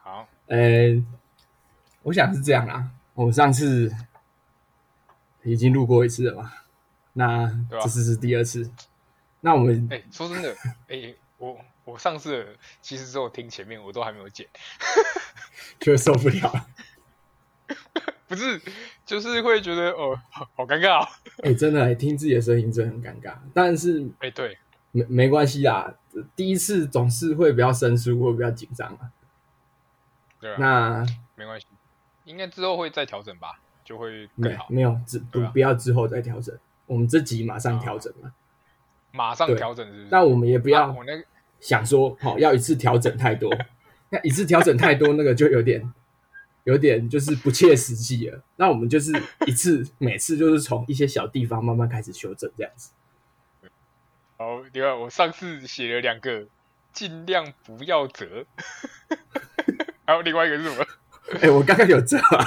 好， 我想是这样啦。我上次已经录过一次了嘛，那对吧？ 这次是第二次。那我们说真的，我上次其实只有听前面，我都还没有剪， 就受不了了。 不是，就是会觉得好尴尬哦。 真的听自己的声音真的很尴尬，但是对， 没关系啦，第一次总是会比较生疏，会比较紧张啊。 对啊， 那没关系，应该之后会再调整吧，就会更好。 没有对啊， 不要之后再调整，我们这集马上调啊， 整嘛。 马上对， 调整是不是？ 但我们也不啊， 要我那个想说要一次调整太多，那一次调整太多，那个就有点就是不切实际了。那我们就是每次就是从一些小地方慢慢开始修正这样子。 好，另外我上次写了2个，尽量不要折，还有另外一个是什么？ 我刚刚有这啊。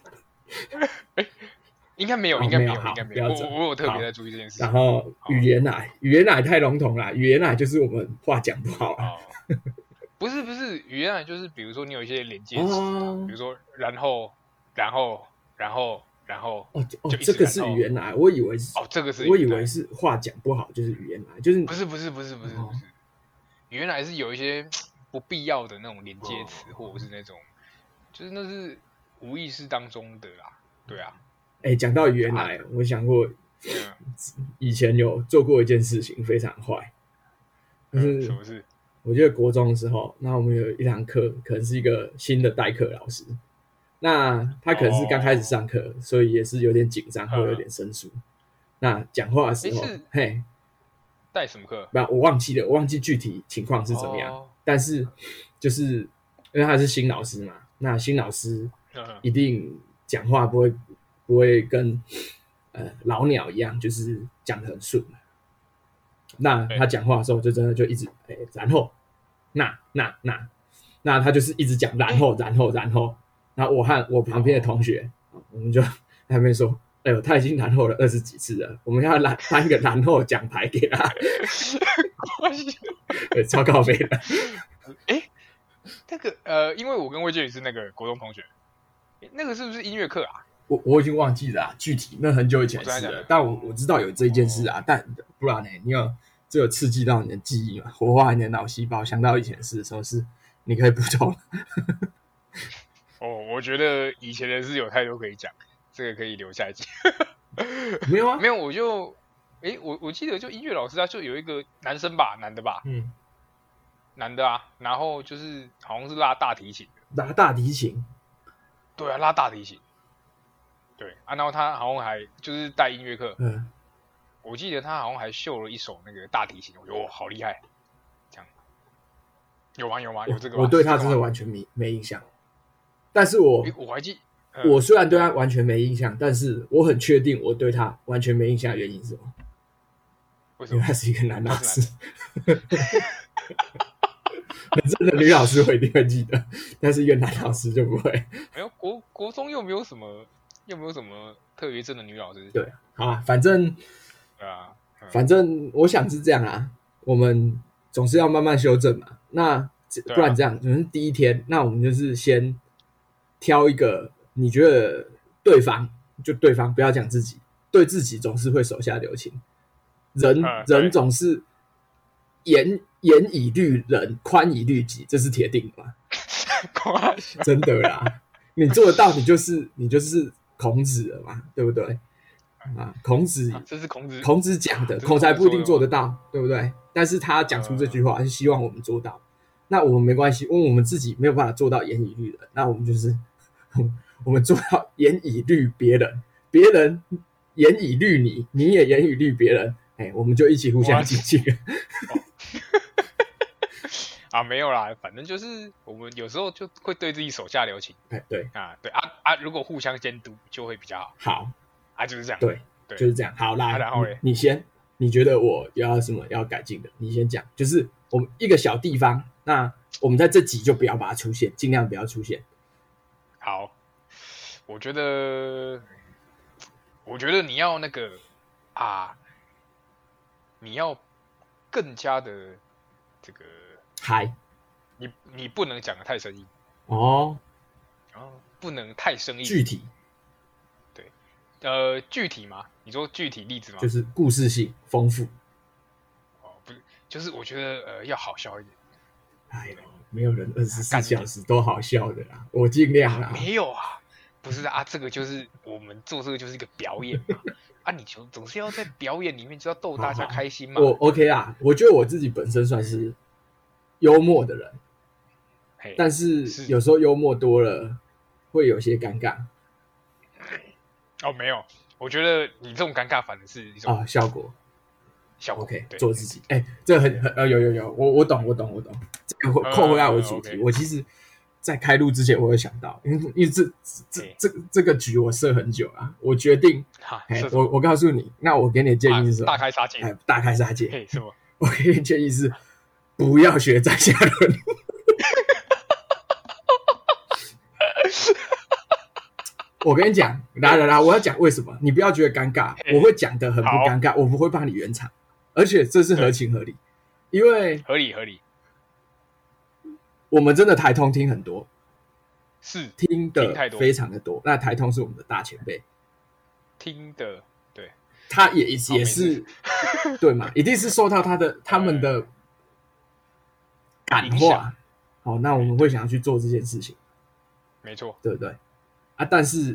应该没有， 哦， 应该没有， 好， 应该没有。 不要这。 我有特别在注意这件事情。 然后语言奶太笼统了，语言奶就是我们话讲不好啊。 不是，语言奶就是比如说你有一些连接词比如说然后， 这个是语言奶，我以为是这个是我以为是话讲不好就是语言奶，就是不是，语言奶是有一些不必要的那种连接词，或者是那种就是那是无意识当中的啦，对啊。 讲到语言奶，我想过以前有做过一件事情非常坏，就是什么事？ 我记得国中的时候，那我们有一堂课，可能是一个新的代课老师，那他可能是刚开始上课，所以也是有点紧张，会有点生疏。那讲话的时候， 带什么课？ 不，我忘记了，我忘记具体情况是怎么样。但是就是因为他是新老师嘛，那新老师一定讲话不会跟老鸟一样，就是讲得很顺。那他讲话的时候，就真的就一直然后那他就是一直讲然后，然后我和我旁边的同学，我们就在那边说，他已经然后了20几次了，我们要颁一个然后奖牌给他。对，超靠北的。 那个因为我跟魏建宇是那个国中同学，那个是不是音乐课啊？ 我已经忘记了具体，那很久以前的事了。但我知道有这件事啊，但不然呢？这有刺激到你的记忆嘛，活化你的脑细胞，想到以前的事的时候是你可以补充。 我觉得以前的事有太多可以讲，这个可以留下一集。 没有啊， 没有，我记得就音乐老师他就有一个男生吧，男的吧，男的啊，然后就是好像是拉大提琴的， 拉大提琴， 对啊，拉大提琴，对啊，然后他好像还就是带音乐课，我记得他好像还秀了一手那个大提琴，我觉得好厉害，这样有吗？有这个吗？ 我对他真的完全没印象，但是我还记。 我虽然对他完全没印象，但是我很确定我对他完全没印象的原因是什么？ 为什么？ 因为他是一个男老师。真的女老师我一定会记得，但是一个男老师就不会。 没有国中又没有什么特别正的女老师。 对，好啊，反正我想是这样啊，我们总是要慢慢修正嘛。那不然这样，就是第一天，那我们就是先挑一个。你觉得对方不要讲自己，对自己总是会手下留情。人总是严以律人，宽以律己，这是铁定的嘛？真的啦，你做得到，你就是孔子了嘛，对不对？孔子， 这是孔子讲的，孔才不一定做得到，对不对？但是他讲出这句话，是希望我们做到。那我们没关系，因为我们自己没有办法做到严以律人，那我们就是我们做到严以律别人，别人严以律你，你也严以律别人，我们就一起互相精进。 没有啦，反正就是我们有时候就会对自己手下留情。 对如果互相监督就会比较好。 好就是这样。 对，就是这样。好啦， 然后你先，你觉得我要什么要改进的？你先讲，就是我们一个小地方，那我们在这集就不要把它出现，尽量不要出现。 好，我觉得你要那个你要更加的这个嗨， 你不能讲得太生硬。 哦， 不能太生硬。 具体， 对，具体吗？你说具体例子吗？ 就是故事性丰富。 不是，就是我觉得要好笑一点。 哎呦，没有人24小时都好笑的啦，我尽量啦。 没有啊，不是啊，这个就是我们做这个就是一个表演嘛。啊，你总是要在表演里面就要逗大家开心嘛。 我 OK 啊，我觉得我自己本身算是幽默的人，但是有时候幽默多了会有些尴尬。 没有，我觉得你这种尴尬反而是一种效果。 OK， 做自己。这很有，我懂。这个扣回来我的主题，我其实，在开录之前我有想到，因为这个局我设很久了，我决定，我告诉你，那我给你的建议是什么？ 大开杀戒。 大开杀戒。 什么？ 我给你的建议是，不要学张嘉伦。我跟你讲，来，我要讲为什么，你不要觉得尴尬，我会讲得很不尴尬，我不会帮你圆场。而且这是合情合理，因为合理， 我们真的台通听很多， 是听的非常的多。那台通是我们的大前辈， 听的对， 他也是对嘛，一定是受到他们的感化。好，那我们会想要去做这件事情， 没错， 对不对？但是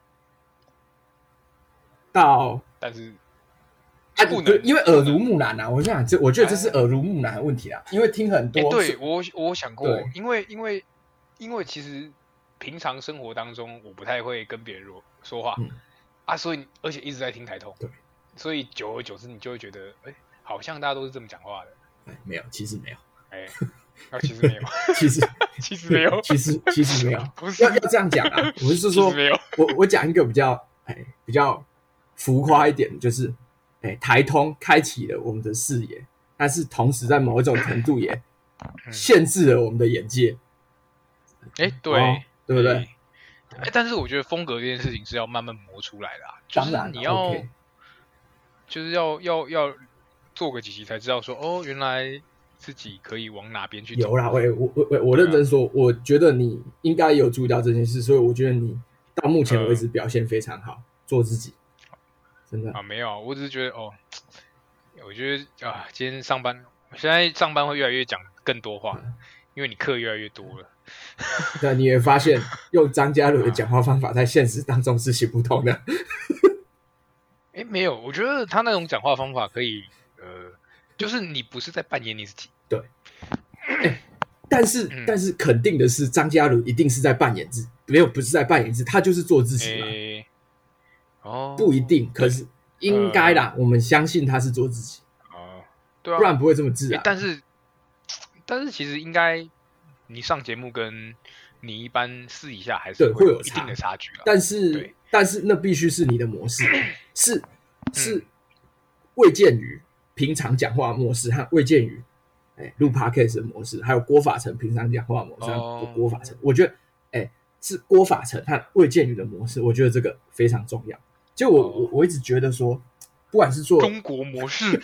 因为耳濡目染啊，我觉得这是耳濡目染的问题啦。因为听很多， 对我想过，因为其实平常生活当中我不太会跟别人说话所以而且一直在听台通， 对， 所以久而久之你就会觉得，好像大家都是这么讲话的。 没有，其实没有。 其实没有， 其实没有，其实没有，不是要这样讲啊！我是说，我讲一个比较浮夸一点，就是台通开启了我们的视野，但是同时在某一种程度也限制了我们的眼界。 对， 对不对？ 但是我觉得风格这件事情是要慢慢磨出来的就是你要，就是要做个几集才知道说，原来自己可以往哪边去走。 有啦，我认真说，我觉得你应该有注意到这件事，所以我觉得你到目前为止表现非常好，做自己，真的没有，我只是觉得我觉得今天现在上班会越来越讲更多话，因为你课越来越多了。 对，你也发现用张嘉伦的讲话方法在现实当中是行不通的。 没有，我觉得他那种讲话方法可以，就是你不是在扮演你自己。 对，但是肯定的是，张嘉伦一定是在扮演自己，不是在扮演自己，他就是做自己嘛。不一定，可是应该啦，我们相信他是做自己。 对啊， 不然不会这么自然。 但是其实应该，你上节目跟你一般私底下还是会有一定的差距啦。 但是那必须是你的模式，是未见于平常讲话的模式和未见于录 podcast 的模式，还有郭法城平常讲话的模式和郭法城，我觉得是郭法城和未见于的模式，我觉得这个非常重要。就我一直觉得说，不管是做中国模式，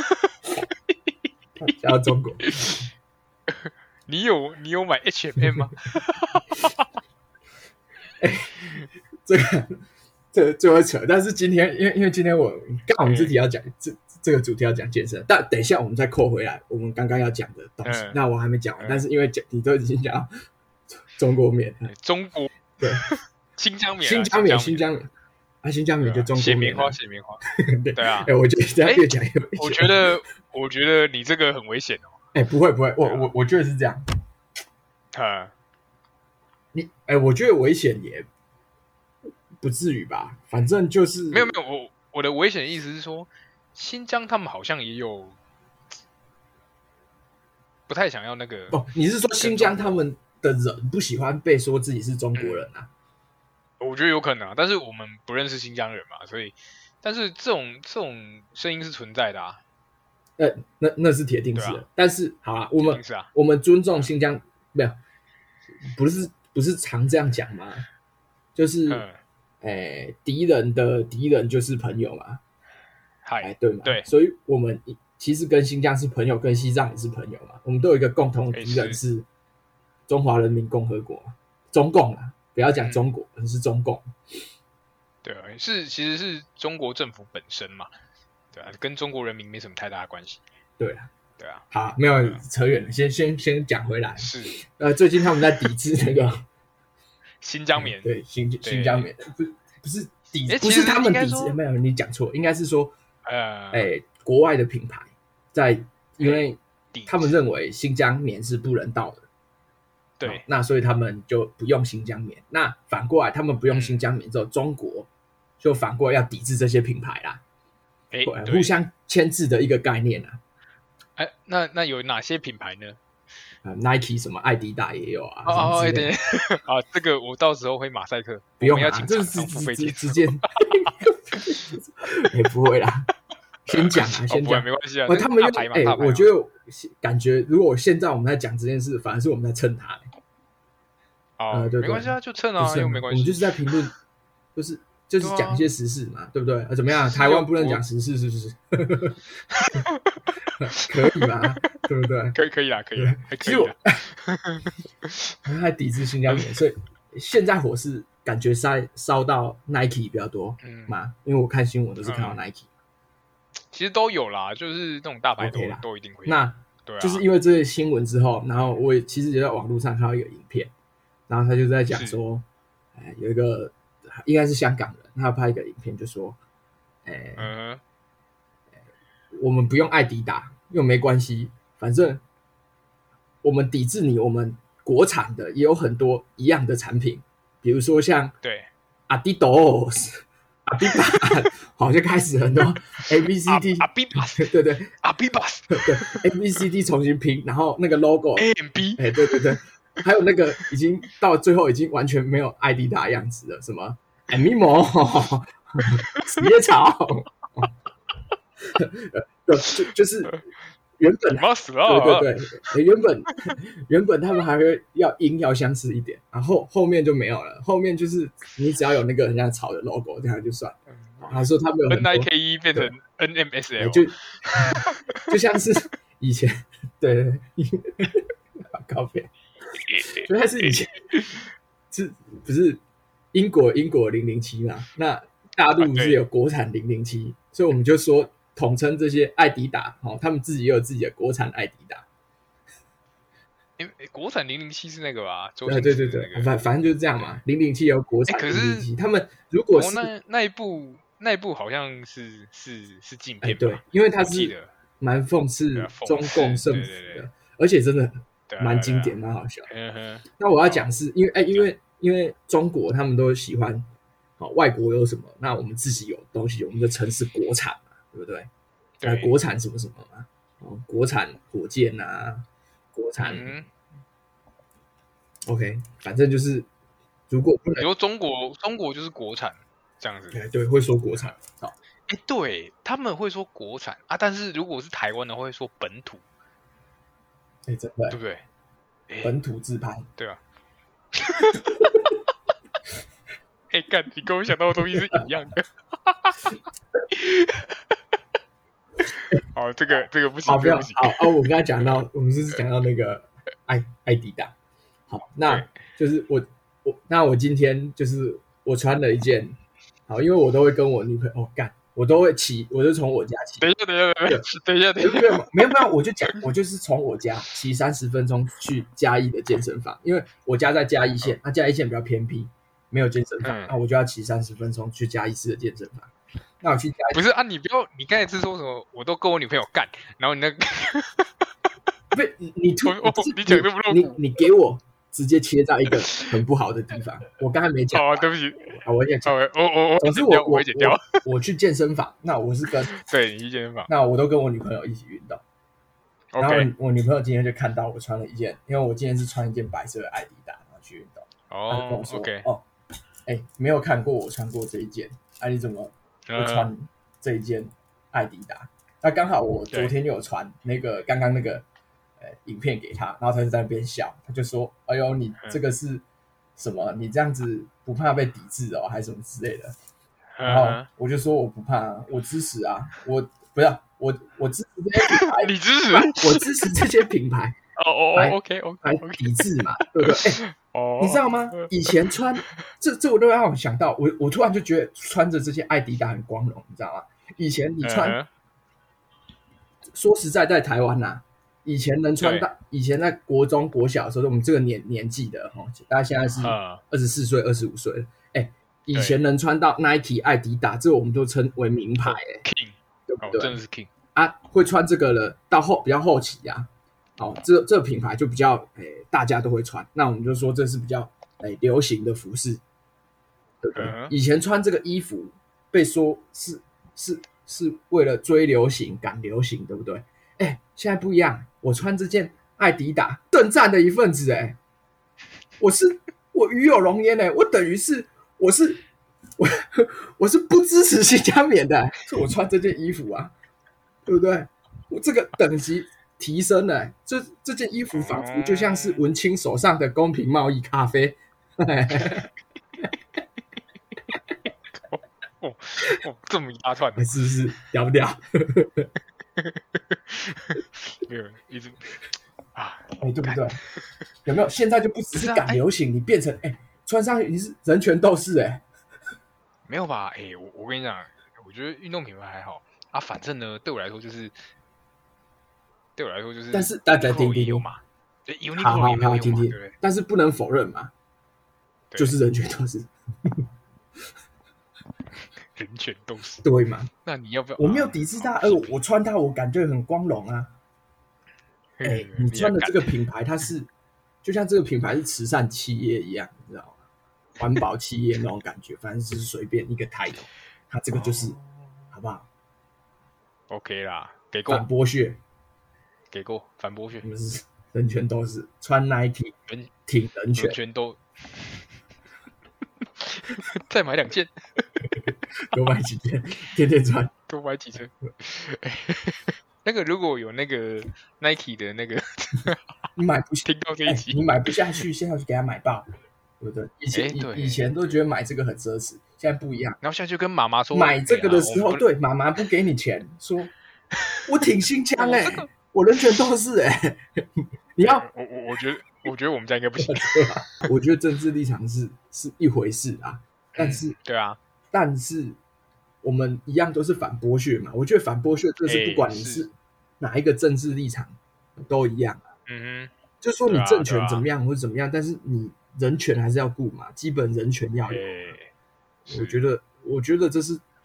讲到中国， 你有买 H&M 吗？ 这就会扯，但是今天因为今天我们自己要讲这个主题要讲健身，但等一下我们再扣回来我们刚刚要讲的东西。那我还没讲完，但是因为你都已经讲到中国棉， 中国对新疆棉新疆棉就中国棉写棉花对啊。 我觉得这样越讲越危险。我觉得你这个很危险哦。 不会，我觉得是这样。我觉得危险也不至于吧，反正就是没有，我的危险的意思是说，新疆他们好像也有不太想要那个你是说新疆他们的人不喜欢被说自己是中国人啊？ 我觉得有可能但是我们不认识新疆人嘛，所以但是这种声音是存在的那是铁定是的。但是好啦，我们尊重新疆，没有，不是常这样讲吗？就是敌人的敌人就是朋友嘛，对嘛？ 对， 所以我们其实跟新疆是朋友，跟西藏也是朋友嘛。我们都有一个共同的敌人是中华人民共和国，中共啊，不要讲中国，而是中共。 对啊，其实是中国政府本身嘛，对啊，跟中国人民没什么太大的关系。 对啊， 对啊， 好，没有扯远了，先讲回来。 是， 最近他们在抵制那个新疆棉， 对新疆棉，不是不是他们抵制，没有你讲错，应该是说，国外的品牌因为他们认为新疆棉是不人道的。 对， 那所以他们就不用新疆棉。那反过来，他们不用新疆棉之后，中国就反过来要抵制这些品牌啦。互相牵制的一个概念啊。 那有哪些品牌呢 ？Nike 什么艾迪达也有啊。 对啊，这个我到时候会马赛克， 不用要请这是直接，也不会啦。先讲啊，先讲， 没关系啊。 他们我觉得感觉，如果现在我们在讲这件事，反而是我们在蹭他。对， 没关系啊，就蹭啊，又没关系。 我们就是在评论，就是讲一些时事嘛，对不对？怎么样？台湾不能讲时事是不是？可以吗？对不对？ 可以啦，可以啦。 其实他还抵制新疆棉，所以现在火是感觉烧到 Nike 比较多嘛，因为我看新闻都是看到 Nike。 其实都有啦，就是那种大牌都一定会有。 那就是因为这些新闻之后，然后我也其实也在网络上看到一个影片，然后他就在讲说，有一个应该是香港人，他拍一个影片就说，我们不用艾迪达，又没关系，反正我们抵制你，我们国产的也有很多一样的产品，比如说像Adidas。阿比巴，好像开始很多 ABCD， 阿比巴， 对， 阿比巴， 对 ABCD 重新拼，然后那个 logo AMB， 对，还有那个已经到最后已经完全没有艾迪达样子了，什么 Mimo 死叶草，就是原本对，原本他们还会要音要相似一点，然后后面就没有了。后面就是你只要有那个很像草的 logo， 这样就算。他说他们有很多 NIKE 变成 NMSL， 就像是以前对，靠北，就像是以前不是英国007嘛？那大陆是有国产007，所以我们就说。统称这些艾迪达，他们自己也有自己的国产艾迪达。 国产007是那个吧？ 对，反正就是这样嘛。007有国产007，他们如果是那一部好像是禁片， 对，因为它是蛮讽刺中共政府的，而且真的蛮经典、蛮好笑。那我要讲是因为中国他们都喜欢，外国有什么，那我们自己有东西，我们就称是国产。对不对？国产什么什么嘛，国产火箭啊，国产，OK， 反正就是如果不能， 比如中国就是国产这样子， 对，会说国产。 对，他们会说国产啊，但是如果是台湾的会说本土， 真的对不对？ 本土自拍， 对啊。干，你跟我想到的东西是一样的。这个不行， 不要好，我刚才讲到，我们是讲到那个艾迪达。好，那就是我今天就是我穿了一件，好，因为我都会跟我女朋友我都会我就从我家骑。 等一下， 没有，我就是从我家骑30分钟去嘉义的健身房，因为我家在嘉义县，嘉义县比较偏僻，没有健身房，那我就要骑30分钟去嘉义市的健身房。那我去嘉义不是啊？你不要，你刚才是说什么？我都跟我女朋友干，然后你那个不是你讲的不露骨，你给我直接切在一个很不好的地方。我刚才没讲， 对不起， 我也讲，总之我去健身房，那我是跟对你去健身房， 那我都跟我女朋友一起运动。然后我女朋友今天就看到我穿了一件，因为我今天是穿一件白色的艾迪达，然后去运动。她就跟我说，没有看过我穿过这一件，你怎么？我穿这一件艾迪达，那刚好我昨天有传那个刚刚那个影片给他，然后他就在那边笑，他就说：“哎呦，你这个是什么？你这样子不怕被抵制哦，还是什么之类的？”然后我就说：“我不怕，我支持啊，我支持这些品牌， 你支持？ 我支持这些品牌， OK， 来抵制嘛，对不对？你知道吗？以前穿这我都让我想到，我突然就觉得穿着这件艾迪达很光荣，你知道吗？以前你穿，说实在，在台湾呐，以前能穿到，以前在国中、国小的时候，我们这个年纪的大家现在是24岁、25岁了，以前能穿到 Nike、艾迪达，这我们都称为名牌 ，King， 对不对？ 真的是 King 啊，会穿这个了，到比较后期啊，这个品牌就比较大家都会穿，那我们就说这是比较流行的服饰，对不对？以前穿这个衣服被说是为了追流行、赶流行，对不对？现在不一样，我穿这件艾迪达，圣战的一份子，我与有荣焉，我等于是我是不支持新疆棉的，所以我穿这件衣服啊，对不对？我这个等级提升了，这件衣服仿佛就像是文青手上的公平贸易咖啡。 这么一大串， 是不是屌不屌？ 没有，一直对不对？有没有？现在就不只是赶流行，你变成穿上去你是人权斗士没有吧？我跟你讲，我觉得运动品牌还好啊，反正呢，对我来说就是， 但是大家听听嘛， 好听听，但是不能否认嘛，就是人权斗士。 人权斗士对嘛？ 那你要不要？ 我没有抵制它，我穿它，我感觉很光荣啊。你穿的这个品牌，它是就像这个品牌是慈善企业一样，你知道吗？环保企业那种感觉，反正就是随便一个抬头，它这个就是好不好 ？OK 啦，给过反剥削， 给过反剥削， 我们是人权斗士，穿 Nike 挺人权， 人权都再买2件。 多买几件，天天穿， 多买几件。那个如果有那个 Nike 的那个， 你买不听到这一集， 你买不下去，现在要去给他买爆，对不对？以前都觉得买这个很奢侈，现在不一样。 然后现在就跟妈妈说， 买这个的时候，对妈妈不给你钱，说我挺新疆我人权斗士你要我觉得我们家应该不行。 我觉得政治立场是一回事啊，但是对啊， 但是我们一样都是反剥削嘛。我觉得反剥削这是不管你是哪一个政治立场都一样啊。就说你政权怎么样或者怎么样，但是你人权还是要顾嘛，基本人权要有。我觉得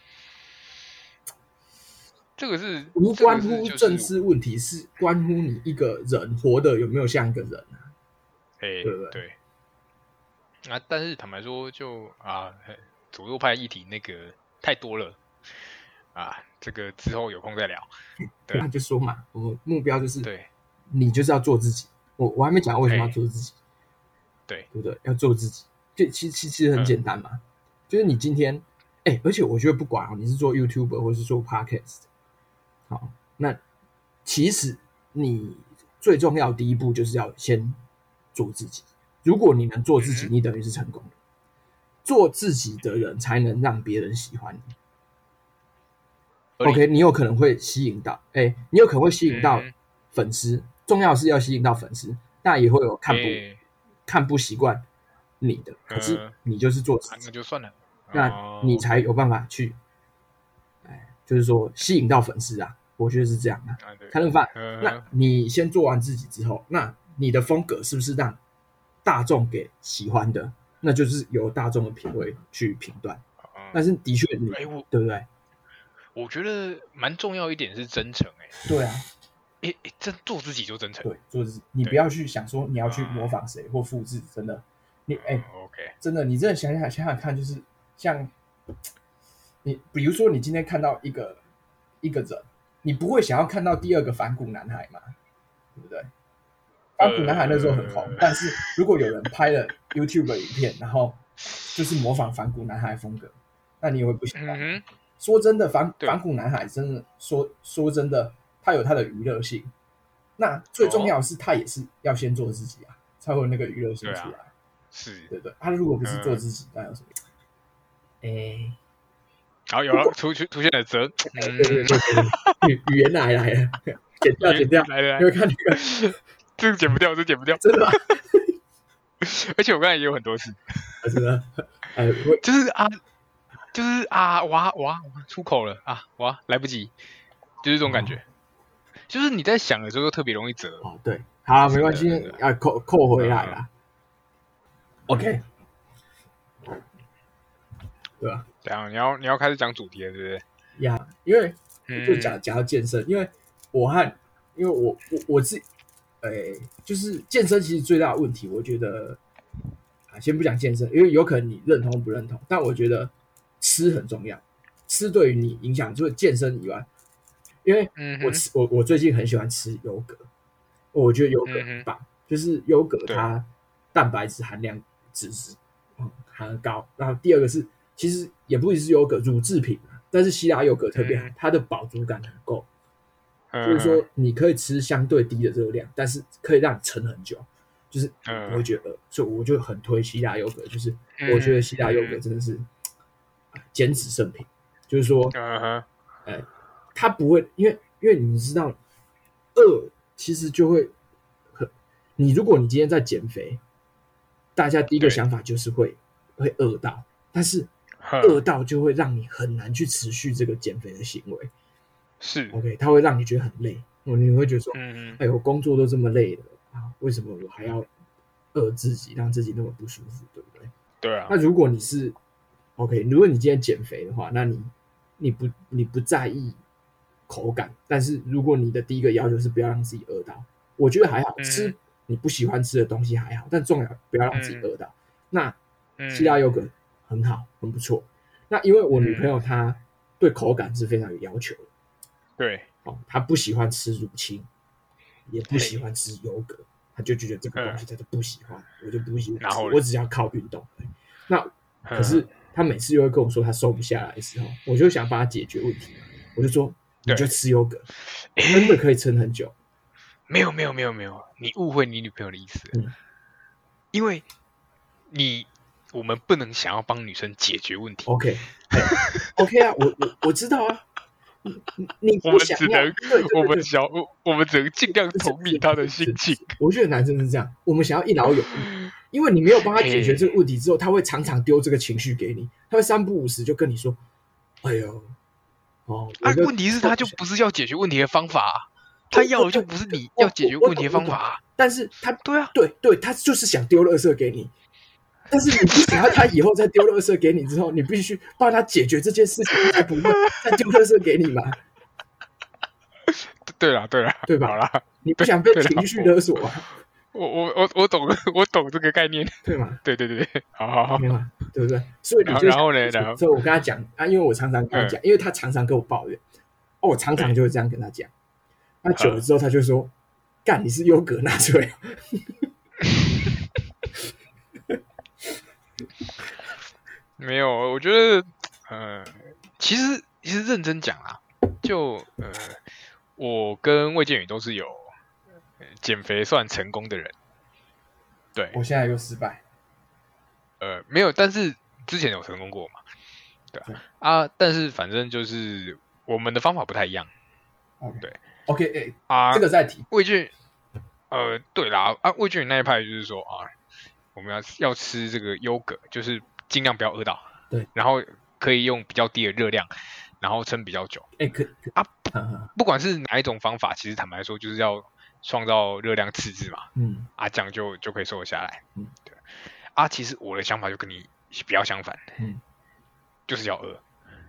这个是无关乎政治问题，是关乎你一个人活得有没有像一个人啊？对不对？ 对。但是坦白说，就左右派议题那个太多了这个之后有空再聊。对， 那就说嘛，我们目标就是对， 你就是要做自己。我还没讲为什么要做自己，对不对？要做自己，就其实很简单嘛，就是你今天而且我觉得不管你是做 YouTuber 或是做 Podcast。好，那其实你最重要的第一步就是要先做自己。如果你能做自己，你等于是成功的。做自己的人才能让别人喜欢你。OK， 你有可能会吸引到，你有可能会吸引到粉丝。重要是要吸引到粉丝，那也会有看不习惯你的，可是你就是做自己， 那就算了， 那你才有办法去，就是说吸引到粉丝啊。我觉得是这样的，看人饭。那你先做完自己之后，那你的风格是不是让大众给喜欢的？那就是由大众的品味去评断。但是的确你，对不对？ 我觉得蛮重要一点是真诚。 对啊， 真做自己就真诚。 对，做自己，你不要去想说你要去模仿谁或复制，真的，你 OK， 真的，你真的想想看，就是像你，比如说你今天看到一个人。你不会想要看到第二个反骨男孩嘛？对不对？反骨男孩那时候很红，但是如果有人拍了 YouTube 的影片，然后就是模仿反骨男孩的风格，那你也会不喜欢。说真的，反骨男孩真的说真的，他有他的娱乐性。那最重要的是，他也是要先做自己啊，才会有那个娱乐性出来。 是， 对对。他如果不是做自己，那有什么？ 好，有了，出现了折。 对，语言来了，剪掉，因为看那个这个剪不掉，剪不掉， 真的吗？ 而且我刚才也有很多次， 真的， 就是哇，出口了啊，哇，来不及，就是这种感觉，就是你在想的时候特别容易折。 哦，对，好，没关系，扣回来啦。OK， 对吧？ 这样你要开始讲主题了，对不对？ 呀，因为就讲到健身，因为我自己，就是健身其实最大的问题，我觉得先不讲健身，因为有可能你认同不认同，但我觉得吃很重要，吃对于你影响，除了健身以外，因为我最近很喜欢吃优格，我觉得优格很棒，就是优格它蛋白质含量脂很高，然后第二个是其实也不一定是优格乳制品，但是希腊优格特别好，它的饱足感很够，就是说你可以吃相对低的热量，但是可以让你撑很久，就是不会觉得饿，所以我就很推希腊优格，就是我觉得希腊优格真的是减脂圣品，就是说，它不会因为你知道饿其实就会你如果你今天在减肥，大家第一个想法就是会饿到，但是饿到就会让你很难去持续这个减肥的行为。 是 OK， 它会让你觉得很累，你会觉得说，哎，我工作都这么累了啊，为什么我还要饿自己，让自己那么不舒服，对不对？ 对啊。 那如果你是 OK， 如果你今天减肥的话，那你不在意口感，但是如果你的第一个要求是不要让自己饿到，我觉得还好，吃你不喜欢吃的东西还好，但重要不要让自己饿到。那希腊优格很好，很不错。那因为我女朋友她对口感是非常有要求的， 对， 她不喜欢吃乳清，也不喜欢吃优格，她就觉得这个东西她就不喜欢，我就不喜欢，我只要靠运动。那可是她每次又会跟我说她瘦不下来的时候，我就想帮她解决问题，我就说你就吃优格，真的可以撑很久。 没有，你误会你女朋友的意思。因为我们不能想要帮女生解决问题。 OK 啊，我知道啊。你我们只能尽量同理她的心情。 我觉得男生是这样，我们想要一劳永逸，因为你没有帮他解决这个问题之后，他会常常丢这个情绪给你，他会三不五时就跟你说：“哎呦， 问题是他就不是要解决问题的方法。”他要的就不是你要解决问题的方法， 但是他对啊， 对，他就是想丢垃圾给你，但是你不想要他以后再丢垃圾给你之后，你必须帮他解决这件事情，才不会再丢垃圾给你嘛。 对啦， 对吧？ 好啦， 你不想被情绪勒索啊？ 我懂这个概念， 对吗？ 对，好， 对吗？对不对？所以你就然后呢？ 所以我跟他讲啊，因为我常常跟他讲，因为他常常跟我抱怨，我常常就会这样跟他讲。那久了之后，他就说：“干，你是优格纳粹。” 没有，我觉得，其实认真讲啊，就我跟魏建宇都是有减肥算成功的人。对， 我现在又失败。 没有，但是之前有成功过嘛？对啊，但是反正就是我们的方法不太一样。对。 OK， 这个再提魏俊，对啦，魏俊那一派就是说我们要吃这个优格，就是尽量不要饿到， 对， 然后可以用比较低的热量，然后撑比较久。不管是哪一种方法，其实坦白说就是要创造热量赤字嘛，这样就可以瘦得下来，对。其实我的想法就跟你比较相反，就是要饿，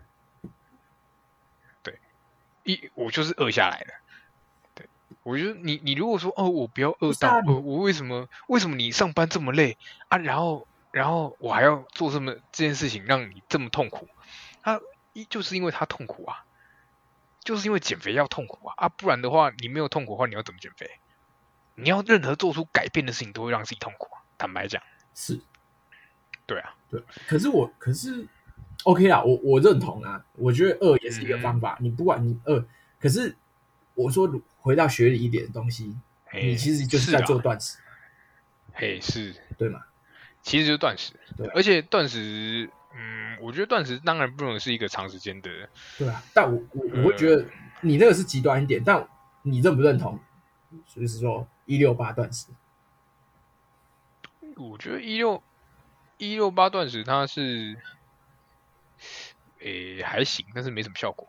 对，我就是饿下来的。我觉得你如果说我不要饿到，我为什么你上班这么累啊？然后我还要做这件事情让你这么痛苦，就是因为他痛苦啊，就是因为减肥要痛苦啊，不然的话你没有痛苦的话你要怎么减肥？你要任何做出改变的事情都会让自己痛苦啊，坦白讲是， 对啊， 对，可是 OK 啦，我认同啊，我觉得饿也是一个方法，你不管你饿，可是我说回到学理一点的东西，你其实就是在做断食。 是， 对吗？ 其实就是断食，对，而且断食，我觉得断食当然不能是一个长时间的。 对啊，但我会觉得你那个是极端一点，但你认不认同？就是说， 168断食。 我觉得168断食它是，还行，但是没什么效果。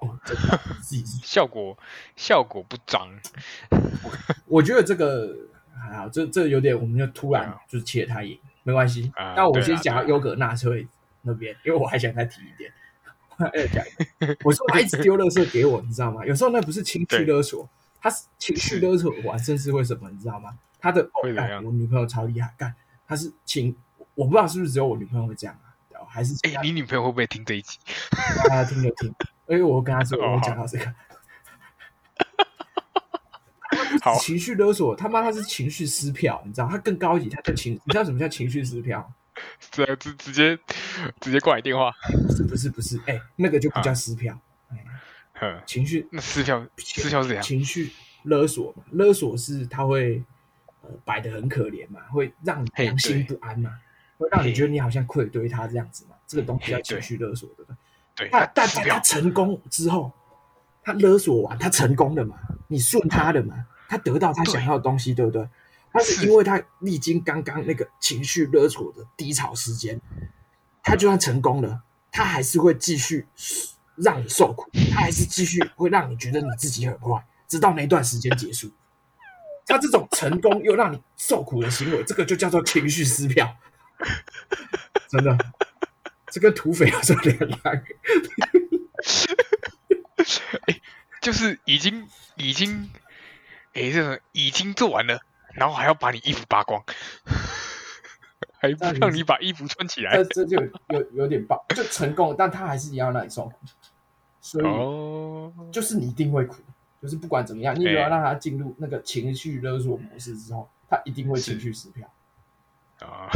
效果不彰。 我觉得这个还好，这有点，我们就突然就是切太硬，没关系。那我先讲到优格纳粹那边，因为我还想再提一点。我说他一直丢垃圾给我，你知道吗？有时候那不是情绪勒索，他是情绪勒索完，甚至会什么，你知道吗？他的我女朋友超厉害，干，他是我不知道是不是只有我女朋友会这样啊。还是你女朋友会不会听这一集？ 他听，因为我跟他说，我讲到这个，他不是情绪勒索，他妈他是情绪撕票，你知道？他更高级，他叫你知道什么叫情绪撕票？ 直接挂你电话？ 不是，那个就不叫撕票，情绪那撕票是怎样？ 情绪勒索嘛，勒索是他会摆得很可怜嘛，会让你良心不安嘛。会让你觉得你好像愧对他这样子嘛，这个东西叫情绪勒索，对不对？ 对。 但他成功之后，他勒索完，他成功了嘛？你顺他的嘛？他得到他想要的东西，对不对？但是因为他历经刚刚那个情绪勒索的低潮时间，他就算成功了，他还是会继续让你受苦，他还是继续会让你觉得你自己很坏，直到那段时间结束。他这种成功又让你受苦的行为，这个就叫做情绪撕票。真的，这跟土匪有什么两样？ 就是已经，这种已经做完了，然后还要把你衣服扒光，还不让你把衣服穿起来， 这就有点爆，就成功了，但他还是一样让你受苦，所以就是你一定会苦，就是不管怎么样，你只要让他进入那个情绪勒索模式之后，他一定会情绪撕票啊。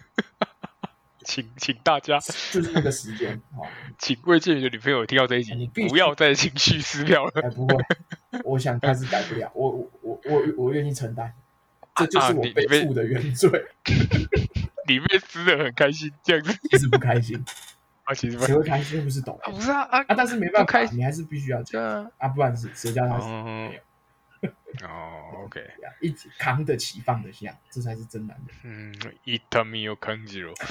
请大家就是那个时间， 请魏建宇的女朋友听到这一集，你不要再情绪撕票了。 不会，我想他是改不了，我愿意承担，这就是我背负的原罪。 你被撕得很开心，这样子其实不开心其实谁会开心？又不是懂不是但是没办法，你还是必须要讲不然谁叫他死？ OK， 一直扛得起放得下，这才是真男人。 痛みを感じろ。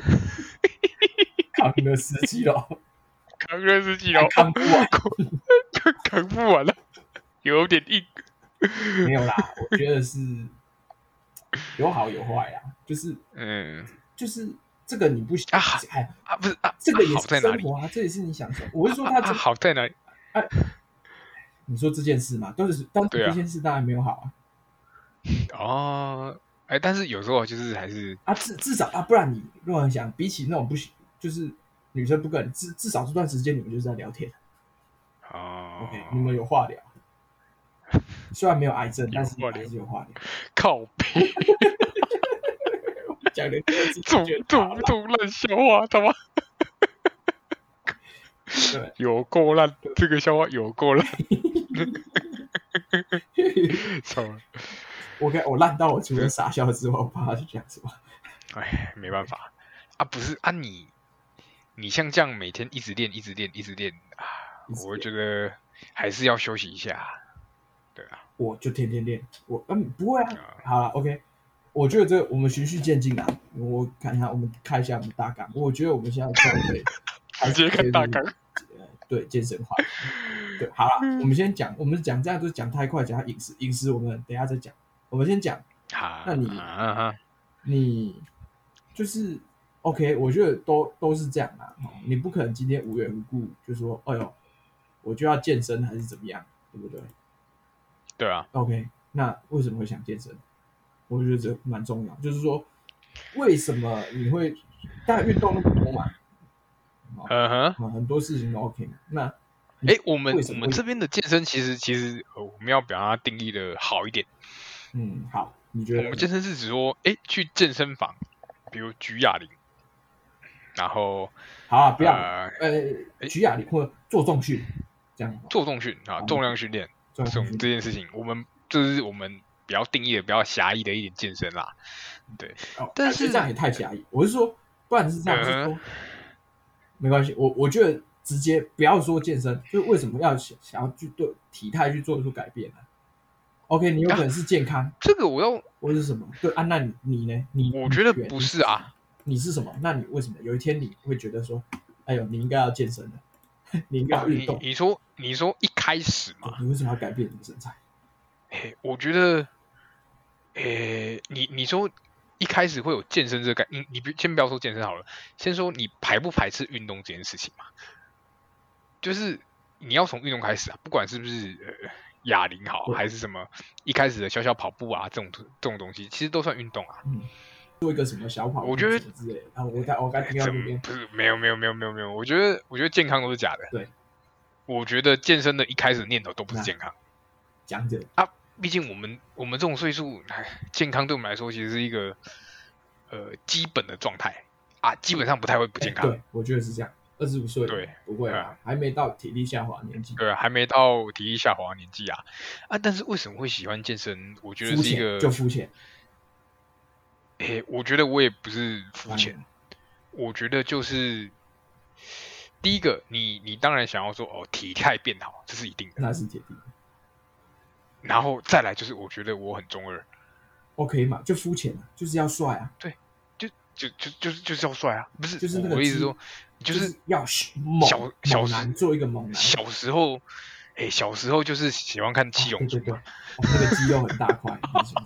扛了10几楼， 扛不完，扛不完了，有点硬。 没有啦，我觉得是有好有坏啦，就是就是这个你不行不是这个也是生活这也是你享受。我是说他好在哪里？ 你说这件事嘛，但是这件事当然没有好但是有时候就是还是至少不然你乱想，比起那种不行，就是女生不跟至少这段时间你们就是在聊天OK， 你们有话聊，虽然没有癌症，但是还是有话聊。 靠北， 讲的这种烂笑话，他妈。有够烂，这个笑话有够烂。 我烂到我除了傻笑之外，我怕他去讲什么。 没办法不是你像这样每天一直练我觉得还是要休息一下。对啊， 我就天天练，不会好了 ，OK。我觉得这我们循序渐进啦。我看一下，我们看一下我们大纲。我觉得我们现在直接看大纲。 对，健身化。对，好了，我们先讲，我们讲这样就讲太快，讲饮食我们等一下再讲。我们先讲。那你就是 OK， 我觉得都是这样啦。你不可能今天无缘无故就说，哎呦，我就要健身还是怎么样，对不对？ 对啊。 OK， 那为什么会想健身？我觉得这蛮重要，就是说为什么你会当然运动那么多嘛？很多事情都 OK 嘛。那我们这边的健身其实我们要把它定义的好一点。 好，你觉得？ 我们健身是指说，去健身房，比如举哑铃，然后好不要举哑铃或者做重训，这样做重训重量训练，这件事情，我们比较定义的比较狭义的一点健身啦。对，但是这样也太狭义。我是说，不然是这样，是说没关系。我觉得直接不要说健身，就为什么要想要去对体态去做出改变呢 OK， 你有可能是健康， 这个我要或是什么？对啊，那你呢？ 我觉得不是啊。 你是什么？那你为什么有一天你会觉得说，哎呦，你应该要健身了，你应该要运动？ 你说一开始嘛， 你为什么要改变你的身材？ 我觉得，你说一开始会有健身这个你先不要说健身好了，先说你排不排斥运动这件事情嘛？就是你要从运动开始啊，不管是不是哑铃好，还是什么一开始的小小跑步啊，这种东西，其实都算运动啊。 做一个什么小跑步， 我觉得之类的啊，我刚听到那边不是没有，我觉得健康都是假的。 对， 我觉得健身的一开始念头都不是健康。 讲者啊，毕竟我们这种岁数，健康对我们来说其实是一个基本的状态啊，基本上不太会不健康。 对，我觉得是这样。25岁， 对， 不会啊，还没到体力下滑年纪。 对，还没到体力下滑年纪啊。但是为什么会喜欢健身？我觉得是一个就肤浅。 我觉得我也不是肤浅，我觉得就是第一个，你当然想要说体态变好，这是一定的， 那是铁定。 然后再来就是，我觉得我很中二。 OK 嘛，就肤浅啊，就是要帅啊。 对，就是要帅啊，不是？ 就是那个我的意思说，就是要猛男，做一个猛男。 小时候就是喜欢看七龙珠嘛， 那个肌肉很大块。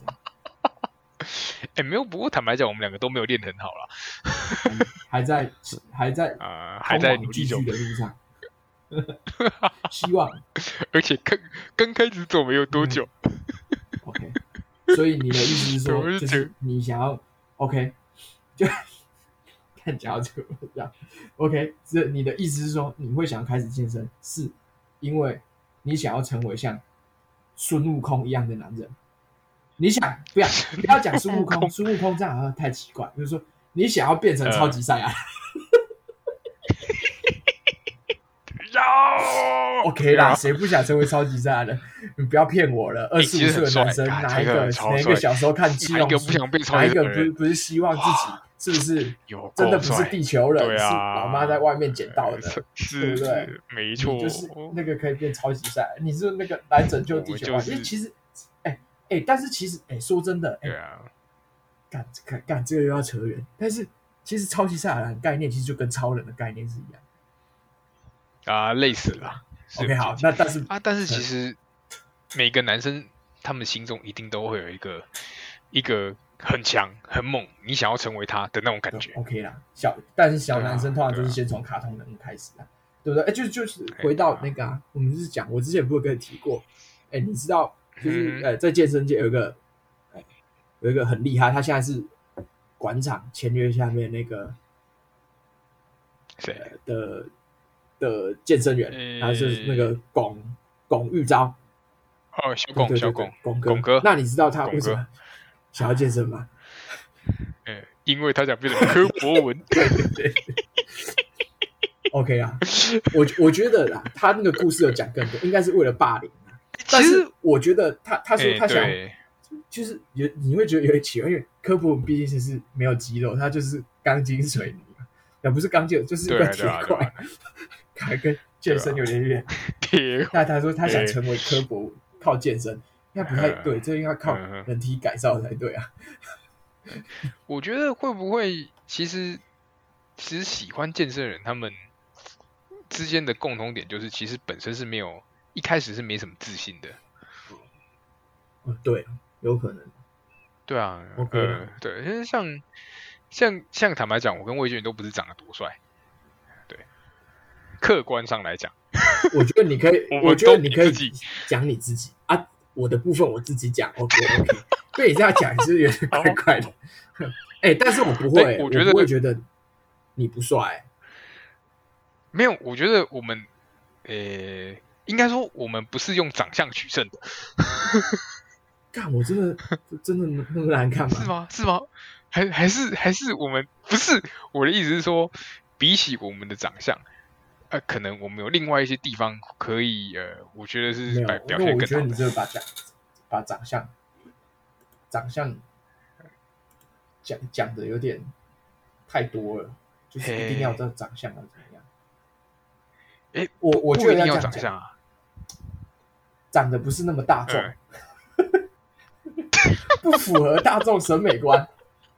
没有，不过坦白讲，我们两个都没有练很好啦， 还在努力中的路上。希望， 而且刚开始走没有多久。 OK， 所以你的意思是说，就是你想要 OK， 就看讲到这个这样 OK， 你的意思是说，你会想要开始健身，是因为你想要成为像孙悟空一样的男人。你想不要讲孙悟空，孙悟空这样好像太奇怪，就是说你想要变成超级赛亚。OK 啦，谁不想成为超级赛亚人？你不要骗我了，25岁的男生哪一个小时候看七龙珠，哪一个不是希望自己是不是真的不是地球人，是老妈在外面捡到的，对不对？ 没错， 就是那个可以变超级赛亚，你是那个来拯救地球，因为其实，但是其实，说真的，干这个又要扯远，但是其实超级赛亚人的概念其实就跟超人的概念是一样。 类似啦。 OK， 好，那但是其实每个男生他们心中一定都会有一个很强很猛，你想要成为他的那种感觉。 OK 啦，但是小男生通常都是先從卡通人物开始的，对不对？就是回到那个我们是讲，我之前不是跟你提过，你知道就是在健身界有一个很厉害，他现在是馆长签约下面那个的健身员，他是那个龚玉昭。 小龚哥。 那你知道他为什么想要健身吗？ 因为他想变成柯博文。 对。OK 啊，我觉得啦，他那个故事有讲更多，应该是为了霸凌啊。但是我觉得他说他想，就是你会觉得有点奇怪，因为柯博文毕竟是没有肌肉，他就是钢筋水泥嘛，也不是钢筋，就是一个铁块，还跟健身有点远。那他说他想成为柯博文，靠健身，应该不太对，这应该靠人体改造才对啊。 我觉得会不会其实喜欢健身的人，他们之间的共同点就是，其实本身是一开始是没什么自信的。 对，有可能。 对啊，对，因为像坦白讲，我跟魏俊都不是长得多帅。对，客观上来讲， 我觉得你可以讲你自己啊，我的部分我自己讲 ，OK， 被你这样讲是有点怪怪的。但是我不会，我不会觉得你不帅。 没有，我觉得我们，应该说我们不是用长相取胜的。 干，我真的那么难看吗？是吗？还是我们不是？我的意思是说，比起我们的长相，可能我们有另外一些地方可以，我觉得是表现更好的。 我觉得你这把长相讲的有点太多了，就是一定要这长相要怎么样？我觉得要长相啊，长得不是那么大众。 不符合大众审美观。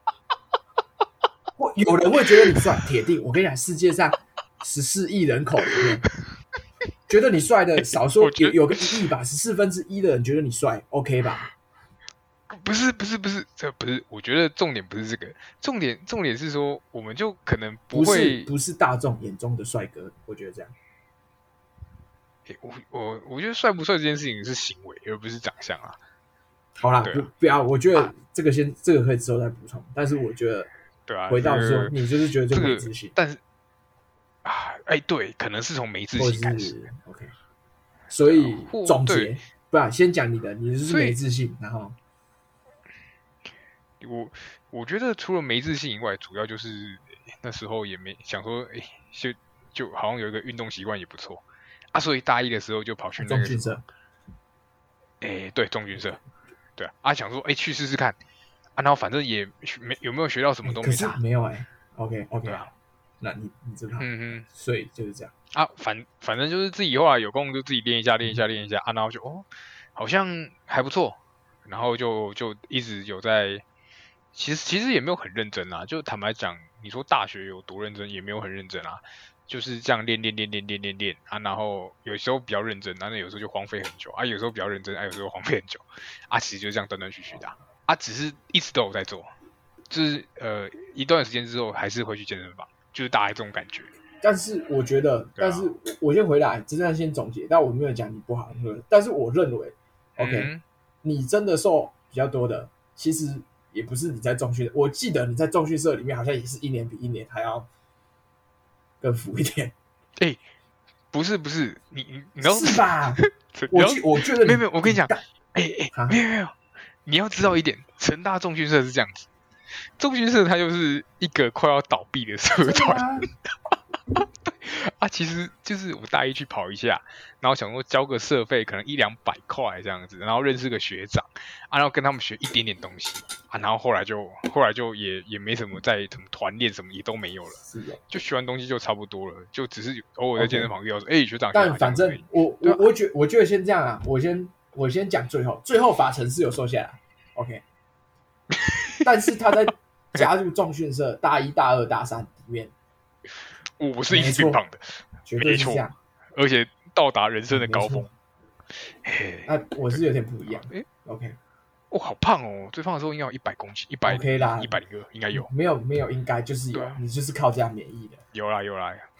有人会觉得你帅，铁定。我跟你讲，世界上14亿人口里面，觉得你帅的少说有个1亿吧，1/14的人觉得你帅 ，OK 吧？ 不是，这不是。我觉得重点不是这个，重点是说，我们就可能不会不是大众眼中的帅哥，我觉得这样。 我觉得帅不帅这件事情是行为，而不是长相啊。 好啦，不要，我觉得这个可以之后再补充。但是我觉得， 对啊， 回到说，你就是觉得就没自信， 但是对，可能是从没自信开始。 OK， 所以总结，不然先讲你就是没自信，然后我觉得除了没自信以外，主要就是那时候也没想说，就好像有一个运动习惯也不错啊，所以大一的时候就跑去那个重训社， 对，重训社，对啊，想说去试试看啊，然后反正也有没有学到什么都没差， 没有OK， 对啊， 那你知道，所以就是这样啊，反正就是自己后来有空就自己练一下啊，然后就好像还不错，然后就一直有在。其实也没有很认真啊，就坦白讲，你说大学有多认真，也没有很认真啊，就是这样练啊，然后有时候比较认真，然后有时候就荒废很久啊，有时候比较认真啊，有时候荒废很久啊，其实就这样断断续续的啊，只是一直都有在做，就是一段时间之后还是会去健身房，就是大概这种感觉。 但是我觉得，但是我先回来，真的先总结，但我没有讲你不好，但是我认为，OK，你真的瘦比较多的，其实。也不是你在重训，我记得你在重训社里面好像也是一年比一年还要更浮一点。 不是，你知道是吧？我觉得没有，我跟你讲，没有，你要知道一点，成大重训社是这样子，重训社它就是一个快要倒闭的社团。啊，其实就是我大一去跑一下，然后想说交个社费，可能100-200块这样子，然后认识个学长啊，然后跟他们学一点点东西啊，然后后来就也没什么在什么团练什么也都没有了，就学完东西就差不多了，就只是偶尔在健身房遇到说，学长。 但反正我觉得先这样啊，我先讲最后法成是有瘦下来 ，OK， 但是他在加入重训社大1、大2、大3里面。 我是一直变胖的，没错，而且到达人生的高峰。 那我是有点不一样。OK， 好胖哦！最胖的时候应该有100公斤，100啦，102应该有。 没有，应该就是有，你就是靠这样免疫的。 有啦。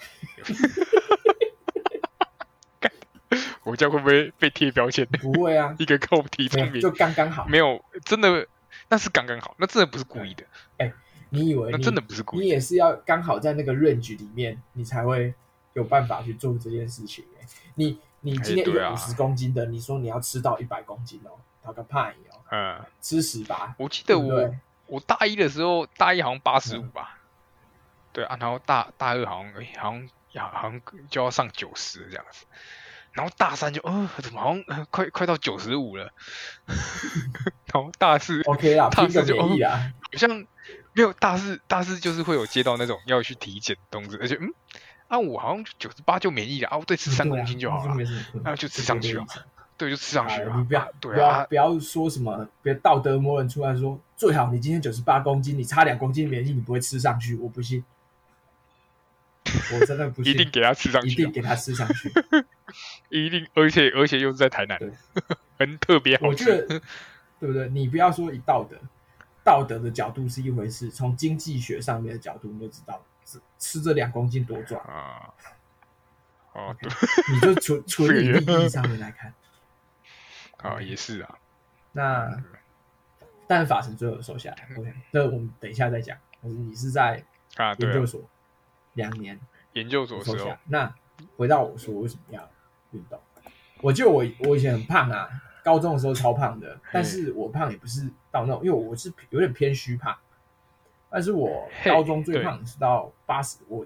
我这样会不会被贴标签？ 不会啊， 一个靠体重免疫就刚刚好。 没有，真的那是刚刚好，那真的不是故意的。 你以为那真的不是故意的， 你也是要刚好在那个 range 里面，你才会有办法去做这件事情。你今天一个50公斤的，你说你要吃到100公斤哦，讨个派哦，吃18。 我记得我大一的时候，大一好像85吧，对啊，然后大2好像就要上90这样子，然后大3就怎么好像快到95了，然后大4 OK 啦， 大4就免疫啦， 好像。没有大四就是会有接到那种要去体检的通知，而且我好像98就免疫了啊，我对吃3公斤就好了，然后就吃上去了，对，就吃上去了。 你不要说什么，别道德魔人出来说，最好你今天98公斤，你差2公斤免疫，你不会吃上去，我不信，我真的不信， 一定给他吃上去， 一定给他吃上去， 一定，而且又是在台南，很特别好吃， 我觉得对不对？你不要说以道德的角度是一回事，从经济学上面的角度，你就知道吃这2公斤多赚啊！ 对，你就纯以利益上面来看也是啊。 那但法成最后瘦下来 ，OK， 这我们等一下再讲。但是你是在研究所2年， 研究所时候， 那回到我说为什么要运动？我记得我以前很胖啊。高中的时候超胖的，但是我胖也不是到那种，因为我是有点偏虚胖，但是我高中最胖是到80，我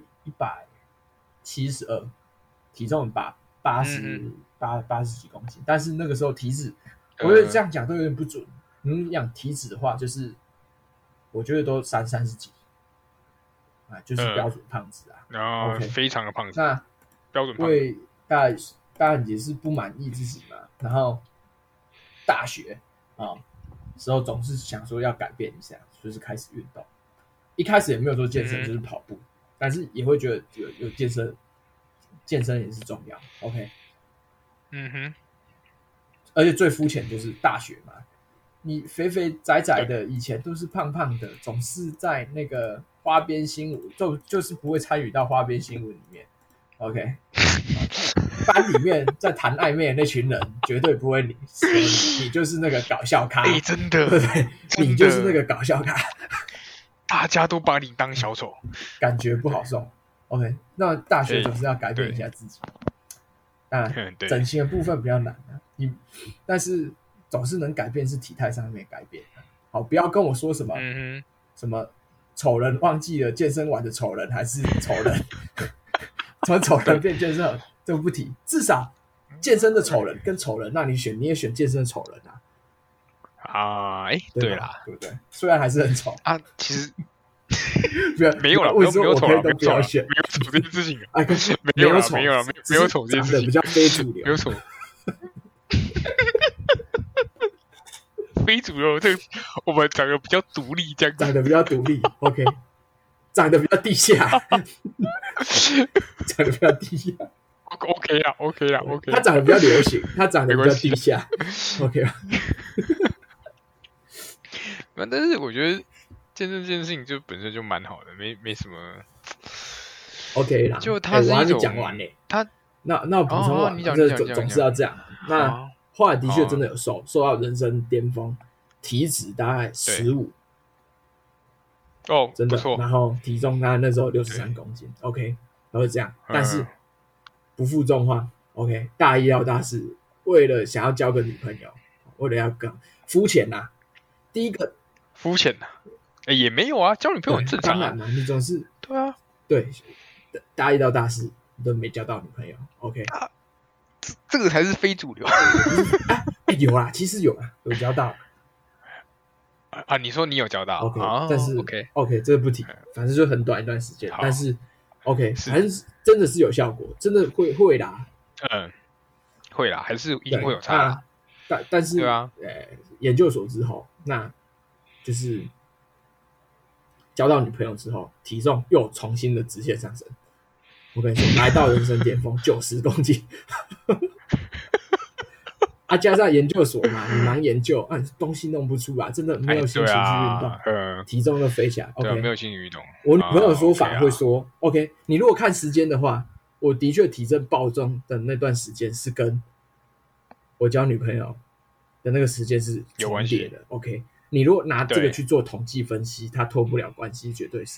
172，体重80几公斤，但是那个时候体脂，我觉得这样讲都有点不准。你讲体脂的话，就是我觉得都30几，就是标准胖子啊， 然后非常的胖子。 那标准胖子， 对，大家也是不满意自己嘛，然后大学时候总是想说要改变一下，就是开始运动。一开始也没有说健身，就是跑步，但是也会觉得有健身也是重要。OK， 而且最肤浅就是大学嘛，你肥肥窄窄的，以前都是胖胖的，总是在那个花边新闻，就是不会参与到花边新闻里面。OK， 班里面在谈暧昧的那群人，绝对不会你就是那个搞笑咖， 真的， 对不对？你就是那个搞笑咖， 大家都把你当小丑， 感觉不好受。OK， 那大学总是要改变一下自己。当然，整形的部分比较难但是总是能改变是体态上面改变。好，不要跟我说什么什么丑人忘记了健身完的丑人还是丑人，从丑人变健身，这不提。至少健身的丑人跟丑人让你选，你也选健身的丑人啊。 对啦， 对不对？虽然还是很丑啊，其实没有了，为什么我可以都不要选？ 没有丑这件事情啊， 没有丑这件事情， 比较非主流， 没有丑。非主流，这个我们长得比较独立，这样长得比较独立 ，OK， 长得比较地下，长得比较地下 ，OK 啦。 他长得比较流行，他长得比较地下 ，OK 吧？ 但是我觉得健身这件事情就本身就蛮好的，没什么 OK 啦。 就他是我还没讲完呢，那我补充完，这总是要这样。那后来的确真的有瘦到人生巅峰，体脂大概15，真的，然后体重大概那时候63公斤 ，OK， 然后这样，但是不负众望 ，OK， 大一到大四，为了想要交个女朋友，为了要更肤浅呐，第一个肤浅呐，也没有啊，交女朋友很正常， 当然嘛，你总是对啊， 对，大一到大四都没交到女朋友 ，OK。 这个才是非主流有啦，其实有交到啊。你说你有交到 ，OK，但是 OK， 这个不提，反正就很短一段时间，但是 OK， 反正真的是有效果，真的会啦， 会啦，还是一定会有差啦。 但是对啊， 研究所之后，那就是交到女朋友之后，体重又重新的直线上升。我跟你说，来到人生巅峰，90公斤。加上研究所嘛，你忙研究，东西弄不出来，真的没有心情去运动，体重都飞起来。OK， 没有心情运动。 我女朋友说法会说 ，OK， 你如果看时间的话，我的确体重暴增的那段时间是跟我交女朋友的那个时间是重叠的。OK， 你如果拿这个去做统计分析，它脱不了关系，绝对是。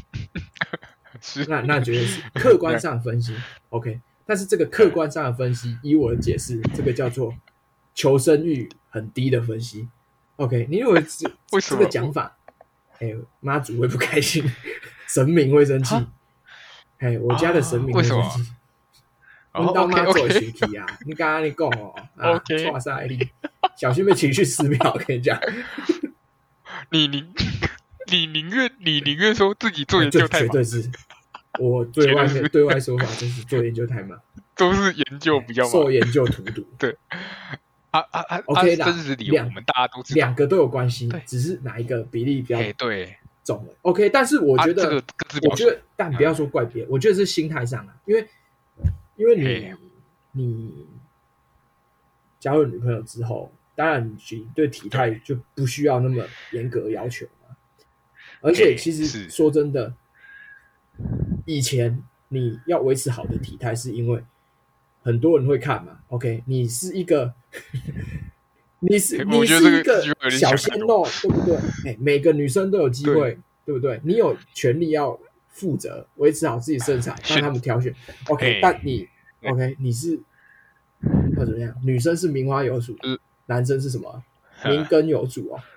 那绝对是客观上分析 ，OK。但是这个客观上的分析，依我的解释，这个叫做求生欲很低的分析。OK， 你如果这个讲法，妈祖会不开心，神明会生气。我家的神明会生气。我当妈做学题啊！你刚刚你讲哇塞，你小心被情绪失调。我跟你讲， 你宁愿说自己做研究太忙， 绝对是。我对外说法就是做研究太忙， 都是研究比较忙， 受研究荼毒。 对 ，OK 啦， 真实理我们大家都知道， 两个都有关系，只是哪一个比例比较重了。OK， 但是我觉得，但不要说怪别人，我觉得是心态上啊，因为你交了女朋友之后，当然你对体态就不需要那么严格要求嘛。而且其实说真的。以前你要维持好的体态，是因为很多人会看嘛。OK， 你是一个一个小鲜肉，对不对？每个女生都有机会，对不对？你有权利要负责维持好自己身材，让他们挑选。OK， 但你 OK， 你是或怎么样？女生是名花有主，男生是什么？名根有主哦。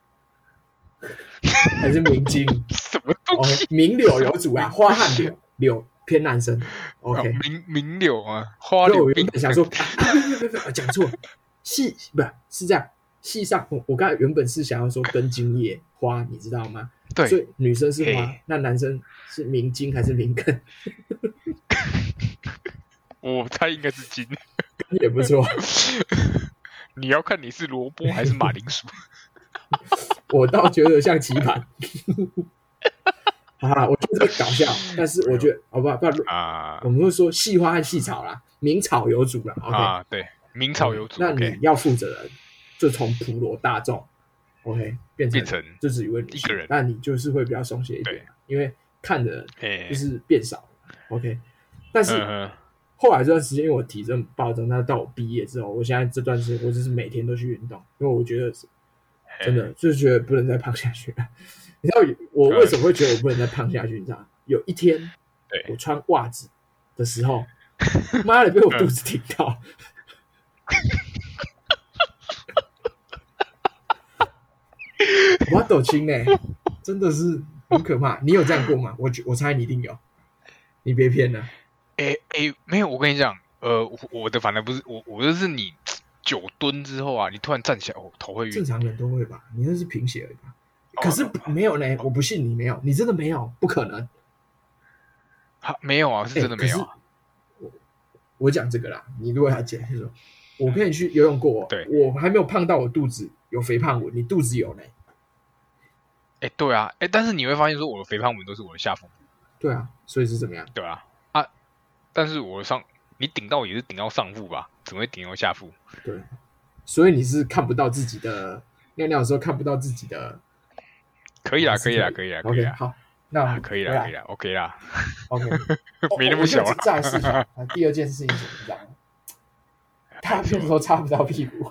还是明金什么东西？ 名柳有主啊，花和柳偏男生。OK， 名柳啊，花柳。 我原本想说，讲错，不是这样。系上我刚才原本是想要说根茎叶花，你知道吗？ 对， 所以女生是花，那男生是明金还是明根？ 我猜应该是金， 也不错。 你要看你是萝卜还是马铃薯。 我倒觉得像棋盘。好啦，我觉得这搞笑，但是我觉得，好不好？我们会说细花和细草啦，明草有主啦。OK， 对，明草有主。 那你要负责人，就从普罗大众 ，OK， 变成就只一位女性，那你就是会比较松懈一点，因为看的人就是变少了。OK， 但是后来这段时间，因为我体重暴增，那到我毕业之后，我现在这段时间我就是每天都去运动，因为我觉得真的就是觉得不能再胖下去了。你知道我为什么会觉得我不能再胖下去？你知道，有一天我穿袜子的时候，妈的被我肚子挺到，我要抖青欸，真的是很可怕。你有这样过吗？我猜你一定有，你别骗了。 没有，我跟你讲，我的反而不是我就是你9吨之后啊，你突然站起来，头会晕。 正常人都会吧？你那是贫血而已吧？可是没有呢，我不信你没有，你真的没有，不可能。 没有啊，是真的没有啊。 我讲这个啦，你如果要解释说，我陪你去游泳过，我还没有胖到我肚子有肥胖纹，你肚子有呢。 对啊，但是你会发现说我的肥胖纹都是我的下腹部。 对啊，所以是怎么样？ 对啊，但是我你顶到也是顶到上腹吧？怎么会顶到下腹？ 对，所以你是看不到自己的尿尿的时候看不到自己的。 可以啦。 OK， 好，那可以啦 ，OK 啦 ，OK， 没那么小了。 再事情，第二件事情是什么？大便的时候擦不到屁股。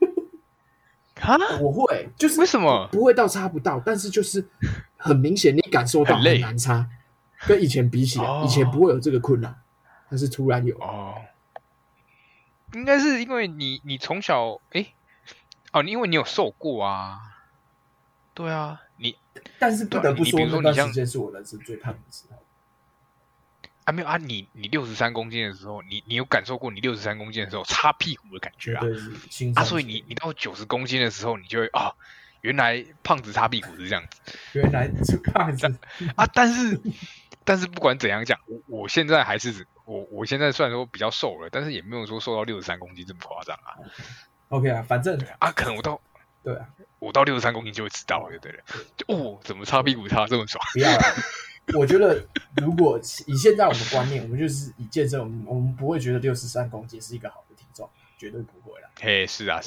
我会，就是为什么不会到擦不到，但是就是很明显，你感受到很难擦，跟以前比起来，以前不会有这个困难，但是突然有。 应该是因为你从小因为你有瘦过啊。对啊， 但是不得不说，那段时间是我人生最胖的时候。 没有啊，你63公斤的时候，你有感受过你63公斤的时候擦屁股的感觉啊？所以你到90公斤的时候，你就会原来胖子擦屁股是这样子。 原来是胖子但是不管怎样讲，我现在还是我现在虽然说比较瘦了，但是也没有说瘦到63公斤这么夸张啊。 OK 啊，反正可能我到63公斤就会知道了，对了。怎么擦屁股擦这么爽？ 不要啦。我觉得，如果以现在我们观念，我们就是以健身，我们不会觉得63公斤是一个好的体重，绝对不会啦。 是啊。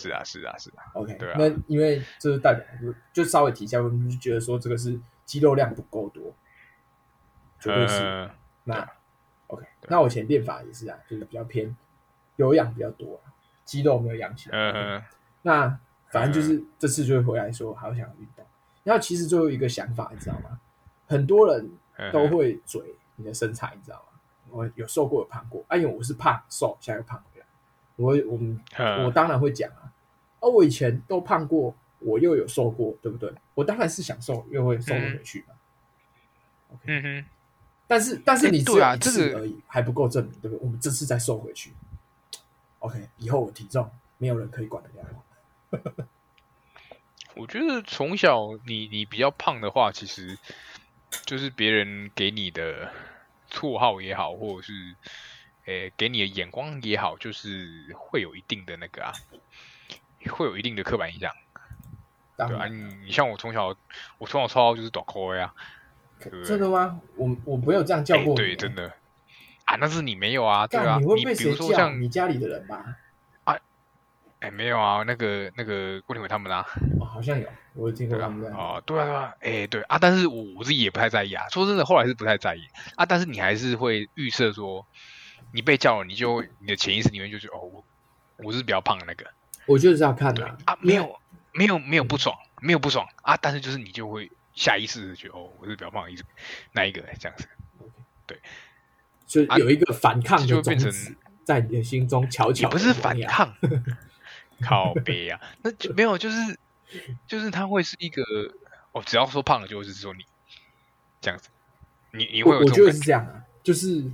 OK， 对啊。 那因为这是代表，就稍微提一下，我们就觉得说这个是肌肉量不够多，绝对是。那 OK， 那我以前练法也是啊，就是比较偏有氧比较多，肌肉没有养起来。那反正就是这次就会回来说，好想运动。然后其实最后一个想法，你知道吗？很多人都会嘴你的身材，你知道吗？我有瘦过有胖过，因为我是胖瘦，现在又胖回来。我当然会讲啊，我以前都胖过，我又有瘦过，对不对？我当然是想瘦，又会瘦回去嘛。OK， 但是你只有一次而已，还不够证明，对不对？我们这次再瘦回去。OK， 以后我体重没有人可以管得了我。 我觉得从小你比较胖的话，其实就是别人给你的绰号也好，或者是给你的眼光也好，就是会有一定的那个会有一定的刻板印象。对啊，你像我从小绰号就是短裤啊。 真的吗？我没有这样叫过你。 对，真的那是你没有啊。对啊， 你会被谁叫？你家里的人吧？ 没有啊，那个郭廷伟他们啊。 好像有，我有听过他们对啊，对啊，但是我自己也不太在意啊。说真的，后来是不太在意啊。但是你还是会预设说，你被叫了，你的潜意识里面就觉得我是比较胖的那个。 我就是要看的没有不爽，没有不爽啊。但是就是你就会下意识的觉得我是比较胖的那一个这样子。对， 所以有一个反抗的种子在你的心中悄悄。 也不是反抗。靠北啊，那就没有，就是他会是一个只要说胖了，就是说你这样子，你会有这种感觉。 我觉得是这样啊，就是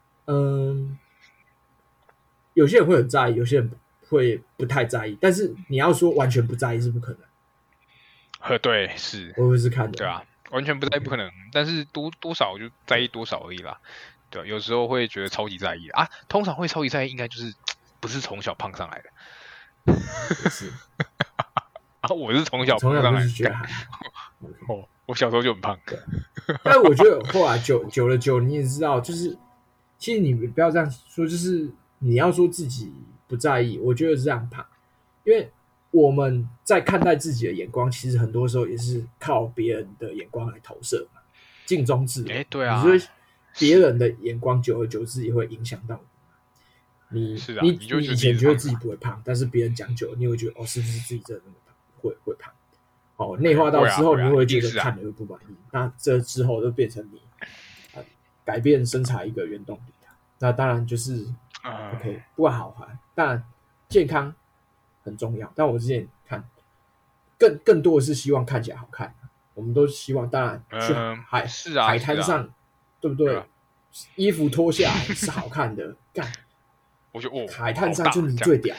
有些人会很在意，有些人会不太在意，但是你要说完全不在意是不可能。 对，是， 我会是看的， 对啊，完全不在意不可能，但是多少就在意多少而已啦。对，有时候会觉得超级在意啊，通常会超级在意，应该就是不是从小胖上来的。 是我是从小就是觉得还哦，我小时候就很胖。 但我觉得后来久了，你也知道，就是其实你不要这样说，就是你要说自己不在意，我觉得是这样胖，因为我们在看待自己的眼光，其实很多时候也是靠别人的眼光来投射嘛，镜中自人。 对啊， 你说别人的眼光久而久之也会影响到你。你以前觉得自己不会胖，但是别人讲久了，你会觉得是不是自己真的那么胖？会胖。内化到之后，你会觉得看了会不满意。那这之后就变成你改变身材一个原动力。那当然就是OK， 不管好坏，当然健康很重要。但我之前看更多的是希望看起来好看。我们都希望，当然去海滩上，对不对？衣服脱下来是好看的，干。 我觉得海滩上就你最屌。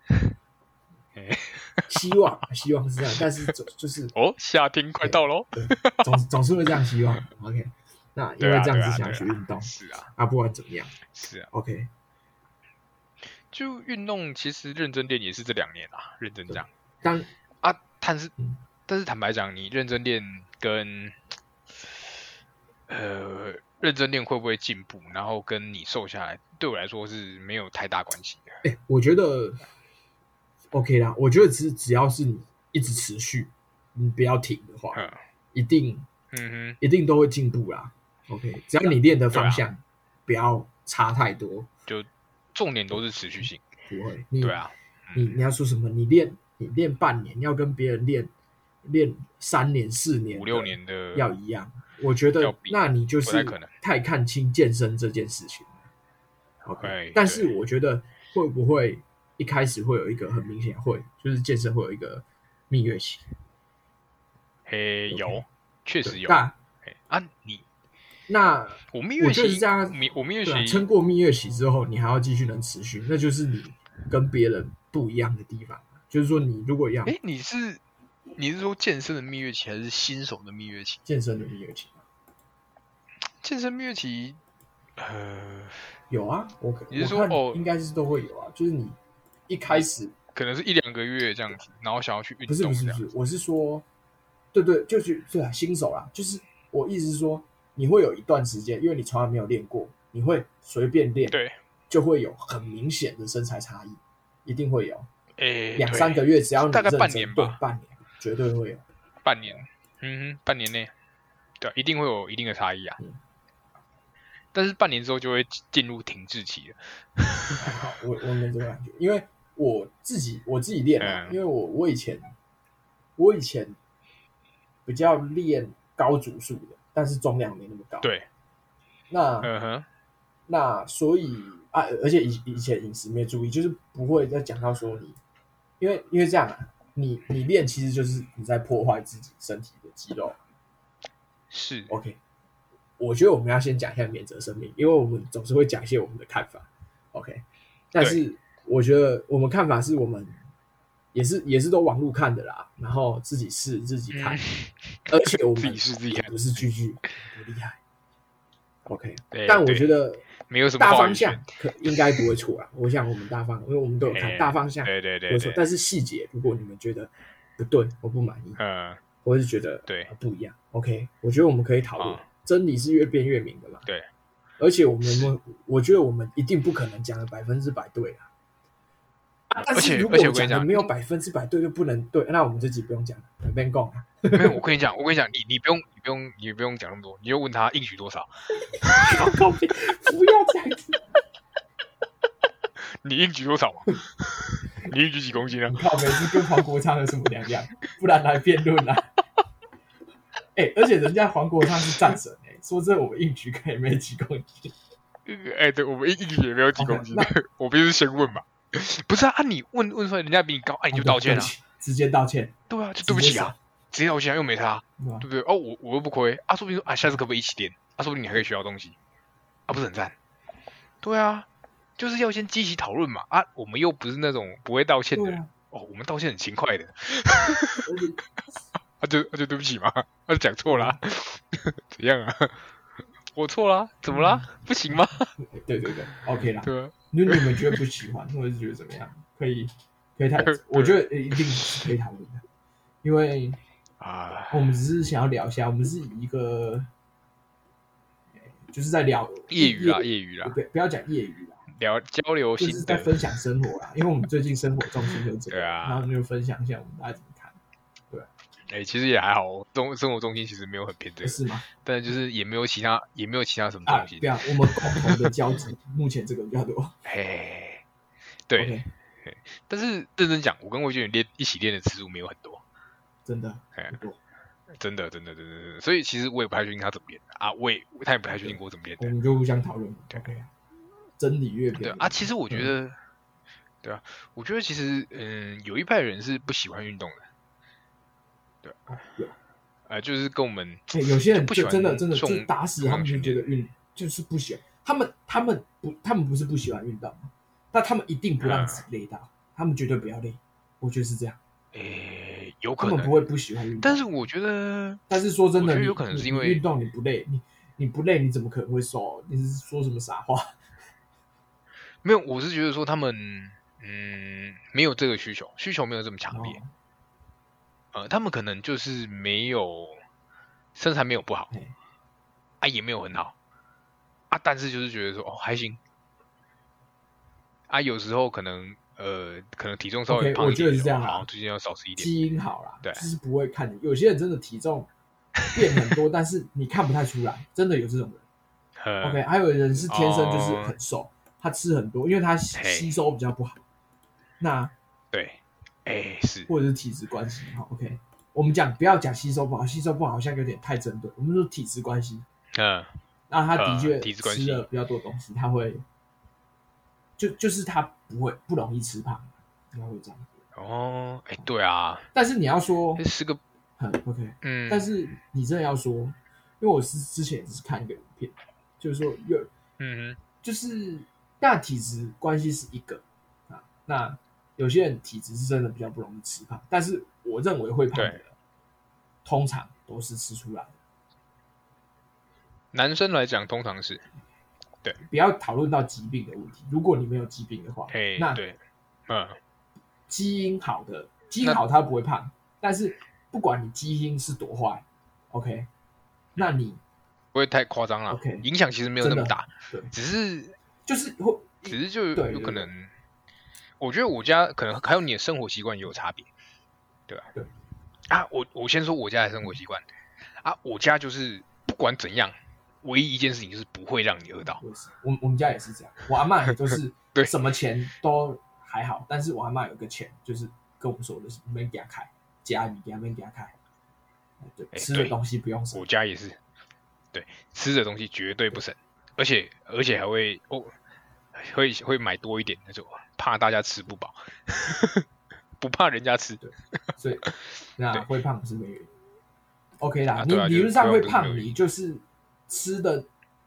希望是这样，但是就是夏天快到喽， 总是会这样希望。OK， 那因为这样子想去运动， 是啊， 不管怎么样， 是啊 ，OK。 就运动，其实认真练也是这2年啊，认真讲。但是坦白讲，你认真练跟认真练会不会进步，然后跟你瘦下来，对我来说是没有太大关系的。 我觉得 OK 啦，我觉得只要是你一直持续，你不要停的话，一定都会进步啦。OK， 只要你练的方向不要差太多， 就重点都是持续性。 不会， 对啊， 你要说什么？你练半年，要跟别人练3年、4年、 5、6年的要一样。我觉得那你就是太看清健身这件事情。OK， 但是我觉得会不会一开始会有一个很明显就是健身会有一个蜜月期？ 有，确实有。 那我蜜月期是这样， 我蜜月期撑过蜜月期之后，你还要继续能持续，那就是你跟别人不一样的地方。就是说，你如果要， 你是说健身的蜜月期，还是新手的蜜月期？ 健身的蜜月期。 健身蜜月期， 有啊，你是说应该是都会有啊，就是你一开始可能是1、2个月这样子，然后想要去运动。 不是，我是说，对，就是新手啦，就是我意思是说，你会有一段时间，因为你从来没有练过，你会随便练， 对， 就会有很明显的身材差异，一定会有。2、3个月，只要你大概半年吧， 半年绝对会有。 半年，半年内，对，一定会有一定的差异啊。但是半年之后就会进入停滞期了。 我没这个感觉，因为我自己练嘛，因为我以前比较练高组数的，但是重量没那么高。 对， 那所以而且以前饮食没注意，就是不会再讲到说你，因为这样啊，你练其实就是你在破坏自己身体的肌肉。 是 OK。我觉得我们要先讲一下免责声明，因为我们总是会讲一些我们的看法 ，OK？ 但是我觉得我们看法是我们也是都网路看的啦，然后自己试自己看，而且我们也不是句不厉害 ，OK？ 但我觉得没有什么大方向应该不会错啦。我想我们因为我们都有看大方向， 对， 不会错。但是细节，如果你们觉得不对，我不满意，我是觉得不一样 ，OK？ 我觉得我们可以讨论。真理是越辩越明的嘛？ 对， 而且我觉得我们一定不可能讲的100%对啦。但是如果我讲的没有100%对就不能对，那我们这集不用讲了，随便讲啊。 没有，我跟你讲，你不用讲那么多，你就问他硬举多少。 不要这样子。 你硬举多少嘛？你硬举几公斤啊？ 靠，每次跟黄国昌有什么两样？不然来辩论啦。而且人家黄国昌是战神说这我们硬举可以没几公斤。 对，我们硬举也没有几公斤，我必须先问嘛。不是啊，你问出来人家比你高，你就道歉啊， 直接道歉。 对啊，就对不起啊，直接道歉又没差，对不对？我又不亏啊，说不定说下次可不可以一起练啊？说不定你还可以学到东西啊，不是很赞？对啊，就是要先积极讨论嘛啊，我们又不是那种不会道歉的人我们道歉很勤快的。就对不起嘛，就讲错了，怎样啊？我错了，怎么啦？不行吗？ 对 ，OK 啦。 对啊， 你们觉得不喜欢，或者是觉得怎么样？可以讨论，我觉得一定是可以讨论的。 因为我们只是想要聊一下，我们是以一个就是在聊业余啦， 不要讲业余啦， 聊交流心得， 就是在分享生活啦。因为我们最近生活重心就这个， 对啊， 然后就分享一下我们大家怎么看。 对，其实也还好，生活重心其实没有很偏这个， 是吗？ 但就是也没有其他什么东西。 不要，我们共同的交集，目前这个比较多。 嘿，对。 Okay. 但是认真讲，我跟魏俊一起练的次数没有很多， 真的不多， 真的，所以其实我也不太确定他怎么练的啊，他也不太确定我怎么练的， 我们就互相讨论。OK， 真理越偏对啊，其实我觉得，对啊，我觉得其实有一派人是不喜欢运动的，对， 有， 就是跟我们有些人不喜欢真的就打死他们就觉得就是不喜欢，他们不是不喜欢运动，但他们一定不让自己累到，他们绝对不要累，我觉得是这样。 有可能他们不会不喜欢运动， 但是我觉得， 但是说真的， 有可能是因为运动你不累，你不累，你怎么可能会瘦？你是说什么傻话？ 没有，我是觉得说他们没有这个需求没有这么强烈，他们可能就是没有身材没有不好，也没有很好但是就是觉得说还行有时候可能体重稍微胖一点， 我觉得是这样好像最近要少吃一点， 基因好啦， 对， 就是不会看。有些人真的体重变很多，但是你看不太出来，真的有这种人。OK， 还有人是天生就是很瘦，他吃很多，因为他吸收比较不好。那对，是， 或者是体质关系。好 ，OK， 我们不要讲吸收不好，吸收不好好像有点太针对。我们说体质关系。那他的确吃了比较多东西，他会就是他不容易吃胖，应该会这样。 对啊。 但是你要说是个 OK，但是你真的要说，因为我之前也只是看一个影片，就是说就是那体质关系是一个那有些人体质是真的比较不容易吃胖，但是我认为会胖的人通常都是吃出来的。 男生来讲，通常是对， 不要讨论到疾病的问题。如果你没有疾病的话，那对， 基因好的，基因好他不会胖，但是不管你基因是多坏 ，OK， 那你不会太夸张了 ，OK， 影响其实没有那么大，只是就有可能，我觉得我家可能还有你的生活习惯也有差别，对吧？ 对我先说我家的生活习惯我家就是不管怎样。唯一一件事情就是不会让你饿到。 我们家也是这样，我阿嬷也都是什么钱都还好，但是我阿嬷有个钱就是跟我们说的是没给他开，家里没给他开，对，吃的东西不用省。 我家也是，对，吃的东西绝对不省，而且还会买多一点那种，怕大家吃不饱，不怕人家吃。 所以那会胖不是没原因。OK 啦，你理论上会胖，你就是吃的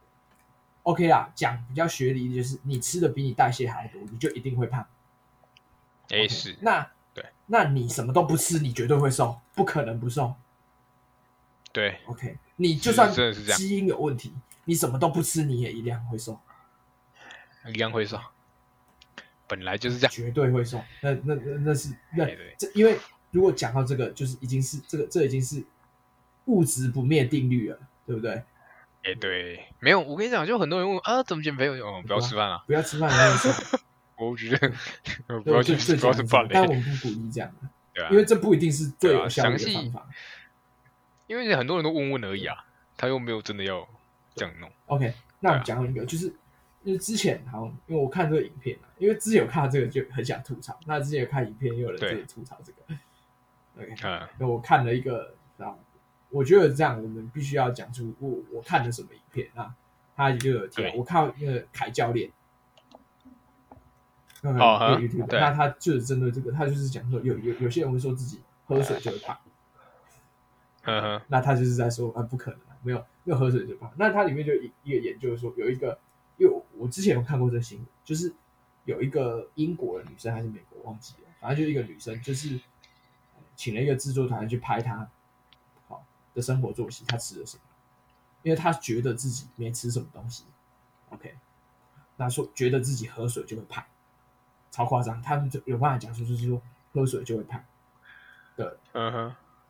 OK 啦。讲比较学理，就是你吃的比你代谢还多，你就一定会胖。 是。 那你什么都不吃，你绝对会瘦，不可能不瘦。 对 ，OK， 你就算基因有问题，你什么都不吃，你也一样会瘦。 一样会瘦，本来就是这样， 绝对会瘦。那是这，因为如果讲到这个，就是已经是这已经是物质不灭定律了，对不对？ 对，没有，我跟你讲，就很多人问怎么减肥？不要吃饭了， 不要吃饭，没有瘦。 我觉得不要吃饭， 但我们不鼓励这样的， 对啊， 因为这不一定是最有效的方法。 因为很多人都问而已啊，他又没有真的要这样弄。 OK， 那我讲一个，就是因为之前因为我看这个影片因为之前有看到这个就很想吐槽，那之前有看影片也有人在吐槽这个。OK， 那我看了一个，我觉得这样我们必须要讲出我看了什么影片啊，他就有提到，我看到那个凯教练。YouTube， 那他就是针对这个，他就是讲说有些人会说自己喝水就会胖，那他就是在说不可能，没有喝水就胖。那他里面就一个研究说有一个，因为我之前有看过这个新闻，就是有一个英国的女生还是美国忘记了，反正就一个女生，就是请了一个制作团去拍她的生活作息，她吃了什么，因为她觉得自己没吃什么东西 ，OK， 那说觉得自己喝水就会胖。超夸张，他们就有办法讲说，就是说喝水就会胖的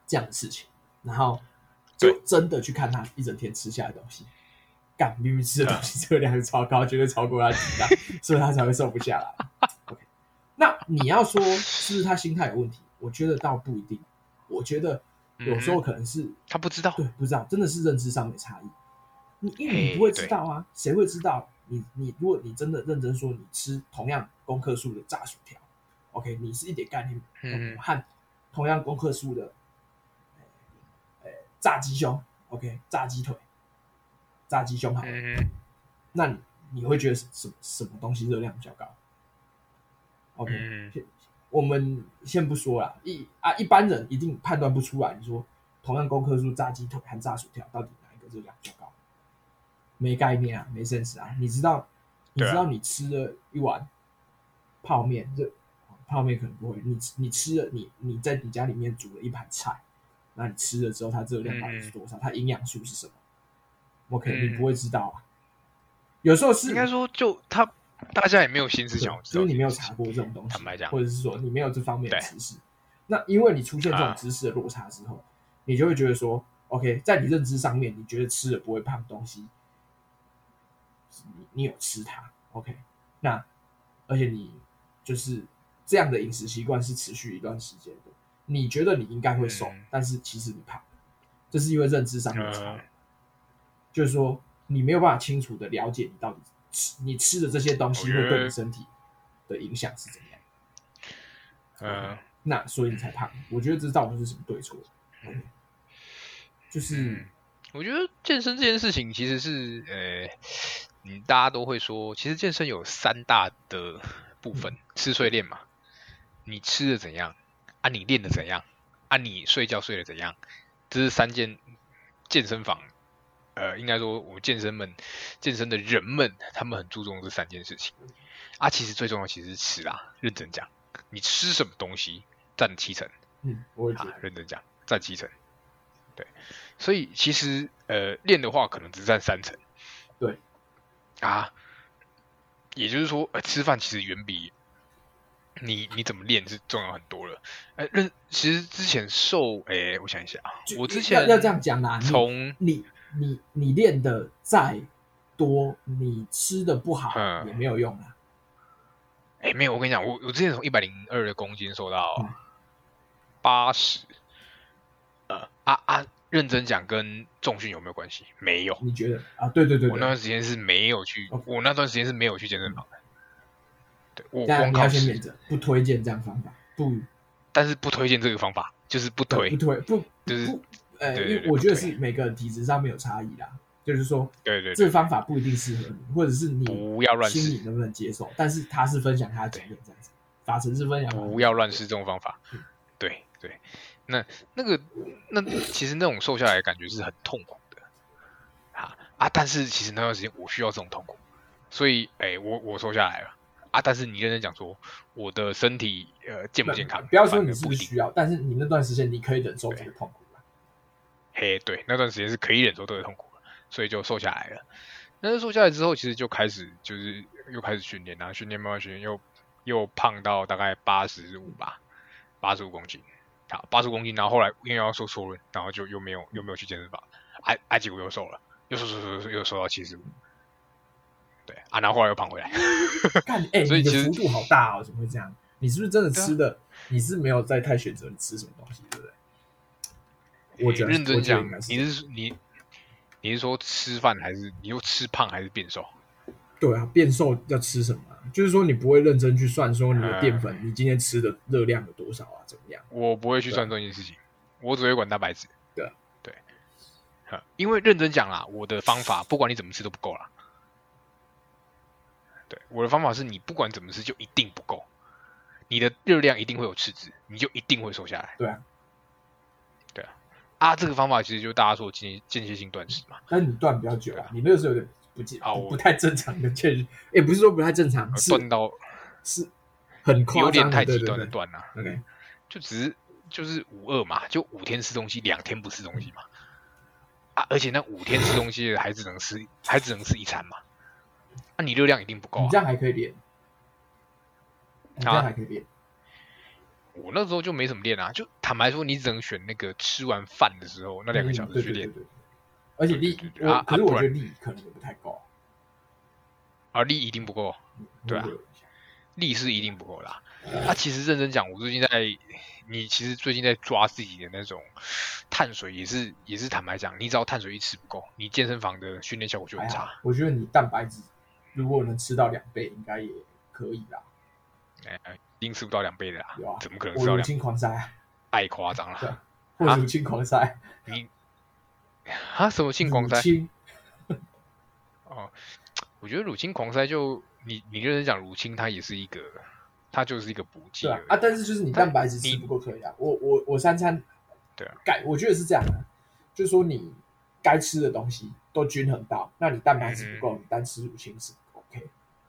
这样的事情，然后就真的去看他一整天吃下的东西，干明明吃的东西热量是超高，绝对超过他体量，所以他才会瘦不下来。OK， 那你要说是不是他心态有问题？我觉得倒不一定，我觉得有时候可能是他不知道， 对，不知道，真的是认知上面的差异。因为你不会知道啊，谁会知道？你如果你真的认真说，你吃同样公克数的炸薯条 ，OK， 你是一点概念和同样公克数的炸鸡胸 ，OK， 炸鸡腿、炸鸡胸好了，那你会觉得什么东西热量比较高 ？OK，我们先不说啦，一般人一定判断不出来。你说同样公克数炸鸡腿和炸薯条，到底哪一个热量比较高？没概念啊，没 sense 啊！你知道你吃了一碗泡面，泡面可能不会。你吃了你在你家里面煮了一盘菜，那你吃了之后，它热量到底是多少？它营养素是什么？OK，你不会知道啊。有时候是应该说，就大家也没有心思想， 就是你没有查过这种东西， 坦白讲， 或者是说你没有这方面的知识。那因为你出现这种知识的落差之后，你就会觉得说 ，OK， 在你认知上面，你觉得吃了不会胖的东西。你有吃它 ，OK？ 那而且你就是这样的饮食习惯是持续一段时间的，你觉得你应该会瘦，但是其实你胖，这是因为认知上面的差异，就是说你没有办法清楚的了解你到底你吃的这些东西会对你身体的影响是怎样，那所以你才胖。我觉得这倒不是什么对错，就是。 我觉得健身这件事情其实是大家都会说，其实健身有3大的部分，吃睡练嘛。你吃的怎样啊？你练的怎样啊？你睡觉睡得怎样？这是3件健身房，应该说我健身的人们，他们很注重这3件事情啊。其实最重要其实是吃啦，认真讲，你吃什么东西占7成， 我也觉得， 认真讲占7成，对。所以其实练的话可能只占3成， 对啊，也就是说吃饭其实远比你怎么练是重要很多了。其实之前瘦我想一下，我之前要这样讲啦， 从你练的再多，你吃的不好也没有用啦。 没有，我跟你讲，我之前从102公斤瘦到80，认真讲跟重训有没有关系？没有。 你觉得啊？对， 我那段时间是没有去，我那段时间是没有去健身房的。对，我光靠吃。免责，不推荐这样方法，不。 但是不推荐这个方法，就是不推， 就是因为我觉得是每个人体质上面有差异啦。就是说， 对， 这个方法不一定适合你，或者是你不要乱试， 心里能不能接受？但是他是分享他的经验这样子，法成是分享， 不要乱试这种方法。对，那其实那种瘦下来的感觉是很痛苦的但是其实那段时间我需要这种痛苦，所以我瘦下来了但是你认真讲说我的身体健不健康？ 不要说你是不是需要，但是你那段时间你可以忍受这个痛苦吧？ 对，那段时间是可以忍受这个痛苦的，所以就瘦下来了。但是瘦下来之后，其实就开始就是又开始训练，然后慢慢训练，又胖到大概85吧，85公斤。好，85公斤，然后后来因为要瘦缩了，然后就又没有去健身房，结果又瘦了，又瘦到75。对然后后来又胖回来。 所以你的幅度好大哦，怎么会这样？你是不是真的吃的？你是没有在太选择你吃什么东西，对不对？我觉得认真讲，你是说吃饭还是你说吃胖还是变瘦？ 对啊，变瘦要吃什么就是说你不会认真去算说你的淀粉，你今天吃的热量有多少怎么样？ 我不会去算这件事情，我只会管蛋白质。 对， 因为认真讲啦，我的方法不管你怎么吃都不够啦。对，我的方法是你不管怎么吃就一定不够，你的热量一定会有赤字，你就一定会瘦下来。 对这个方法其实就大家说间歇性断食嘛。 但是你断比较久你那个时候有点不太正常的也不是说不太正常， 断到是很夸张， 有点太极端的断了。 OK， 就是52嘛，就5天吃东西，2天不吃东西嘛。而且那5天吃东西还只能吃1餐嘛。你热量一定不够你这样还可以练， 我那时候就没什么练啊，就坦白说，你只能选那个吃完饭的时候那2个小时去练。 对，而且力可是我觉得力可能也不太够啊，力一定不够，对啊，力是一定不够啦。其实认真讲，你其实最近在抓自己的那种碳水，也是坦白讲，你只要碳水一吃不够，你健身房的训练效果就很差。 我觉得你蛋白质如果能吃到2倍，应该也可以啦。 一定吃不到2倍的啦，怎么可能吃到2倍？我 2倍？ 乳清狂塞， 太夸张了。 或乳清狂塞， 你什么性狂塞？哦，我觉得乳清狂塞就你认真讲，乳清它也是一个，它就是一个补剂但是就是你蛋白质吃不够可以啊。我3餐对啊， 我觉得是这样的，就是说你该吃的东西都均衡到，那你蛋白质不够，你单吃乳清是 OK。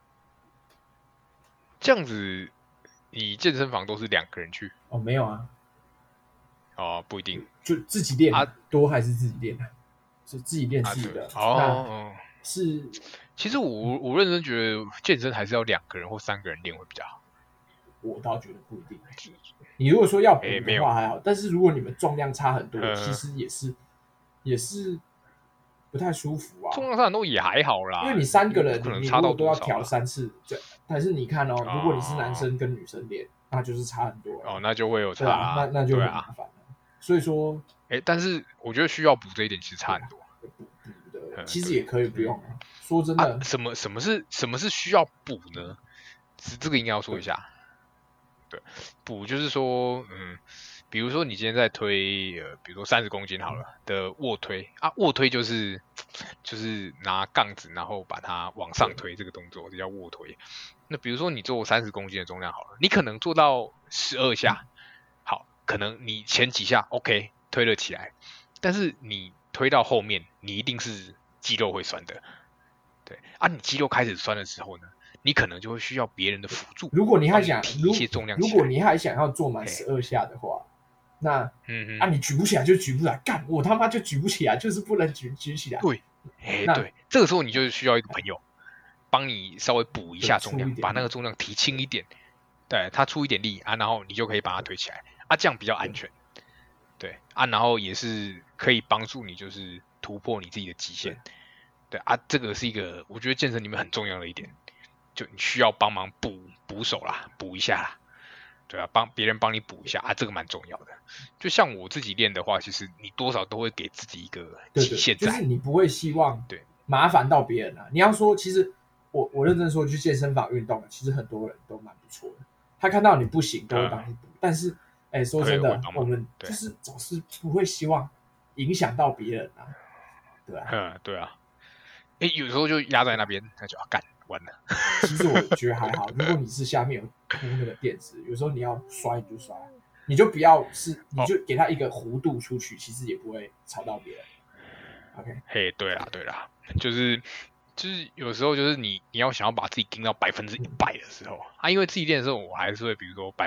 这样子，你健身房都是2个人去？ 哦，没有啊。 哦，不一定， 就自己练多还是自己练？是自己练自己的哦。 是， 其实我认真觉得健身还是要2个人或3个人练会比较好。 我倒觉得不一定。你如果说要补的话还好，但是如果你们重量差很多，其实也是不太舒服啊。 重量差很多也还好啦， 因为你3个人，你如果都要调 3 次，但是你看如果你是男生跟女生练，那就是差很多那就会有差那就很麻烦了。所以说， 但是我觉得需要补这一点其实差很多。 补的其实也可以不用啊。说真的， 什么是需要补呢？这个应该要说一下。对，补就是说，比如说你今天在推比如说30公斤好了的卧推卧推就是拿杠子然后把它往上推这个动作，这叫卧推。那比如说你做30公斤的重量好了，你可能做到12下，好，可能你前几下 OK 推了起来，但是你推到后面，你一定是肌肉会酸的。对你肌肉开始酸的时候呢，你可能就会需要别人的辅助。 如果你还想提一些重量， 如果你还想要做满12下的话，那你举不起来就举不起来，干我他妈就举不起来，就是不能举起来。 对，对，这个时候你就需要一个朋友帮你稍微补一下重量，把那个重量提轻一点，对，他出一点力然后你就可以把它推起来这样比较安全。对然后也是可以帮助你就是突破你自己的极限。对这个是一个我觉得健身里面很重要的一点，就你需要帮忙补手啦，补一下啦。对别人帮你补一下这个蛮重要的。就像我自己练的话，其实你多少都会给自己一个极限在， 就是你不会希望麻烦到别人你要说，其实我认真说，去健身房运动其实很多人都蛮不错的，他看到你不行都会帮你补，但是说真的，我们就是总是不会希望影响到别人对啊， 对啊。有时候就压在那边，那就干完了。 其实我觉得还好，如果你是下面有铺那个垫子，有时候你要摔你就摔，你就不要你就给他一个弧度出去，其实也不会吵到别人。OK， 对啦，就是有时候就是你要想要把自己盯到100%的时候因为自己练的时候，我还是会比如说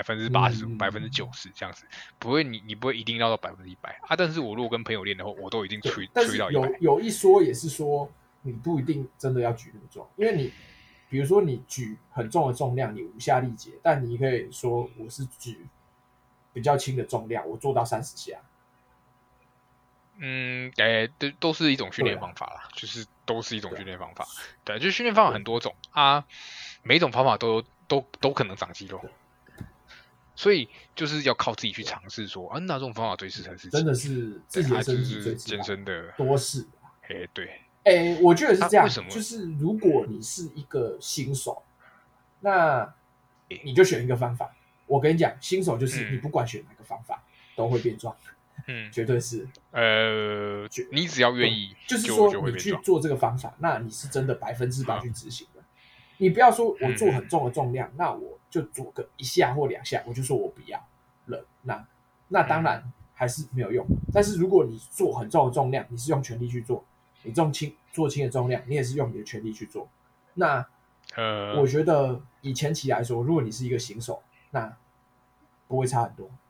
85%、90%这样子，不会你不会一定要到100%但是我如果跟朋友练的话，我都已经吹到100%。 有一说也是说，你不一定真的要举那么重，因为你比如说你举很重的重量，你无下力竭，但你可以说我是举比较轻的重量，我做到30下。 都是一种训练方法啦，就是都是一种训练方法。对，就训练方法很多种每一种方法都可能长肌肉，所以就是要靠自己去尝试说哪种方法最适合自己。 真的是自己的身体就是健身的多试。 对。 我觉得是这样，就是如果你是一个新手，那你就选一个方法。我跟你讲，新手就是你不管选哪个方法都会变壮。绝对是。 你只要愿意， 就是说你去做这个方法，那你是真的100%去执行的。你不要说我做很重的重量，那我就做个1下或2下，我就说我不要了。那当然还是没有用。但是如果你做很重的重量，你是用全力去做，你做轻的重量，你也是用你的全力去做。那我觉得以前期来说，如果你是一个新手，那不会差很多。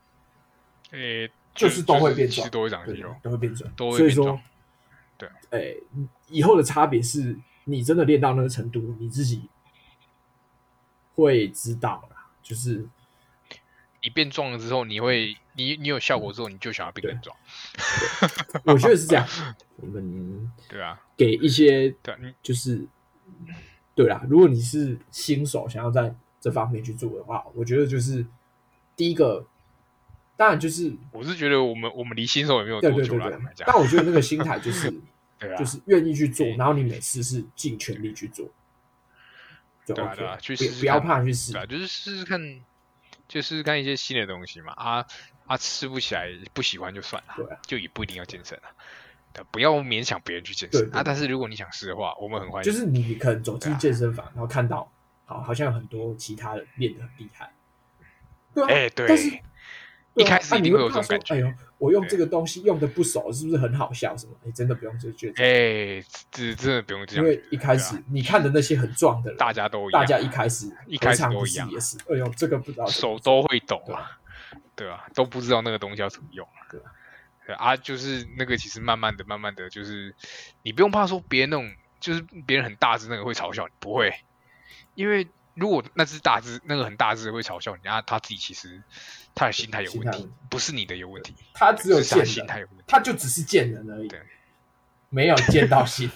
就是都会变壮， 都会长肌肉， 都会变壮。 所以说， 对，以后的差别是你真的练到那个程度，你自己会知道啦。就是你变壮了之后，你有效果之后，你就想要变更壮。 我觉得是这样。我们对啊， 给一些对， 就是对啦。如果你是新手，想要在这方面去做的话，我觉得就是第一个，当然就是我是觉得我们离新手也没有多久啦， 对。但我觉得那个心态就是对啊， 就是愿意去做，然后你每次是尽全力去做，就 OK， 对啊，去不要怕去试， 对啊，就是试试看，就试试看一些新的东西嘛。吃不起来，不喜欢就算了， 对啊， 就也不一定要健身啊。不要勉强别人去健身对。 但是如果你想试的话，我们很欢迎。 就是你可能走进健身房，然后看到好像很多其他人练得很厉害，对啊， 对， 但是一开始一定会有这种感觉。 哎呦，我用这个东西用的不熟，是不是很好笑？什么？真的不用这觉得，真的不用这样， 因为一开始你看的那些很壮的人， 大家都一样， 大家一开始都一样， 也是，哎呦，这个不知道手都会抖啊，对啊，都不知道那个东西要怎么用，对啊，就是那个其实慢慢的，就是你不用怕说别人那种，就是别人很大只那个会嘲笑你，不会，因为如果那个很大只会嘲笑你，他自己其实他的心态有问题，不是你的有问题， 他只有他心态有问题， 他就只是贱人而已，没有贱到心。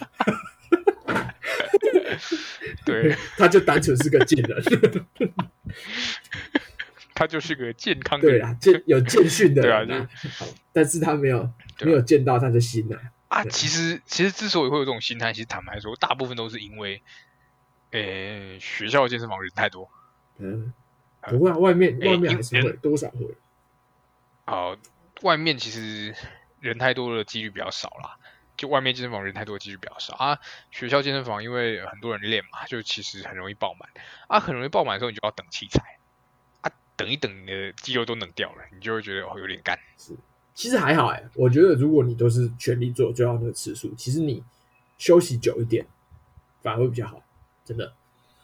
对， 他就单纯是个贱人， 他就是个健康的人， 对啦，有健训的人， 对啊， 但是他没有见到他的心啊。其实之所以会有这种心态，其实坦白说，大部分都是因为，学校健身房人太多。 不会啊，外面还是会多少会。 外面其实人太多的几率比较少啦。就外面健身房人太多的几率比较少啊，学校健身房因为很多人练嘛，就其实很容易爆满啊，很容易爆满的时候你就要等器材啊，等一等你的肌肉都冷掉了，你就会觉得有点干。 是，其实还好我觉得如果你都是全力做就要那个次数，其实你休息久一点反而会比较好，真的。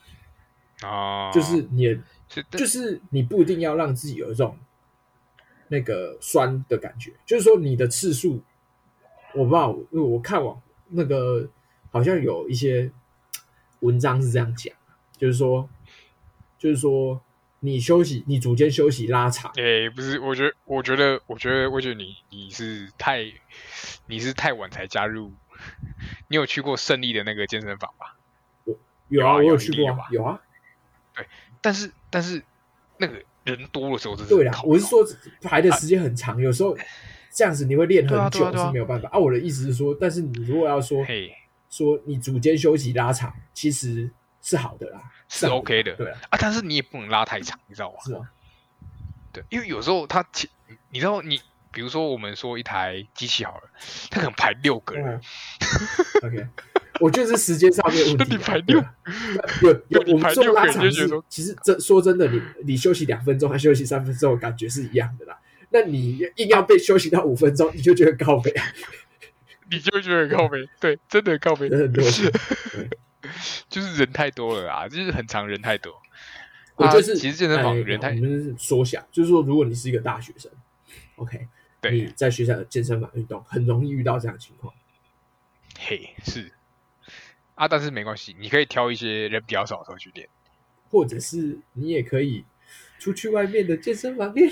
就是就是你不一定要让自己有一种那个酸的感觉，就是说你的次数。我不知道，因为我看网那个好像有一些文章是这样讲，就是说你休息，你组间休息拉长。 不是，我觉得你是太晚才加入。你有去过胜利的那个健身房吧？ 有啊，我有去过啊，有啊。 对，但是那个人多的时候， 对啦，我是说排的时间很长，有时候。这样子你会练很久是没有办法我的意思是说，但是你如果要说你组间休息拉长，其实是好的啦， 是 OK 的， 对啊， 但是你也不能拉太长，你知道吗？ 是啊， 对，因为有时候你知道比如说我们说一台机器好了，它可能排6个人 ，OK， 我觉得是时间上面问题。 你排6， 有我们说拉长是，其实说真的，你休息2分钟还休息3分钟，感觉是一样的啦。那你硬要被休息到5分钟，你就觉得靠北， 你就觉得靠北，对，真的靠北， 人很多， 就是人太多了啦，就是很常人太多。 我就是其实健身房人太， 我们是缩小，就是说，如果你是一个大学生 ，OK， 你在学校的健身房运动，很容易遇到这样的情况。 是但是没关系，你可以挑一些人比较少的时候去练， 或者是你也可以出去外面的健身房练。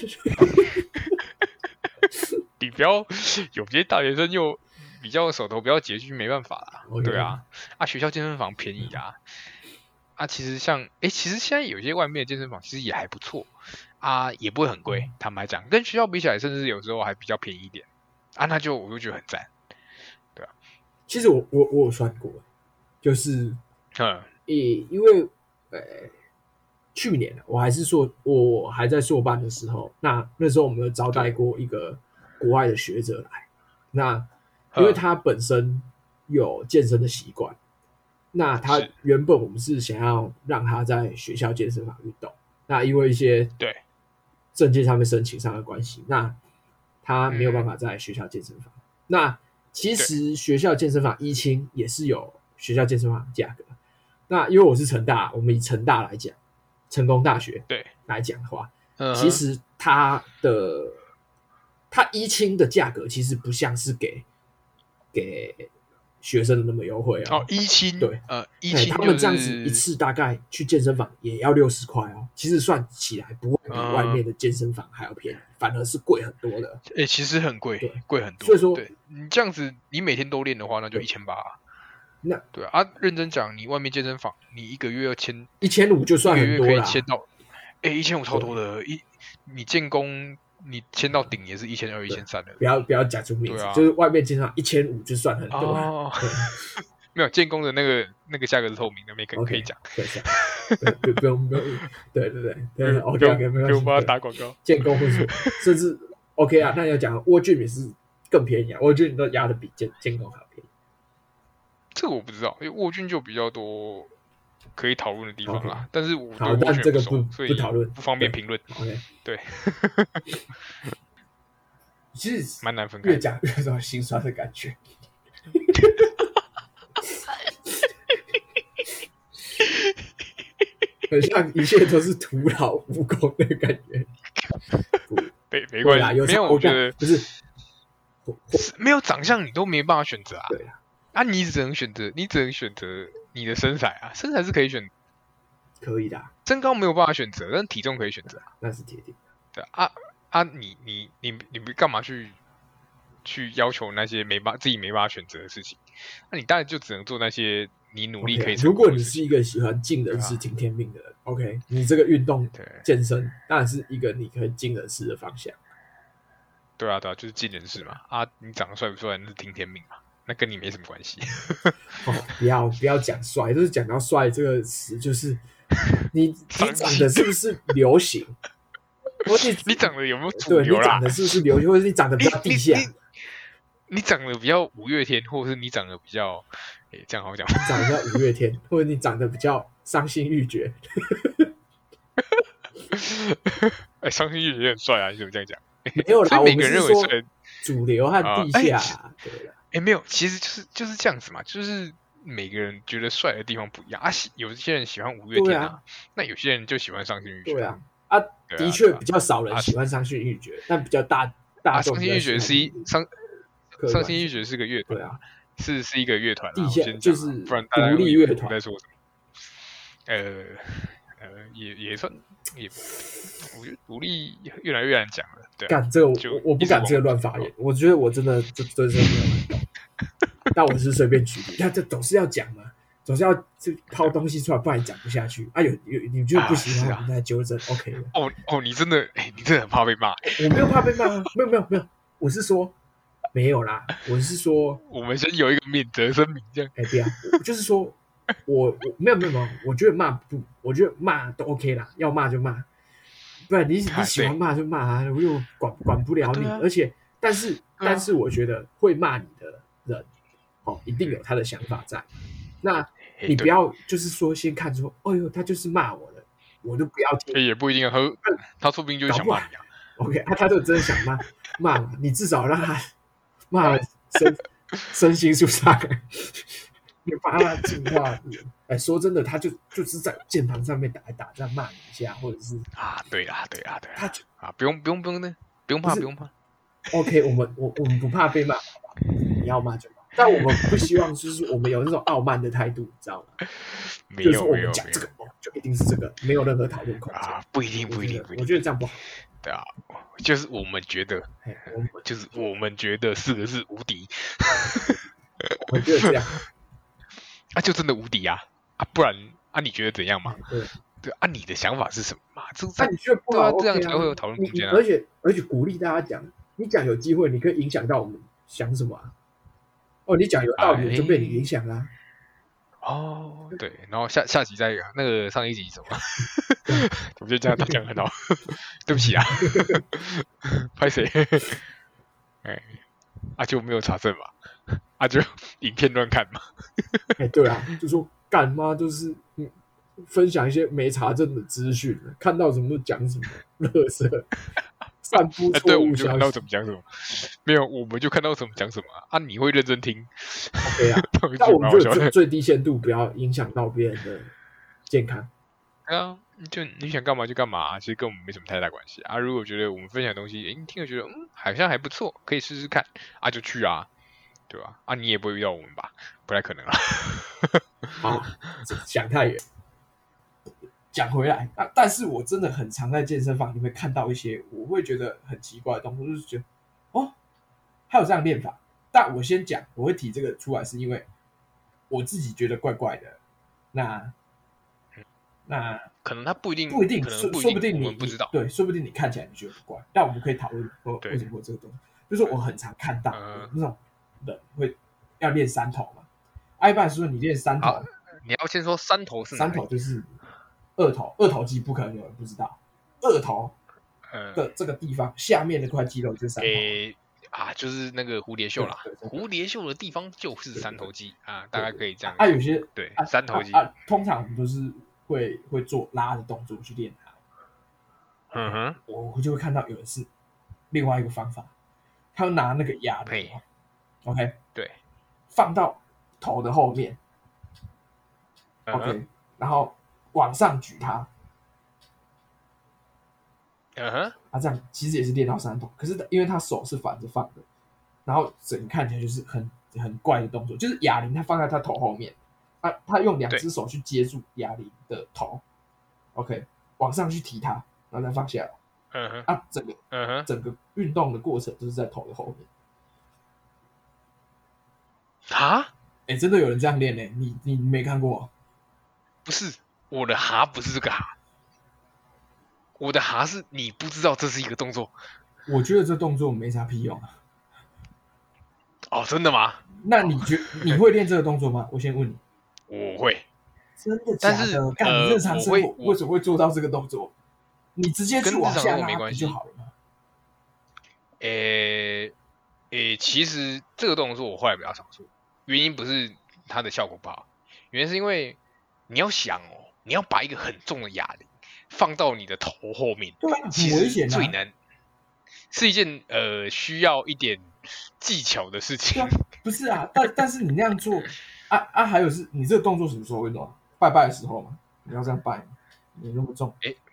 你不要有些大学生又比较手头比较拮据，没办法啦。Okay. 对啊，学校健身房便宜其实其实现在有些外面的健身房其实也还不错也不会很贵。坦白讲，跟学校比起来，甚至有时候还比较便宜一点我就觉得很赞。对啊， 其实我有算过，就是因为去年我还在硕班的时候，那时候我们有招待过一个国外的学者来，那因为他本身有健身的习惯，那他原本我们是想要让他在学校健身房运动，那因为一些证件上面申请上的关系，那他没有办法在学校健身房。那其实学校健身房一清也是有学校健身房的价格，那因为我是成大，我们以成大来讲。成功大学来讲的话，其实它一清的价格其实不像是给学生的那么优惠哦。一清对， 一清他们这样子一次大概去健身房也要60块哦，其实算起来不会比外面的健身房还要便宜，反而是贵很多的。 其实很贵，贵很多。 所以说， 对你这样子，你每天都练的话，那就1800。 那对啊，认真讲，你外面健身房，你一个月要签 1500就算很多了，一个月可以签到，1500超多的。你建工，你签到顶也是1200、1300的。 不要讲出名字，就是外面健身房1500就算很多。 哦，没有建工的那个价格是透明的，没可以讲。 对，不用，对，OK，没关系， 不用帮他打广告。 建工或是甚至 OK 啊，那要讲沃俊也是更便宜啊，沃俊都压的比建工还要便宜。 这个我不知道，因为沃俊就比较多可以讨论的地方啦。但是我对沃俊这个不讨论， 不方便评论。 OK， 对。 其实蛮难分开， 越讲越有心酸的感觉。很像一切都是徒劳无功的感觉。 没关系，没有，我觉得不是没有长相你都没办法选择啊。 对你只能选择你的身材啊，身材是可以选， 可以的。 身高没有办法选择，但体重可以选择。 那是铁定。 对你干嘛去要求那些自己没办法选择的事情？那你当然就只能做那些你努力可以成功的事情。 如果你是一个喜欢尽人事听天命的人，OK， 你这个运动健身当然是一个你可以尽人事的方向。 对啊，就是尽人事嘛。你长得帅不帅那是听天命嘛，那跟你没什么关系。 不要讲帅，就是讲到帅这个词，就是你长得是不是流行？ 你长得有没有主流啦？ 你长得是不是流行，或者你长得比较地下？ 你长得比较五月天，或者是你长得比较，这样好讲。 你长得比较五月天，或者你长得比较伤心欲绝。 伤心欲绝很帅啊！你怎么这样讲？ 没有啦， 每个人认为帅， 主流和地下。 没有，其实就是这样子嘛，就是每个人觉得帅的地方不一样啊。有些人喜欢五月天啊，那有些人就喜欢伤心欲绝。 对啊，的确比较少人喜欢伤心欲绝，但比较大众。 伤心欲绝伤心欲绝是个乐团啊，是一个乐团啊。 地下就是不然大家独立乐团在说什么？也算也，我觉得独立越来越难讲了。对， 干这个我不敢这个乱发言，我觉得我真的没有难懂。但我是随便举例，这总是要讲嘛，总是要抛东西出来，不然讲不下去啊。你觉得不喜欢，我们再纠正 ，OK 的。 你真的很怕被骂。 我没有怕被骂啊，没有，我是说没有啦，我是说我们先有一个免责声明，这样。 不要，就是说我没有，我觉得我觉得骂都 OK 啦，要骂就骂，不然你喜欢骂就骂啊，我又管不了你。而且，但是我觉得会骂你的人，一定有他的想法在。那你不要就是说先看说，哎呦，他就是骂我的，我就不要听。 也不一定啊，他说不定就是想骂你啊。 OK，他就真的想骂嘛，你至少让他骂了身心舒畅。你把他净化。说真的，他就是在键盘上面打一打，这样骂你一下，或者是对啊， 他不用呢，不用怕。 OK， 我们不怕被骂，你要骂就骂，但我们不希望就是我们有那种傲慢的态度，你知道吗？就是说我们讲这个就一定是这个，没有任何讨论空间不一定， 我觉得这样不好。 对啊，就是我们觉得，就是我们觉得4个字无敌。 我觉得这样就真的无敌啊！不然你觉得怎样嘛？对你的想法是什么嘛？ 你觉得不好， 这样才会有讨论空间啊！ 而且鼓励大家讲，你讲有机会，你可以影响到我们想什么啊？你讲有道理，就被你影响啦。 对，然后下集再那个上一集什么？我觉得这样他讲很好，对不起啊，拍谁？就没有查证嘛，就影片乱看嘛。 对啊，就说干妈就是分享一些没查证的资讯，看到什么就讲什么，垃圾，散布错误消息。 对，我们就看到怎么讲什么，没有，我们就看到什么讲什么你会认真听 ？OK 啊，但我们就最低限度不要影响到别人的健康。 就你想干嘛就干嘛，其实跟我们没什么太大关系啊。如果觉得我们分享的东西，你听了觉得好像还不错，可以试试看就去啊。 对吧？啊，你也不会遇到我们吧？不太可能啊。 好，想太远。讲回来，但是我真的很常在健身房里面看到一些我会觉得很奇怪的动作，就是觉得哦，还有这样练法。但我先讲，我会提这个出来，是因为我自己觉得怪怪的。那可能他不一定，可能说不定我们不知道。 对，说不定你看起来你觉得怪，但我们可以讨论说为什么会这个动作。就是我很常看到那种人会要练三头嘛，一般说你练三头， 你要先说三头是哪里？ 三头就是二头肌，不可能有人不知道。二头的这个地方下面那块肌肉就是三头。 就是那个蝴蝶袖啦。蝴蝶袖的地方就是三头肌啊，大概可以这样。 有些对三头肌通常我们都是会做拉的动作去练它。我就会看到有人是另外一个方法，他拿那个哑铃 ，OK， 对， 放到头的后面，OK， 然后往上举它。这样其实也是练到三头，可是因为他手是反着放的，然后整个看起来就是很怪的动作，就是哑铃他放在他头后面，他用两只手去接住哑铃的头 ，OK， 往上去提它，然后再放下来。整个运动的过程就是在头的后面。真的有人这样练呢？你没看过？ 不是，我的哈不是这个哈。我的哈是你不知道这是一个动作。 我觉得这动作没啥屁用啊。 真的吗？ 那你会练这个动作吗？我先问你。 我会。 真的假的？但是你日常生活为什么会做到这个动作？你直接去往下拉不就好了吗？ 其实这个动作我后来比较少做，原因不是它的效果不好，原因是因为你要想你要把一个很重的哑铃放到你的头后面， 对啊，很危险啊， 最难，是一件需要一点技巧的事情。 不是啊，但是你那样做还有是你这个动作什么时候会弄？拜拜的时候嘛，你要这样拜，你那么重。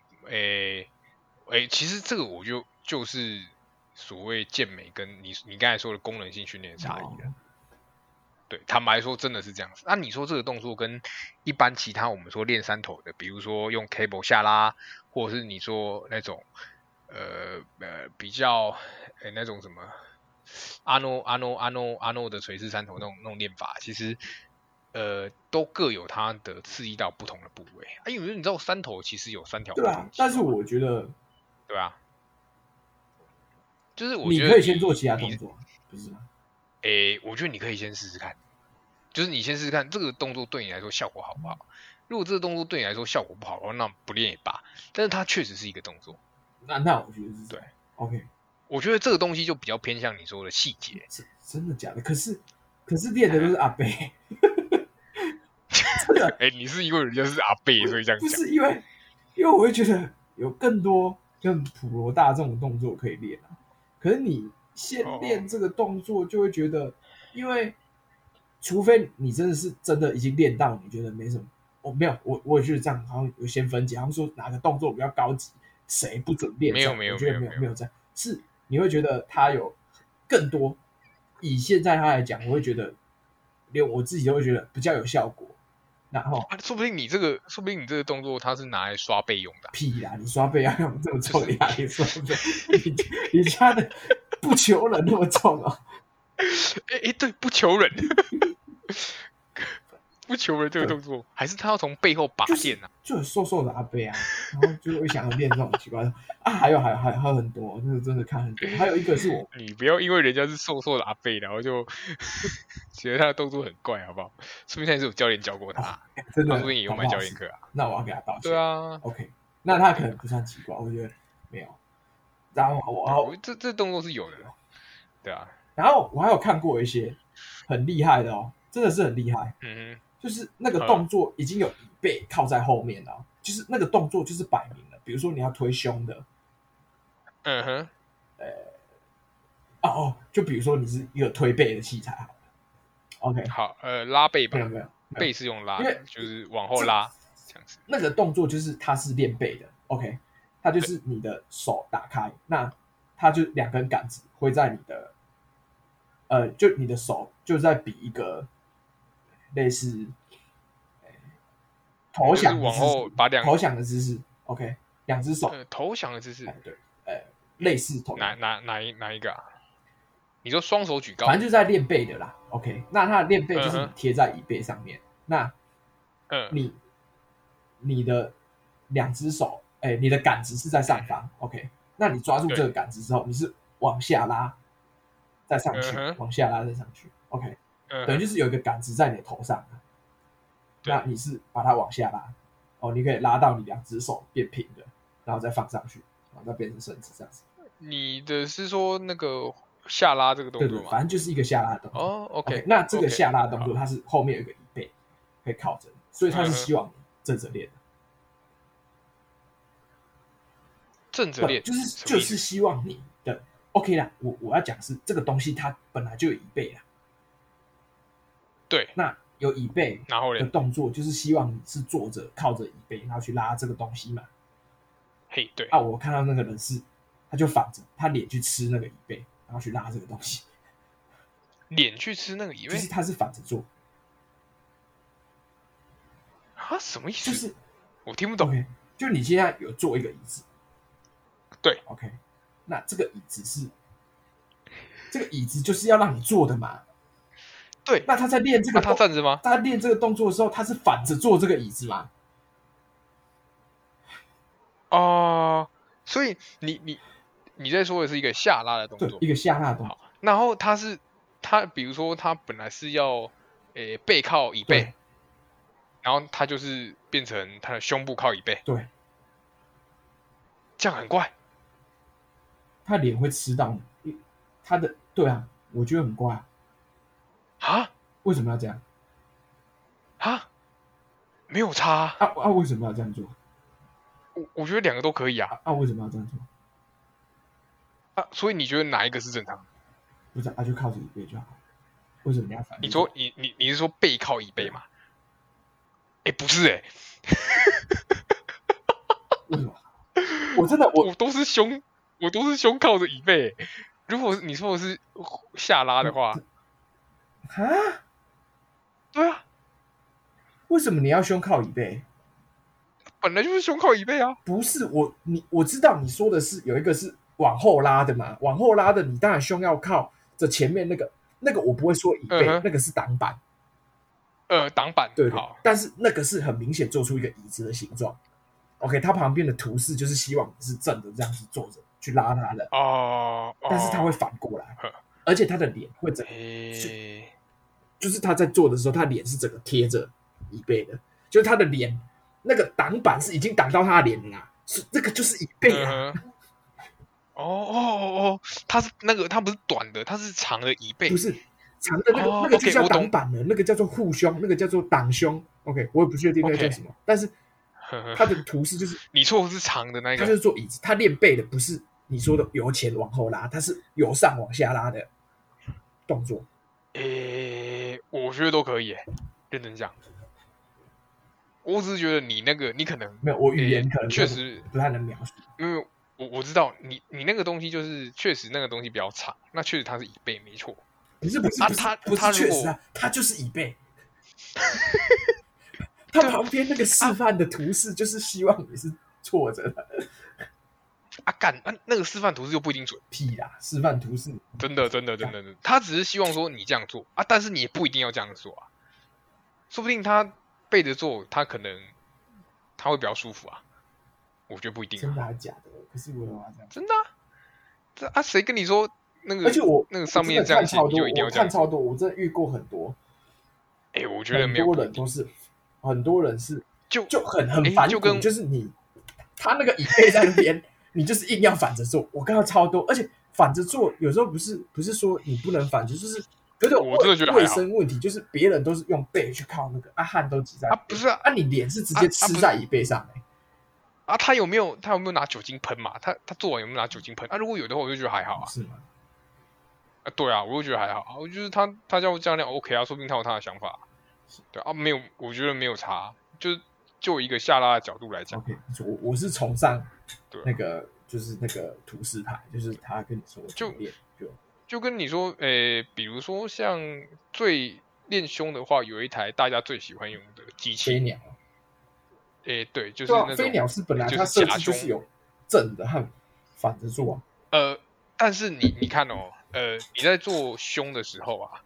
其实这个我就是所谓健美跟你刚才说的功能性训练的差异了。对，坦白说真的是这样子。那你说这个动作跟一般其他我们说练三头的，比如说用 cable 下拉，或者是你说那种比较那种什么阿诺的垂式三头那种练法，其实都各有它的刺激到不同的部位。因为你知道三头其实有3条不同的， 但是我觉得， 对啊，就是我觉得你可以先做其他动作，不是吗？ 我觉得你可以先试试看，就是你先试试看这个动作对你来说效果好不好。如果这个动作对你来说效果不好的话，那不练也罢。但是它确实是一个动作， 那我觉得是对 ，OK。 我觉得这个东西就比较偏向你说的细节。 真的假的？可是练的都是阿伯。真的？ 你是因为人家是阿伯所以这样讲？ 不是因为我会觉得有更多更普罗大众的动作可以练啊。可是你先练这个动作，就会觉得，因为除非你真的已经练到你觉得没什么，没有，我也觉得这样好像有先分解，好像说哪个动作比较高级，谁不准练？ 没有， 我觉得没有这样，是你会觉得他有更多。以现在他来讲，我会觉得连我自己都会觉得比较有效果。然后说不定你这个动作它是拿来刷背用的。 屁啦！你刷背要用这么重的哑铃刷背？你家的不求人那么重哦？ 对，不求人。不求人这个动作，还是他要从背后拔剑啊？ 就很瘦瘦的阿伯啊，然后就会想要练这种奇怪的啊。还有很多，那个真的看很多。还有一个是我， 你不要因为人家是瘦瘦的阿伯，然后就觉得他的动作很怪，好不好？说不定是有教练教过他， 真的， 说不定也有买教练课啊。 那我要给他道歉。 对啊 ，OK， 那他可能不算奇怪，我觉得没有。然后这动作是有的，对啊。 然后我还有看过一些很厉害的哦，真的是很厉害。就是那个动作已经有椅背靠在后面了，就是那个动作就是摆明了，比如说你要推胸的，就比如说你是一个推背的器材好了 ，OK， 好，拉背吧， 没有， 背是用拉的，就是往后拉这样子。 那个动作就是它是练背的 ，OK， 它就是你的手打开，那它就2根杆子会在你的，就你的手就在比一个类似投降的姿势， 往后把投降的姿势 ，OK， 两只手， 投降的姿势， 对，类似投降，哪一个啊？你说双手举高， 反正就在练背的啦 ，OK， 那它的练背就是你贴在椅背上面，那你的两只手，你的杆子是在上方 ，OK， 那你抓住这个杆子之后，你是往下拉，再上去，往下拉再上去 ，OK， 等于就是有一个杆子在你的头上，那你是把它往下拉，你可以拉到你两只手变平的，然后再放上去，然后再变成绳子这样子。 你的是说那个下拉这个动作吗？ 对，反正就是一个下拉动作。 哦 ，OK， 那这个下拉动作它是后面有一个椅背可以靠着，所以它是希望你正着练的。 正着练就是希望你的 OK 啦。我要讲是这个东西它本来就有椅背啦。 对， 那有椅背的动作，就是希望你是坐着靠着椅背，然后去拉这个东西嘛。 嘿，对。 啊，我看到那个人是，他就反着，他脸去吃那个椅背，然后去拉这个东西。 脸去吃那个椅背， 就是他是反着做。 啊，什么意思？ 就是我听不懂。 Okay， 就你现在有做一个椅子， 对 ，OK， 那这个椅子就是要让你坐的嘛。 对， 那他在练这个， 他站着吗？ 他练这个动作的时候，他是反着坐这个椅子嘛？ 所以你在说的是一个下拉的动作， 一个下拉的动作。 然后他比如说他本来是要背靠椅背，然后他就是变成他的胸部靠椅背， 对， 这样很怪。 他脸会吃到他的，对啊，我觉得很怪啊！ 为什么要这样？ 啊，没有差啊！为什么要这样做？ 我觉得两个都可以啊。 为什么要这样做？ 所以你觉得哪一个是正常？ 不是就靠着椅背就好。为什么你要反？ 你说你是说背靠椅背吗？不是为什么？我真的我都是胸靠着椅背。如果你说的是下拉的话，对啊， 为什么你要胸靠椅背？ 本来就是胸靠椅背啊。 不是我知道你说的是有一个是往后拉的嘛，往后拉的你当然胸要靠着前面那个我不会说椅背，那个是挡板。 挡板对，但是那个是很明显做出一个椅子的形状。OK， 它旁边的图示就是希望你是正的这样子坐着去拉它的但是它会反过来，而且他的脸会整，就是他在做的时候，他脸是整个贴着椅背的，就是他的脸那个挡板是已经挡到他的脸了啦，这个就是椅背啊。 他是他不是短的，他是长的椅背， 不是长的那个就叫挡板了，那个叫做护胸，那个叫做挡胸。OK， 我也不确定那个叫什么，但是它的图示就是你说的是长的那个， 他就是做椅子，他练背的不是你说的由前往后拉，它是由上往下拉的动作。 我觉得都可以认真讲。我只是觉得你那个你可能没有，我语言可能确实不太能描述， 因为我知道你那个东西就是确实那个东西比较长，那确实它是椅背没错。 不是他确实啊，他就是椅背。他旁边那个示范的图示就是希望你是错着的。 那个示范图示又不一定准。 屁啦，示范图示真的，他只是希望说你这样做但是你也不一定要这样做啊，说不定他背着做，他可能他会比较舒服啊，我觉得不一定。 真的还是假的？可是我有这样真的谁跟你说那个？ 而且我那个上面这样写你就一定要这样。 我看超多，我真的遇过很多。 我觉得没有很多人都是，很多人是就很反骨，就是他那个椅背在那边，你就是硬要反着做。我看到超多，而且反着做有时候不是说你不能反着，就是有点卫生问题，就是别人都是用背去靠那个汗都挤在不是你脸是直接吃在椅背上他有没有拿酒精喷嘛？他做完有没有拿酒精喷？如果有的话，我就觉得还好啊。 是吗？ 对啊，我就觉得还好我觉得他叫我这样练 OK 说不定他有他的想法。对没有，我觉得没有差，就一个下拉的角度来讲。 OK， 我是崇尚那个就是那个图示派，就是他跟你说就跟你说，比如说像最练胸的话，有一台大家最喜欢用的机器， 飞鸟。 对，就是那种， 飞鸟是本来它设计就是有正的和反着做啊。但是你看哦，你在做胸的时候啊，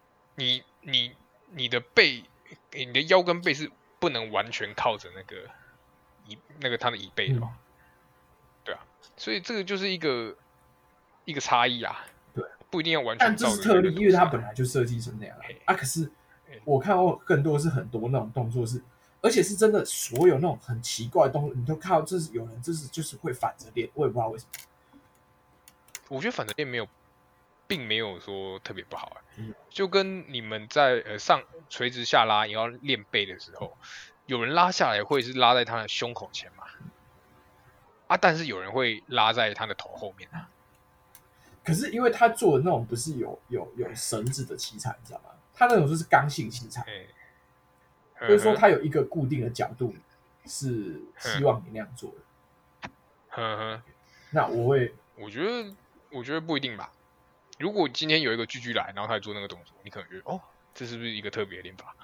你的背，你的腰跟背是不能完全靠着那个它的椅背的、对啊，所以这个就是一个差异啊， 对， 不一定要完全。 但这是特例，因为它本来就设计成那样啊。可是我看过更多是很多那种动作是，而且是真的所有那种很奇怪的动作，你都看到这是有人就是会反着练，我也不知道为什么。 我觉得反着练并没有说特别不好、就跟你们在上垂直下拉也要练背的时候，有人拉下来会是拉在他的胸口前嘛，但是有人会拉在他的头后面啊。 可是因为他做的那种不是有绳子的器材，你知道吗？他那种就是刚性器材，所以说他有一个固定的角度，是希望你那样做的。那我觉得不一定吧。如果今天有一个巨巨来，然后他做那个动作，你可能觉得哦，这是不是一个特别的练法？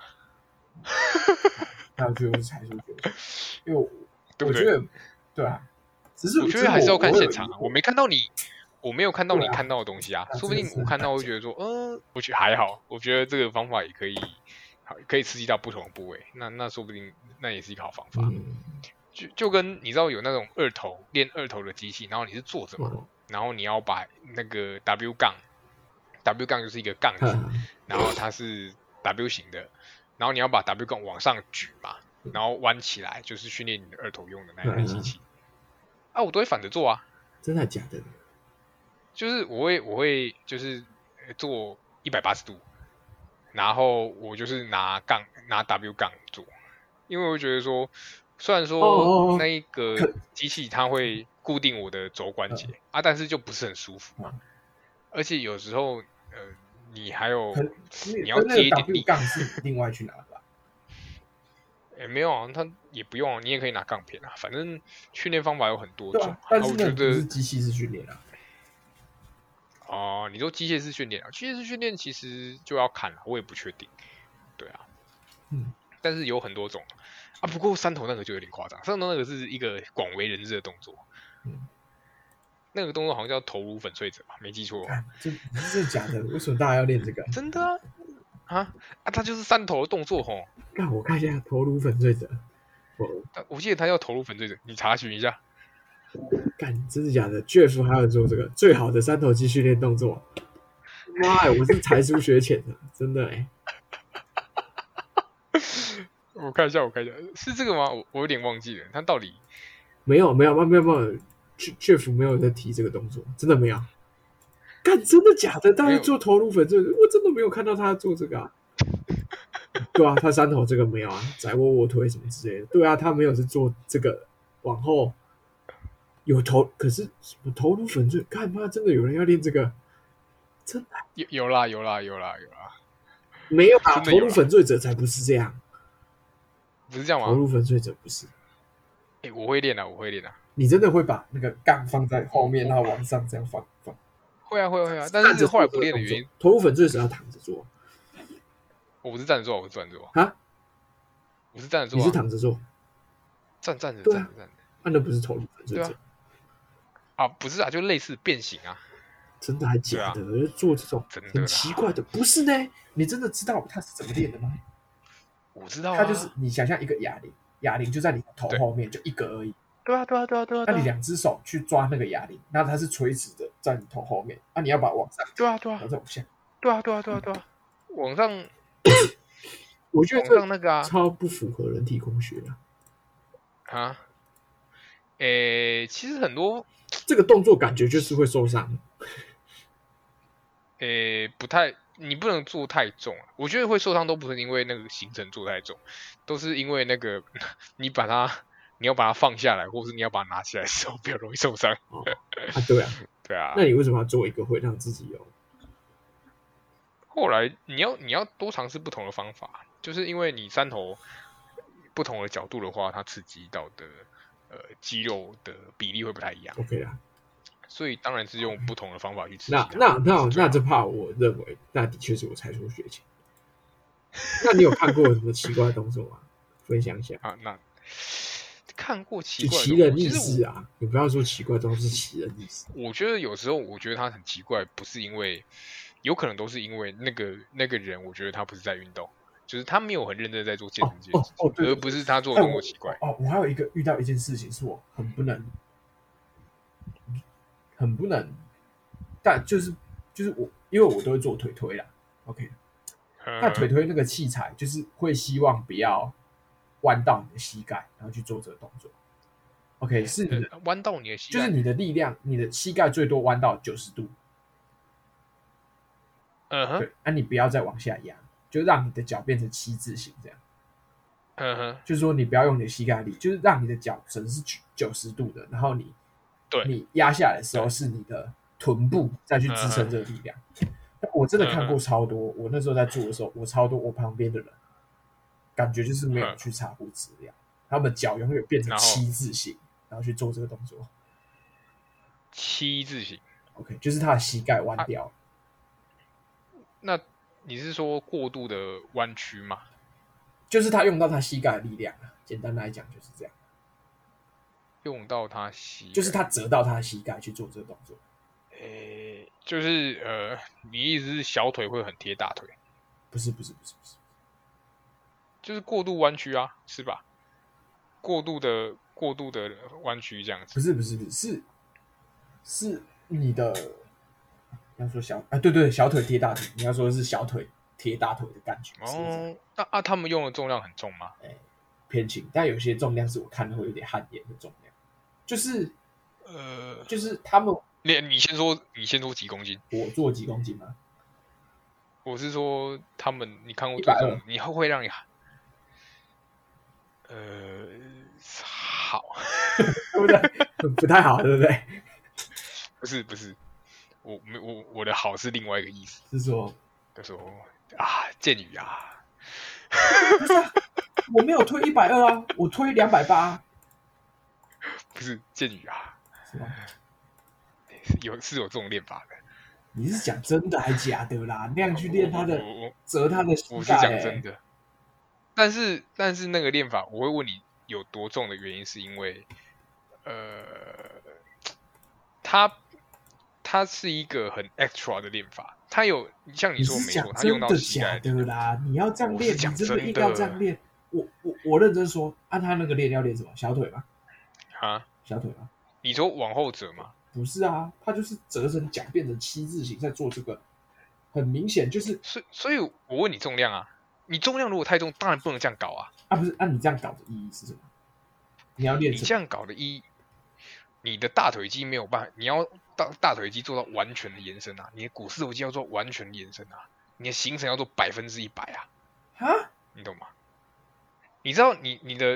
那我觉得我是才说觉得，因为我觉得对啊，只是我觉得还是要看现场啊。我没有看到你看到的东西啊，说不定我看到会觉得说，我觉得还好，我觉得这个方法也可以刺激到不同的部位，那说不定那也是一个好方法。就跟你知道有那种练二头的机器，然后你是坐着嘛，然后你要把那个 W 杠就是一个杠子，然后它是 W 型的，然后你要把 W 杠往上举嘛，然后弯起来，就是训练你的二头用的那台机器。我都会反着做啊。 真的假的？ 就是我会就是做180度，然后我就是拿 W 杠做，因为我觉得说，虽然说那一个机器它会固定我的肘关节但是就不是很舒服嘛，而且有时候你还有你要接一点力， W 杠是另外去拿的吧？ 没有啊，它也不用，你也可以拿杠片啊，反正训练方法有很多种。 但是那不是机器式训练啊。 你说机械式训练啊？机械式训练其实就要看了，我也不确定。对啊，但是有很多种不过三头那个就有点夸张，三头那个是一个广为人知的动作。那个动作好像叫头颅粉碎者吧，没记错。 这是假的？为什么大家要练这个？ 真的它就是三头的动作吼。 我看一下头颅粉碎者。 我记得它叫头颅粉碎者，你查询一下。 真是假的 ？Jeff 还有做这个最好的三头肌训练动作。妈呀，我是才疏学浅的，真的我看一下，是这个吗？我有点忘记了，他到底没有 Jeff 没有在提这个动作，真的没有。真的假的？大家做头颅粉碎，我真的没有看到他做这个啊。对啊，他三头这个没有啊，窄卧推什么之类的。对啊，他没有是做这个往后有头，可是什么头颅粉碎？妈，真的有人要练这个？真的有啦， 没有啊，头颅粉碎者才不是这样， 不是这样吗？ 头颅粉碎者不是。 我会练啊。 你真的会把那个杠放在后面，然后往上这样放？ 会啊，但是后来不练的原因， 头颅粉碎者要躺着做。 我不是站着做，我是站着做啊。 我是站着做， 你是躺着做？ 站着。 对啊，那不是头颅粉碎者不是啊，就类似变形啊。 真的还假的？做这种很奇怪的，不是呢？你真的知道他是怎么练的吗？ 我知道他就是你想象一个哑铃就在你头后面，就一个而已。 对啊。 那你两只手去抓那个哑铃，那它是垂直的在你头后面，你要把它往上。 对啊。 然后再往下。 对啊。往上。 我觉得往上那个超不符合人体工学啊。其实很多这个动作感觉就是会受伤。 不太，你不能做太重啊。我觉得会受伤都不是因为那个行程做太重，都是因为那个你要把它放下来，或是你要把它拿起来的时候比较容易受伤。 对啊。 对啊。 那你为什么要做一个会让自己有？ 后来你要多尝试不同的方法，就是因为你三头不同的角度的话，它刺激到的肌肉的比例会不太一样。 OK 啊。 所以当然是用不同的方法去刺激那这怕我认为，那的确是我才疏学浅。那你有看过什么奇怪的动作吗？分享一下啊。那看过奇怪的奇人异事啊，你不要说奇怪都是奇人异事。 我觉得有时候我觉得他很奇怪，不是因为，有可能都是因为那个人，我觉得他不是在运动，就是他没有很认真在做健身这件事情，而不是他做的动作奇怪。 我还有遇到一件事情是我很不能，但就是我，因为我都会做腿推啦 ，OK。那腿推那个器材就是会希望不要弯到你的膝盖，然后去做这个动作。OK， 是你的弯到你的膝盖， 就是你的力量，你的膝盖最多弯到90度。对，你不要再往下压，就让你的脚变成7字形这样。就是说你不要用你的膝盖力，就是让你的脚整是90度的，然后你压下来的时候是你的臀部再去支撑这个力量。我真的看过超多，我那时候在做的时候，我旁边的人感觉就是没有去查过资料，他们脚永远变成7字形，然后去做这个动作。 7字形 ，OK， 就是他的膝盖弯掉。 那你是说过度的弯曲吗？ 就是他用到他膝盖的力量啊，简单来讲就是这样。 用到他膝盖， 就是他折到他的膝盖去做这个动作。 就是你意思是小腿会很贴大腿？ 不是， 就是过度弯曲啊，是吧？过度的弯曲这样子。 不是，是你的要说对，小腿贴大腿，你要说是小腿贴大腿的感觉。 哦，那他们用的重量很重吗？ 偏轻，但有些重量是我看的会有点汗颜的重量，就是他们。 你先说几公斤？ 我做几公斤吗？ 我是说他们，你看过最重，你会让你好， 对不对？不太好，对不对？ 不是，我的好是另外一个意思， 是说， 就说啊，剑宇啊， 不是啊，我没有推120啊，我推280。 不是剑宇啊， 是吗？ 是有这种练法的。 你是讲真的还假的啦？那样去练他的折他的膝盖， 我是讲真的。但是那个练法，我会问你有多重的原因，是因为它是一个很 extra 的练法，它有像你说没错，它用到膝盖的啦。你要这样练，你真的硬要这样练。我认真说，按他那个练要练什么？小腿吗？ 啊， 小腿吗？ 你说往后折吗？ 不是啊，他就是折成脚变成7字形，在做这个，很明显就是。 所以我问你重量啊，你重量如果太重，当然不能这样搞啊。 不是，你这样搞的意义是什么？你要练你这样搞的意义，你的大腿肌没有办法，你要大腿肌做到完全的延伸啊，你的股四头肌要做完全的延伸啊，你的行程要做100%啊。 哈， 你懂吗？你知道你的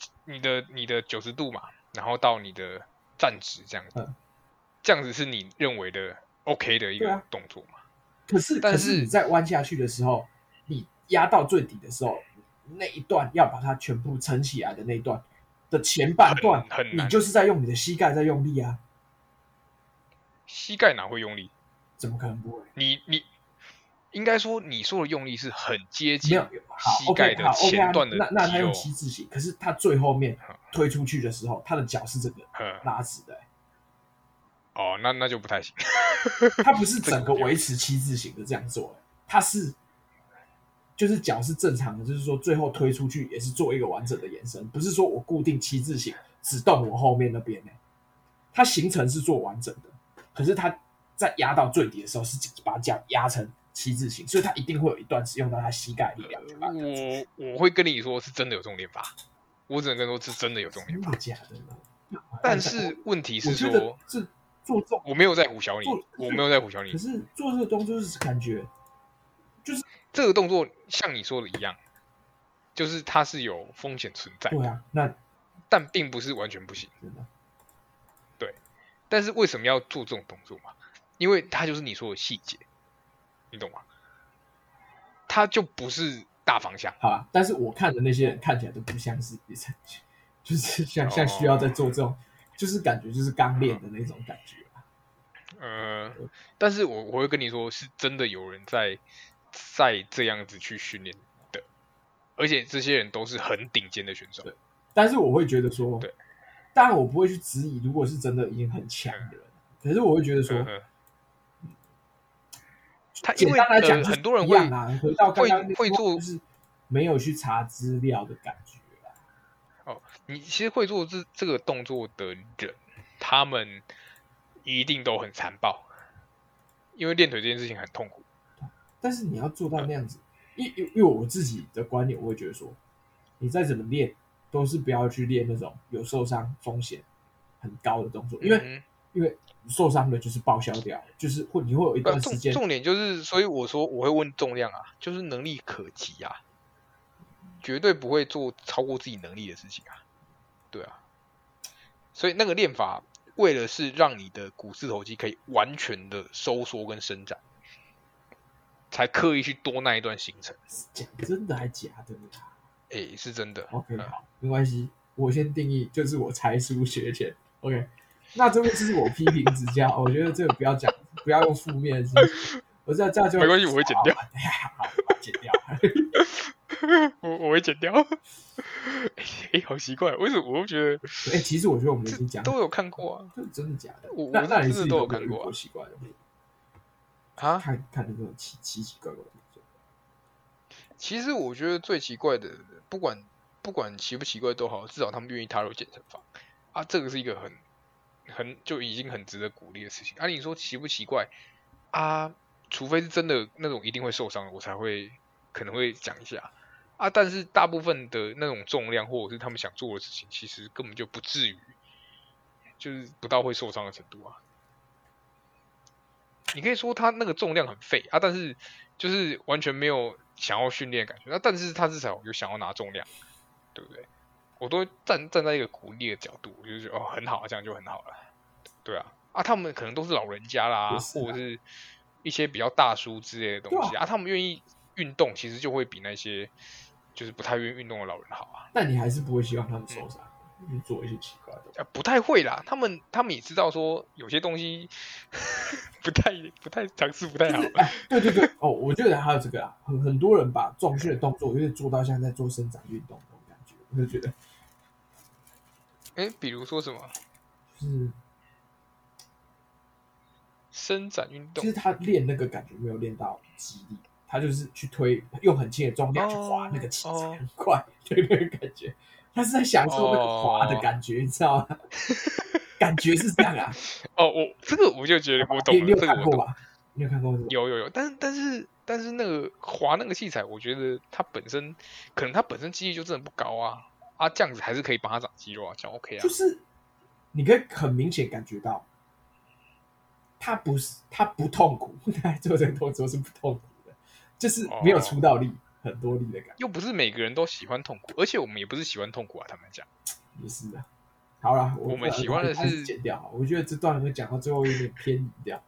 90度嘛，然后到你的站直这样子。这样子是你认为的 OK 的一个动作嘛？ 可是你在弯下去的时候，你压到最底的时候，那一段要把它全部撑起来的那一段的前半段，你就是在用你的膝盖在用力啊。 膝盖哪会用力？ 怎么可能不会？ 你应该说你说的用力是很接近膝盖的前段的肌肉。 那他用7字形，可是他最后面推出去的时候，他的脚是这个拉直的。 哦，那就不太行。 他不是整个维持7字形的这样做，他是就是脚是正常的，就是说最后推出去也是做一个完整的延伸，不是说我固定7字形只动我后面那边它行程是做完整的，可是他在压到最底的时候是把脚压成7字形，所以他一定会有一段是用到他膝盖力量。 我会跟你说是真的有这种练法，我只能跟你说是真的有这种练法。 假的？ 但是问题是说， 做这种我没有在唬小你，我没有在唬小你。 可是做这个动作是感觉，就是这个动作像你说的一样，就是它是有风险存在的。 对啊， 但并不是完全不行。对，但是为什么要做这种动作嘛？因为它就是你说的细节，你懂吗？它就不是大方向。 好啊，但是我看的那些人看起来都不像是，就是像需要在做这种。就是感觉就是刚练的那种感觉但是我会跟你说，是真的有人在这样子去训练的，而且这些人都是很顶尖的选手。 对，但是我会觉得说， 对， 当然我不会去质疑，如果是真的已经很强的人，可是我会觉得说， 他因为简单来讲， 很多人一样啊，回到刚刚会做， 就是没有去查资料的感觉啦。 哦，你其实会做这个动作的人，他们一定都很残暴，因为练腿这件事情很痛苦。 但是你要做到那样子，因为我自己的观点，我会觉得说，你再怎么练，都是不要去练那种有受伤风险很高的动作，因为受伤的就是报销掉，就是你会有一段时间。 重点就是，所以我说我会问重量啊，就是能力可及啊，绝对不会做超过自己能力的事情啊。对啊，所以那个练法为了是让你的股四头肌可以完全的收缩跟伸展，才刻意去多那一段行程。 讲真的还假的啦？是真的。 OK，好，没关系，我先定义就是我才疏学浅。OK， 那这边是我批评指教，我觉得这个不要讲，不要用负面的心情。我知道这样就没关系，我会剪掉。 好，把它剪掉。 我会剪掉。好奇怪，为什么我会觉得？ 其实我觉得我们已经讲都有看过啊， 这真的假的？ 我那你真的都有看过啊？奇怪的啊， 看那种奇怪的。 其实我觉得最奇怪的，不管奇不奇怪都好，至少他们愿意踏入健身房啊，这个是一个很就已经很值得鼓励的事情。啊，你说奇不奇怪啊？除非是真的那种一定会受伤的，我才会可能会讲一下啊。但是大部分的那种重量或者是他们想做的事情，其实根本就不至于，就是不到会受伤的程度啊。你可以说他那个重量很废啊，但是就是完全没有想要训练的感觉。那但是他至少有想要拿重量，对不对？我都会站在一个鼓励的角度，我就觉得很好，这样就很好了。对啊，他们可能都是老人家啦，或者是一些比较大叔之类的东西啊，他们愿意运动，其实就会比那些就是不太愿意运动的老人好啊。 但你还是不会希望他们受伤，去做一些奇怪的。 不太会啦，他们也知道说有些东西不太尝试不太好。 对哦，我觉得还有这个啊，很多人把重训的动作，就是做到像在做伸展运动那种感觉，我就觉得， 比如说什么？ 就是伸展运动， 其实他练那个感觉没有练到肌力，他就是去推，用很轻的重量去滑那个器材，很快，对那个感觉，他是在享受那个滑的感觉，你知道吗？感觉是这样啊。 这个我就觉得我懂了， 你有看过吧？你有看过？ 有，但是那个滑那个器材，我觉得它本身可能它本身肌力就真的不高啊，这样子还是可以帮它长肌肉啊，这样 OK 啊。 就是你可以很明显感觉到，他不痛苦，他做这个动作是不痛苦的，就是没有出到力，很多力的感觉。 又不是每个人都喜欢痛苦，而且我们也不是喜欢痛苦啊，坦白讲。 也是的。好了， 我们喜欢的是剪掉。我觉得这段会讲到最后有点偏移掉。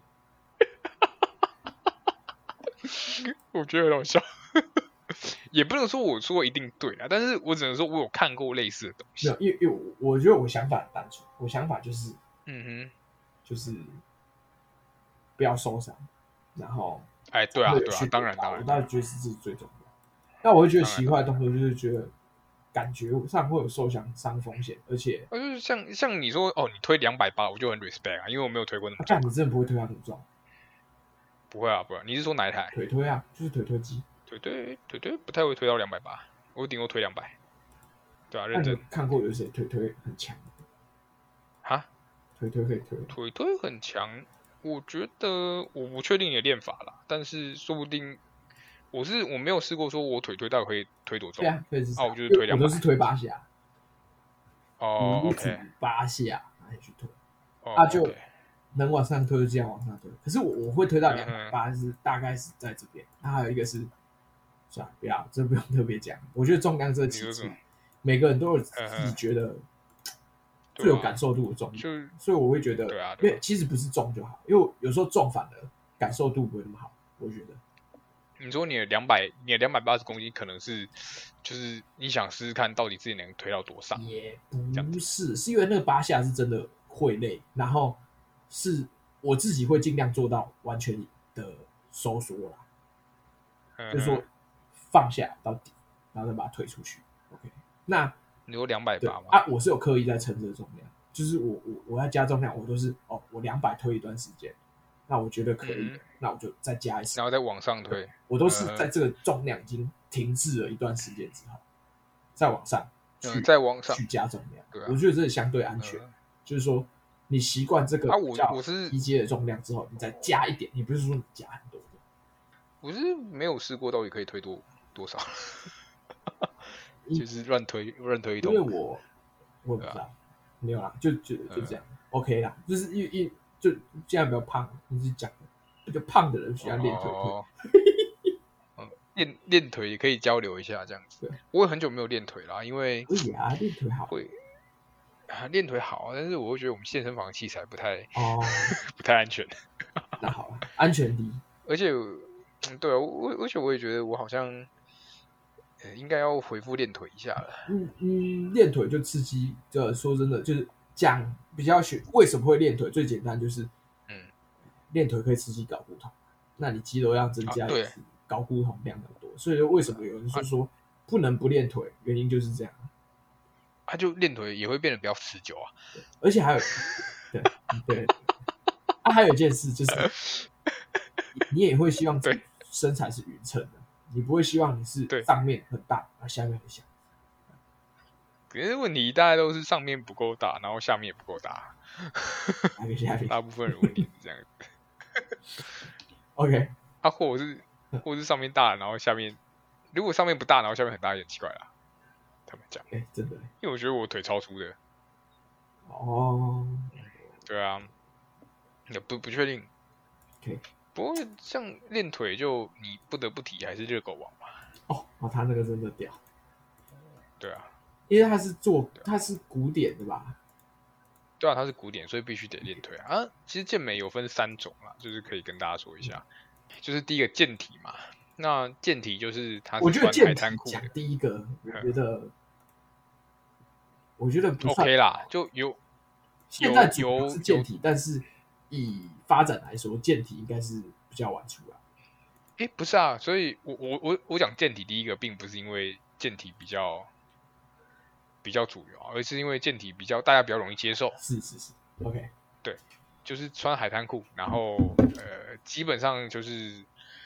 我觉得很好笑，也不能说我说一定对啦，但是我只能说我有看过类似的东西。 因为我觉得我想法很单纯，我想法就是，就是不要受伤，然后对啊，当然， 我倒觉得是这是最重要。那我会觉得奇怪的动作就是觉得感觉上会有受伤风险，而且就是像你说你推280，我就很 respect 啊，因为我没有推过那么重。 你真的不会推到那么重？ 不会啊，不会。你是说哪一台？ 腿推啊，就是腿推机。 腿推不太会推到280，我顶多推200。对啊，认真。 看过有谁腿推很强？ 哈？ 腿推可以推？ 腿推很强，我觉得我不确定你的练法啦，但是说不定我没有试过，说我腿推到底可以推多重？ 对啊，可以我就是推200。 我都是推8下。 OK。 8下，然后去推。就能往上推就这样往上推。可是我会推到280，是大概是在这边。那还有一个是，算了，不要，这不用特别讲。我觉得重量这其实每个人都有自己觉得最有感受度的重量，所以我会觉得，因为其实不是重就好，因为有时候重反而感受度不会那么好。我觉得， 你说你的280公斤可能是，就是你想试试看到底自己能推到多上？ 也不是，是因为那个8下是真的会累，然后是我自己会尽量做到完全的收缩啦，就是说放下到底，然后再把它推出去。OK， 那你有200把吗？ 啊，我是有刻意在撑这个重量，就是我要加重量，我都是我200推一段时间，那我觉得可以的，那我就再加一次， 然后再往上推。 我都是在这个重量已经停滞了一段时间之后，再往上去加重量。对啊，我觉得这相对安全，就是说你习惯这个比较低阶的重量之后，你再加一点，你不是说你加很多的。 我是没有试过到底可以推多少。就是乱推一通， 因为我不知道，没有啦，就这样，OK 啦，就是就现在比较胖，你是讲比较胖的人喜欢练腿练腿也可以交流一下这样子。我也很久没有练腿啦，因为可以啊，练腿好， 练腿好，但是我会觉得我们健身房的器材不太不太安全。 那好了，安全第一。 而且，对啊，而且我也觉得我好像。应该要回复练腿一下了。 练腿就刺激，说真的，就是讲比较为什么会练腿，最简单就是，练腿可以刺激睾固酮，那你肌肉量增加也是睾固酮量要多，所以为什么有人说不能不练腿，原因就是这样。 他就练腿也会变得比较持久啊。 而且还有，对，还有一件事就是，你也会希望身材是匀称的。你不会希望你是上面很大，然后下面很小。 可是问题大概都是上面不够大，然后下面也不够大。大部分人问题是这样子。 OK， 或者是上面大，然后下面如果上面不大，然后下面很大，也很奇怪啦。他们讲， 真的， 因为我觉得我腿超粗的。对啊，也不确定。 OK。 不过像练腿就你不得不提还是热狗王嘛。 他那个真的屌。 对啊， 因为他是古典的吧？ 对啊，他是古典，所以必须得练腿啊。其实健美有分3种啦，就是可以跟大家说一下。就是第一个健体嘛，那健体就是它是穿海滩裤的。 讲第一个，我觉得不算 OK 啦，就现在是健体，但是以发展来说，健体应该是比较晚出来。 不是啊，所以我讲健体第一个，并不是因为健体比较主流，而是因为健体大家比较容易接受。 是 ，OK， 对，就是穿海滩裤，然后基本上就是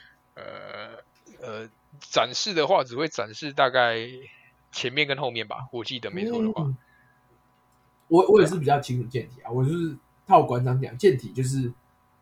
展示的话，只会展示大概前面跟后面吧，我记得没错的话。 我也是比较清楚健体啊，我就是套馆长讲，健体就是，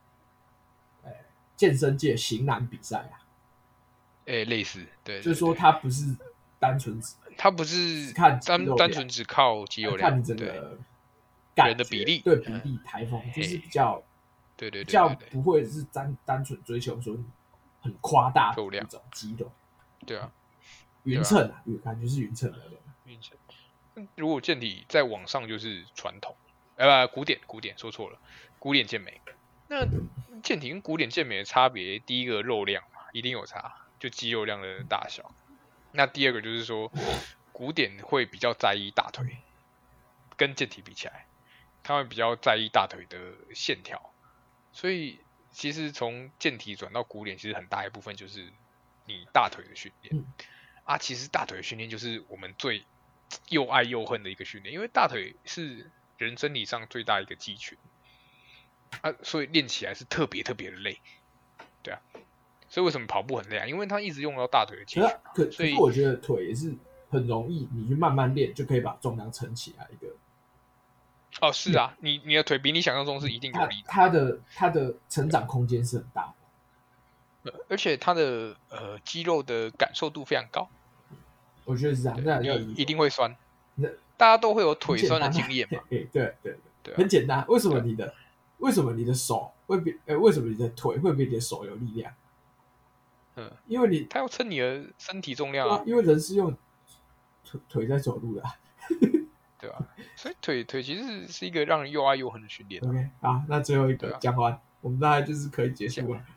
健身界型男比赛啊。 类似，对， 就是说他不是单纯他不是看单纯只靠肌肉量， 看你整个人的比例， 对比例台风，就是比较比较不会是单纯追求说很夸大的一种肌肉。 对啊， 匀称啊，感觉是匀称的。 匀称。如果健体再往上就是传统，古典说错了，古典健美。那健体跟古典健美的差别，第一个肉量嘛，一定有差，就肌肉量的大小。那第二个就是说，古典会比较在意大腿，跟健体比起来，他会比较在意大腿的线条。所以其实从健体转到古典，其实很大一部分就是你大腿的训练。其实大腿的训练就是我们最又爱又恨的一个训练，因为大腿是人生理上最大一个肌群所以练起来是特别特别的累。对啊，所以为什么跑步很累啊？因为它一直用到大腿的肌群。所以我觉得腿也是很容易，你去慢慢练就可以把重量撑起来一个。 是啊，你的腿比你想象中是一定有力的。它的成长空间是很大的，而且它的肌肉的感受度非常高。 我觉得是这样， 你一定会酸，大家都会有腿酸的经验嘛。 对，很简单。为什么你的手会比为什么你的腿会比你的手有力量？因为他要称你的身体重量啊。 因为人是用腿在走路的。 对吧？所以腿其实是一个让人又爱又恨的训练。 OK， 好，那最后一个讲完，我们大概就是可以结束了。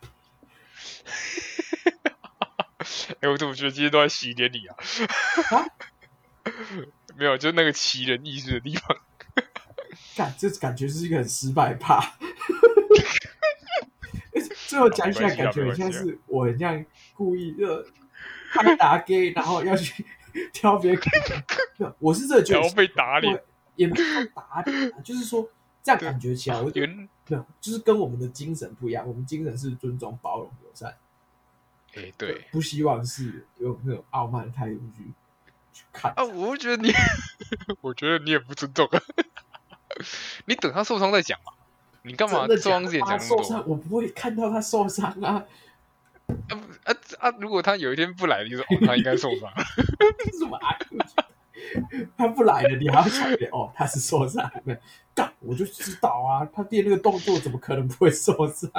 我怎么觉得今天都在洗脸你啊？没有，就那个奇人异事的地方。 这感觉是一个很失败吧？ 最后讲起来感觉像是我很像故意拍打 gay， 然后要去挑别人，我是真的觉得要被打脸， 也没有打脸啊，就是说这样感觉起来，我觉得没有，就是跟我们的精神不一样，我们精神是尊重、包容、友善。 对， 不希望是用那种傲慢的态度去看啊！我觉得你，我觉得你也不尊重。你等他受伤再讲嘛，你干嘛受伤之前讲那么多？ 我不会看到他受伤啊！ 如果他有一天不来，你说他应该受伤。 什么啊？他不来了，你还要想他是受伤的？干，我就知道啊，他练那个动作怎么可能不会受伤？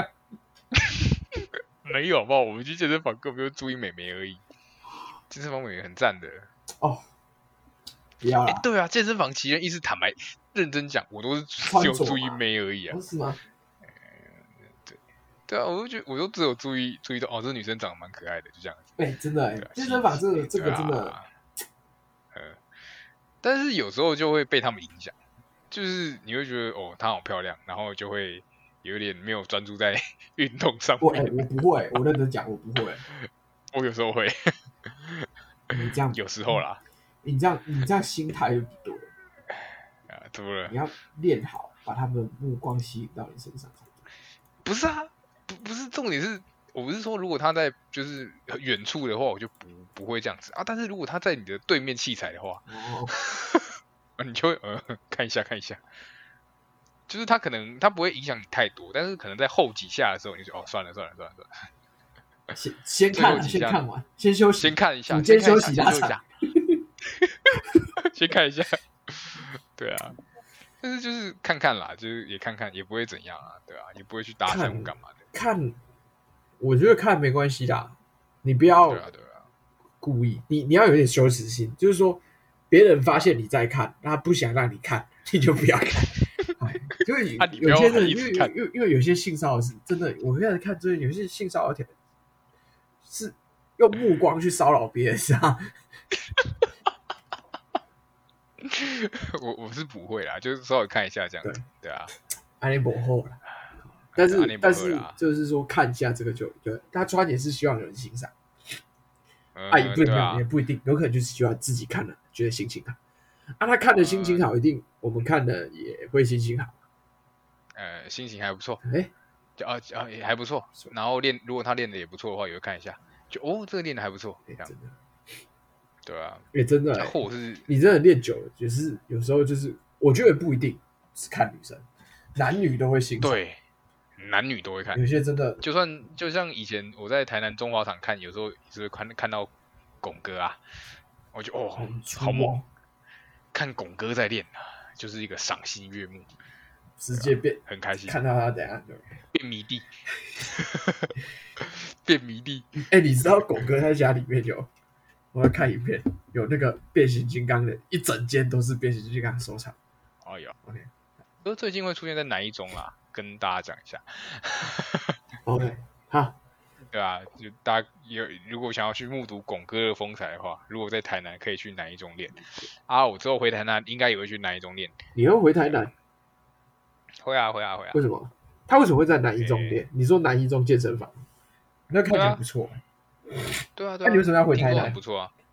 没有好不好？我们去健身房根本就注意美眉而已，健身房美眉很赞的哦。不要啦！ 对啊，健身房其实意思坦白认真讲，我都是只有注意妹而已啊。 是吗？ 对啊，我都只有注意到这女生长得蛮可爱的，就这样子。 真的健身房这个真的， 但是有时候就会被他们影响，就是你会觉得她好漂亮，然后就会有点没有专注在运动上面。 我不会，我认真讲，我不会。 我有时候会。 你这样有时候啦。 你这样心态就不对啊，怎么了？ 你要练好，把他们的目光吸引到你身上。 不是啊，不是重点是，我不是说如果他在就是远处的话，我就不会这样子啊。但是如果他在你的对面器材的话，你就会看一下，就是他可能他不会影响你太多，但是可能在后几下的时候，你就算了。 先看完，先休息， 先看一下， 先休息一下。 先看一下，对啊，但是就是看看啦，就是也看看，也不会怎样啊，对啊，也不会去搭讪或干嘛的。 看，我觉得看没关系啦，你不要故意，你要有点羞耻心，就是说别人发现你在看，他不想让你看，你就不要看。因为有些人，因为有些性骚扰是真的，我现在看，就是有些性骚扰条是用目光去骚扰别人，是吧？ 我是不会啦，就是稍微看一下这样子，对啊， 安利薄厚啦，但是就是说看一下这个就他穿也是希望有人欣赏，也不一定，也不一定，有可能就是希望自己看了觉得心情好，他看的心情好，一定我们看的也会心情好， 心情还不错，也还不错，然后如果他练的也不错的话，也会看一下，就这个练的还不错，这样。对啊， 真的， 或者是你真的练久了，就是有时候就是，我觉得不一定是看女生，男女都会欣赏。对， 男女都会看。 有些真的， 就像以前我在台南中华场看，有时候也是看到拱哥啊，我就好猛，看拱哥在练，就是一个赏心悦目， 直接变很开心， 看到他等下就变迷弟，变迷弟。 你知道拱哥在家里面我要看影片，有那个变形金刚的，一整间都是变形金刚收藏。 有 OK， 最近会出现在南一中啦，跟大家讲一下。 OK， 好， 对啊，就大家如果想要去目睹拱哥的风采的话，如果在台南可以去南一中练啊。我之后回台南应该也会去南一中练。 你要回台南？ 会啊。 为什么？他为什么会在南一中练？你说南一中健身房，那看起来不错。 对啊， 那你为什么要回台南？ 很不错啊。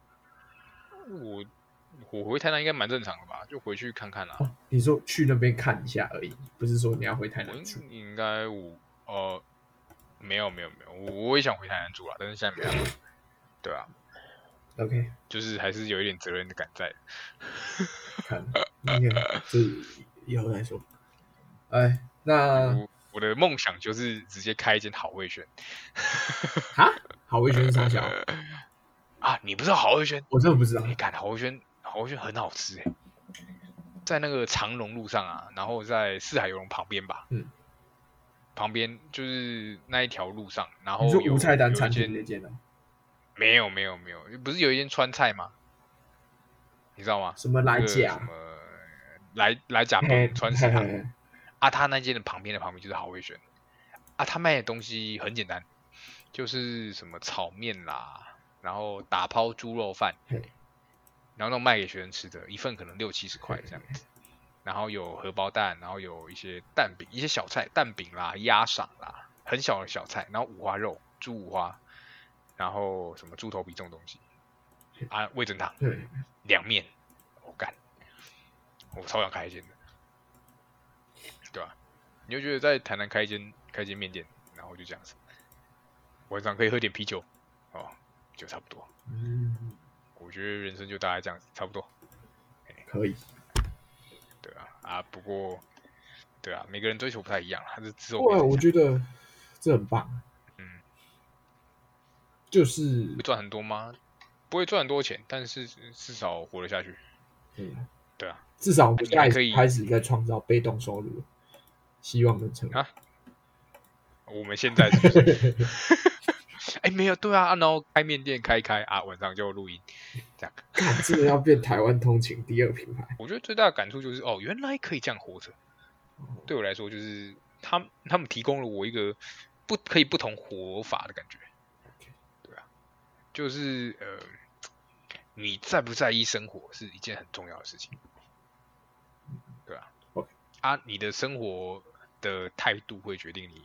我回台南应该蛮正常的吧，就回去看看啦。 你说去那边看一下而已，不是说你要回台南住？ 应该没有，我也想回台南住啊，但是现在没办法。对啊 ，OK， 就是还是有一点责任感在。 看，这以后再说。那我的梦想就是直接开一间好味轩。 好味轩是啥小？ 你不知道好味轩？ 我真的不知道。 看好味轩很好吃在那个长荣路上啊，然后在四海游龙旁边吧。旁边就是那一条路上，然后有无菜单餐厅那间呢？ 没有，不是有一间川菜吗？你知道吗？ 什么来甲？ 什么来甲崩川食堂他那间的旁边就是好味轩他卖的东西很简单，就是什么炒面啦，然后打抛猪肉饭，然后那种卖给学生吃的，一份可能60-70块这样子。然后有荷包蛋，然后有一些蛋饼，一些小菜，蛋饼啦、鸭赏啦， 很小的小菜，然后五花肉、猪五花，然后什么猪头皮这种东西啊，味噌汤，凉面，我干，我超想开一间的，对吧？你就觉得在台南开一间面店，然后就这样子，晚上可以喝点啤酒，哦，就差不多。我觉得人生就大概这样子，差不多。 可以。 对啊，不过，对啊，每个人追求不太一样，他是之后。 对，我觉得这很棒。就是会赚很多吗？不会赚很多钱，但是至少活得下去。对啊， 至少我们现在开始在创造被动收入，希望能成功。 我们现在是不是？没有，对啊，然后开面店开啊，晚上就录音，这样。 真的要变台湾通勤第二品牌。 我觉得最大的感触就是，原来可以这样活着。对我来说，就是他们提供了我一个可以不同活法的感觉。对啊，就是你在不在意生活是一件很重要的事情。对啊，你的生活的态度会决定你，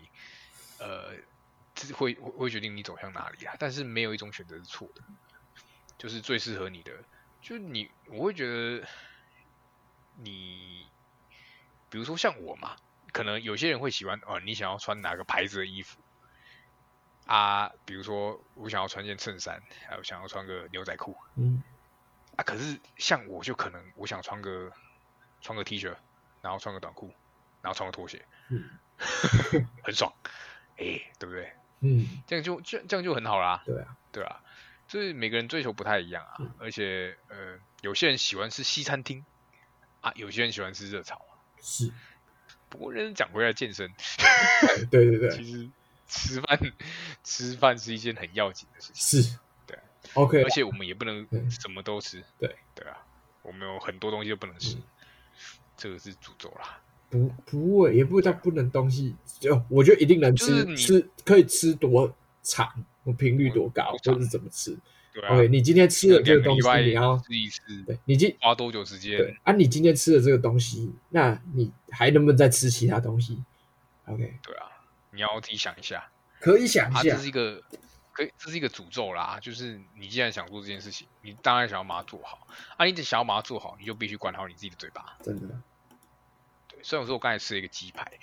会决定你走向哪里啊。但是没有一种选择是错的，就是最适合你的。就我会觉得你，比如说像我嘛，可能有些人会喜欢你想要穿哪个牌子的衣服啊？比如说我想要穿件衬衫，还有想要穿个牛仔裤，可是像我就可能我想穿个 T 恤，然后穿个短裤，然后穿个拖鞋，很爽，对不对？这样就很好啦。对啊，就是每个人追求不太一样啊，而且有些人喜欢吃西餐厅啊，有些人喜欢吃热炒。 是， 不过认真讲回来，健身， 对， 其实吃饭是一件很要紧的事情。 是， 对 ，OK， 而且我们也不能什么都吃。 对啊，我们有很多东西都不能吃，这个是诅咒啦。 不会，也不会叫不能东西，我觉得一定能吃，吃可以吃多长，频率多高，或者是怎么吃。 对啊 OK， 你今天吃的这个东西，你要吃一次， 对，你花多久时间？ 对啊，你今天吃的这个东西，那你还能不能再吃其他东西 ？OK， 对啊，你要自己想一下， 可以想一下， 这是一个诅咒啦。就是你既然想做这件事情，你当然想要把它做好。你想要把它做好，你就必须管好你自己的嘴巴。 真的。 对，虽然说我刚才吃了一个鸡排，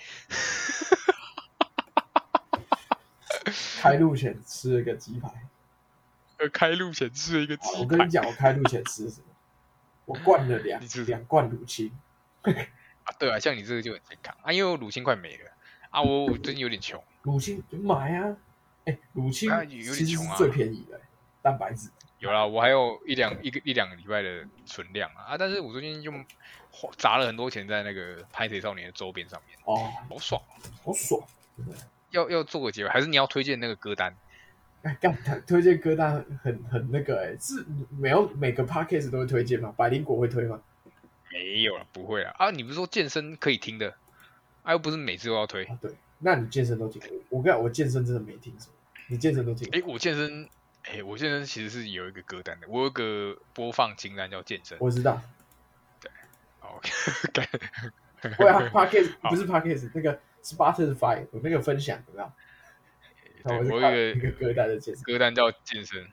开录前吃了个鸡排。 开录前吃了一个鸡排。 我跟你讲，我开录前吃什么？我灌了两罐乳清。 对啊，像你这个就很健康因为我乳清快没了我最近有点穷。 乳清买啊，乳清有点穷最便宜的蛋白质。 有啦，我还有一两个礼拜的存量但是我最近就砸了很多钱在那个拍铁少年的周边上面。好爽， 好爽。 要做个结尾，还是你要推荐那个歌单？ 推荐歌单很那个是每个 podcast 都会推荐吗？百灵果会推吗？ 没有了，不会你不是说健身可以听的又不是每次都要推对，那你健身都听？我跟你讲，我健身真的没听什么。你健身都听？ 我健身其实是有一个歌单的，我有一个播放清单叫健身。 我知道。 对对啊 ，podcast 不是 podcast， 那个 Spotify 有那个分享，有没有？ 我有一个歌单的健身， 歌单叫健身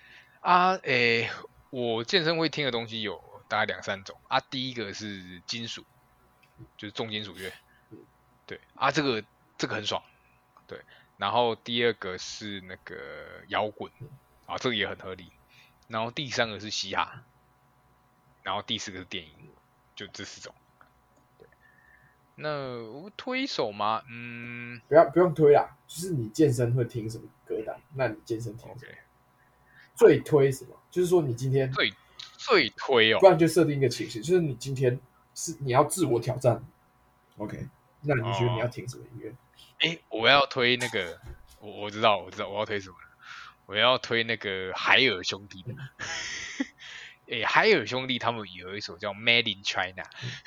我健身会听的东西有大概2-3种第一个是金属，就是重金属乐，对这个很爽，对。然后第二个是那个摇滚这个也很合理。然后第三个是嘻哈，然后第4个是电影，就这4种。对，那我推一首吗？ 不用推啦，就是你健身会听什么歌单？那你健身听什么？最推什么？就是说你今天最推不然就设定一个情绪，就是你今天是你要自我挑战 ，OK？ 那你觉得你要听什么音乐？ 我要推那个，我知道我要推什么了，我要推那个海尔兄弟的。海尔兄弟他们有一首叫《Made in China》，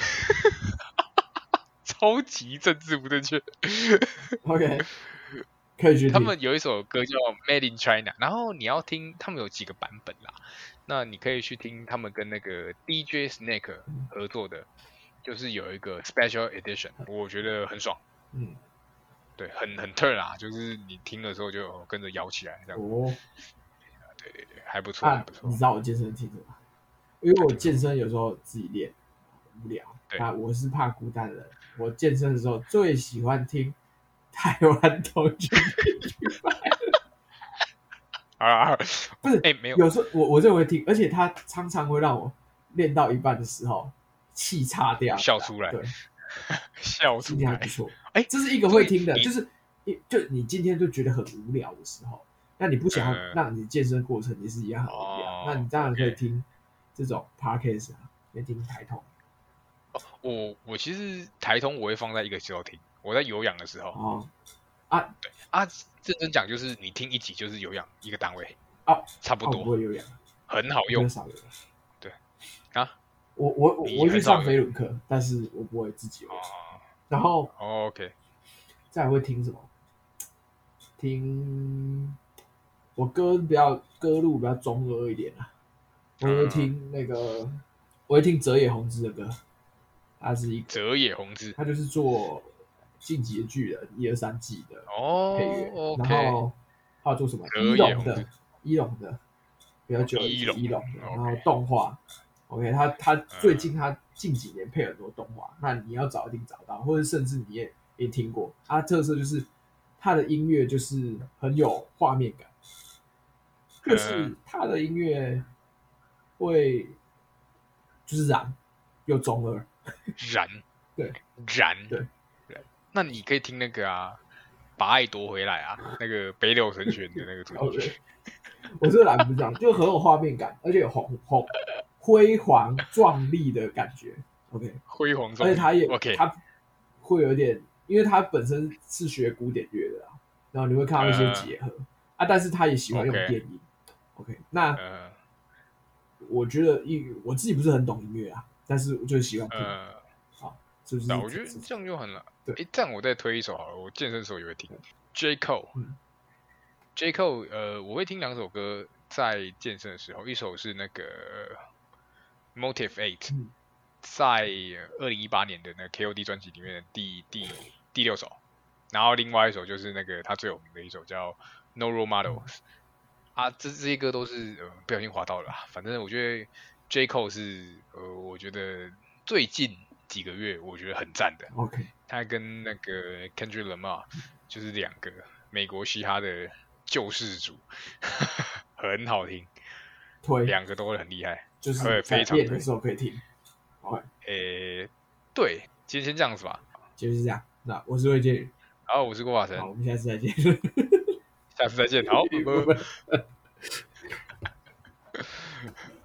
超级政治不正确。 OK， 可以去听。 他们有一首歌叫《Made in China》，然后你要听他们有几个版本啦。那你可以去听他们跟那个 DJ Snake 合作的，就是有一个 Special Edition， 我觉得很爽。 对，很 turn 啊，就是你听的时候就跟着摇起来这样。 哦， 对对对，还不错，还不错。 你知道我健身听什么？因为我健身有时候自己练无聊，那我是怕孤单的人。我健身的时候最喜欢听台湾同居啊， 不是， 没有， 有时候我就会听，而且他常常会让我练到一半的时候气岔掉， 笑出来， 对， 笑出来， 今天还不错。这是一个会听的，就是你今天就觉得很无聊的时候，那你不想要让你健身过程也是一样很无聊，那你当然可以听这种 podcast 啊，可以听台通。 我其实台通我会放在一个时候听，我在有氧的时候。对啊，认真讲就是你听一集就是有氧一个单位差不多。 我不会有氧， 很好用。对啊， 我会去上飞轮课，但是我不会自己有氧。然后 OK， 再来会听什么？听我歌路比较中二一点啊，我会听那个，我会听泽野弘之的歌，他是一个泽野弘之， 他就是做《进击的巨人》1、2、3季的配乐， 然后还有做什么伊隆的比较久伊隆的，然后动画 ，OK， 他最近他近几年配很多动画，那你要找一定找到，或者甚至你也听过，他特色就是他的音乐就是很有画面感，就是他的音乐会就是燃又中二，对， 那你可以听那个把爱夺回来啊，那个北柳神拳的那个主题曲。 我这个蓝不是这样，就很有画面感，而且有辉煌壮丽的感觉。OK， 辉煌壮丽， 而且他也 OK， 他会有点，因为他本身是学古典乐的然后你会看到一些结合但是他也喜欢用电音。OK， 那我觉得我自己不是很懂音乐但是我就喜欢听。就是， 我觉得这样就很了。对，这样我再推一首好了，我健身的时候也会听 J Cole。J Cole，我会听2首歌，在健身的时候，一首是那个 Motive 8，在2018年的那个 KOD 专辑里面的第6首，然后另外一首就是那个他最有名的一首叫 No Role Models。这些歌都是不小心滑到了反正我觉得 J Cole 是我觉得最近几个月我觉得很赞的。 OK， 他跟那个 Kendrick Lamar 就是2个美国嘻哈的救世主，很好听，2个都会很厉害， 就是非常练的时候可以听。 对，今天先这样子吧， 就是这样。那我是魏建宇， 好，我是郭华成， 好，我们下次再见， 下次再见，好，拜拜。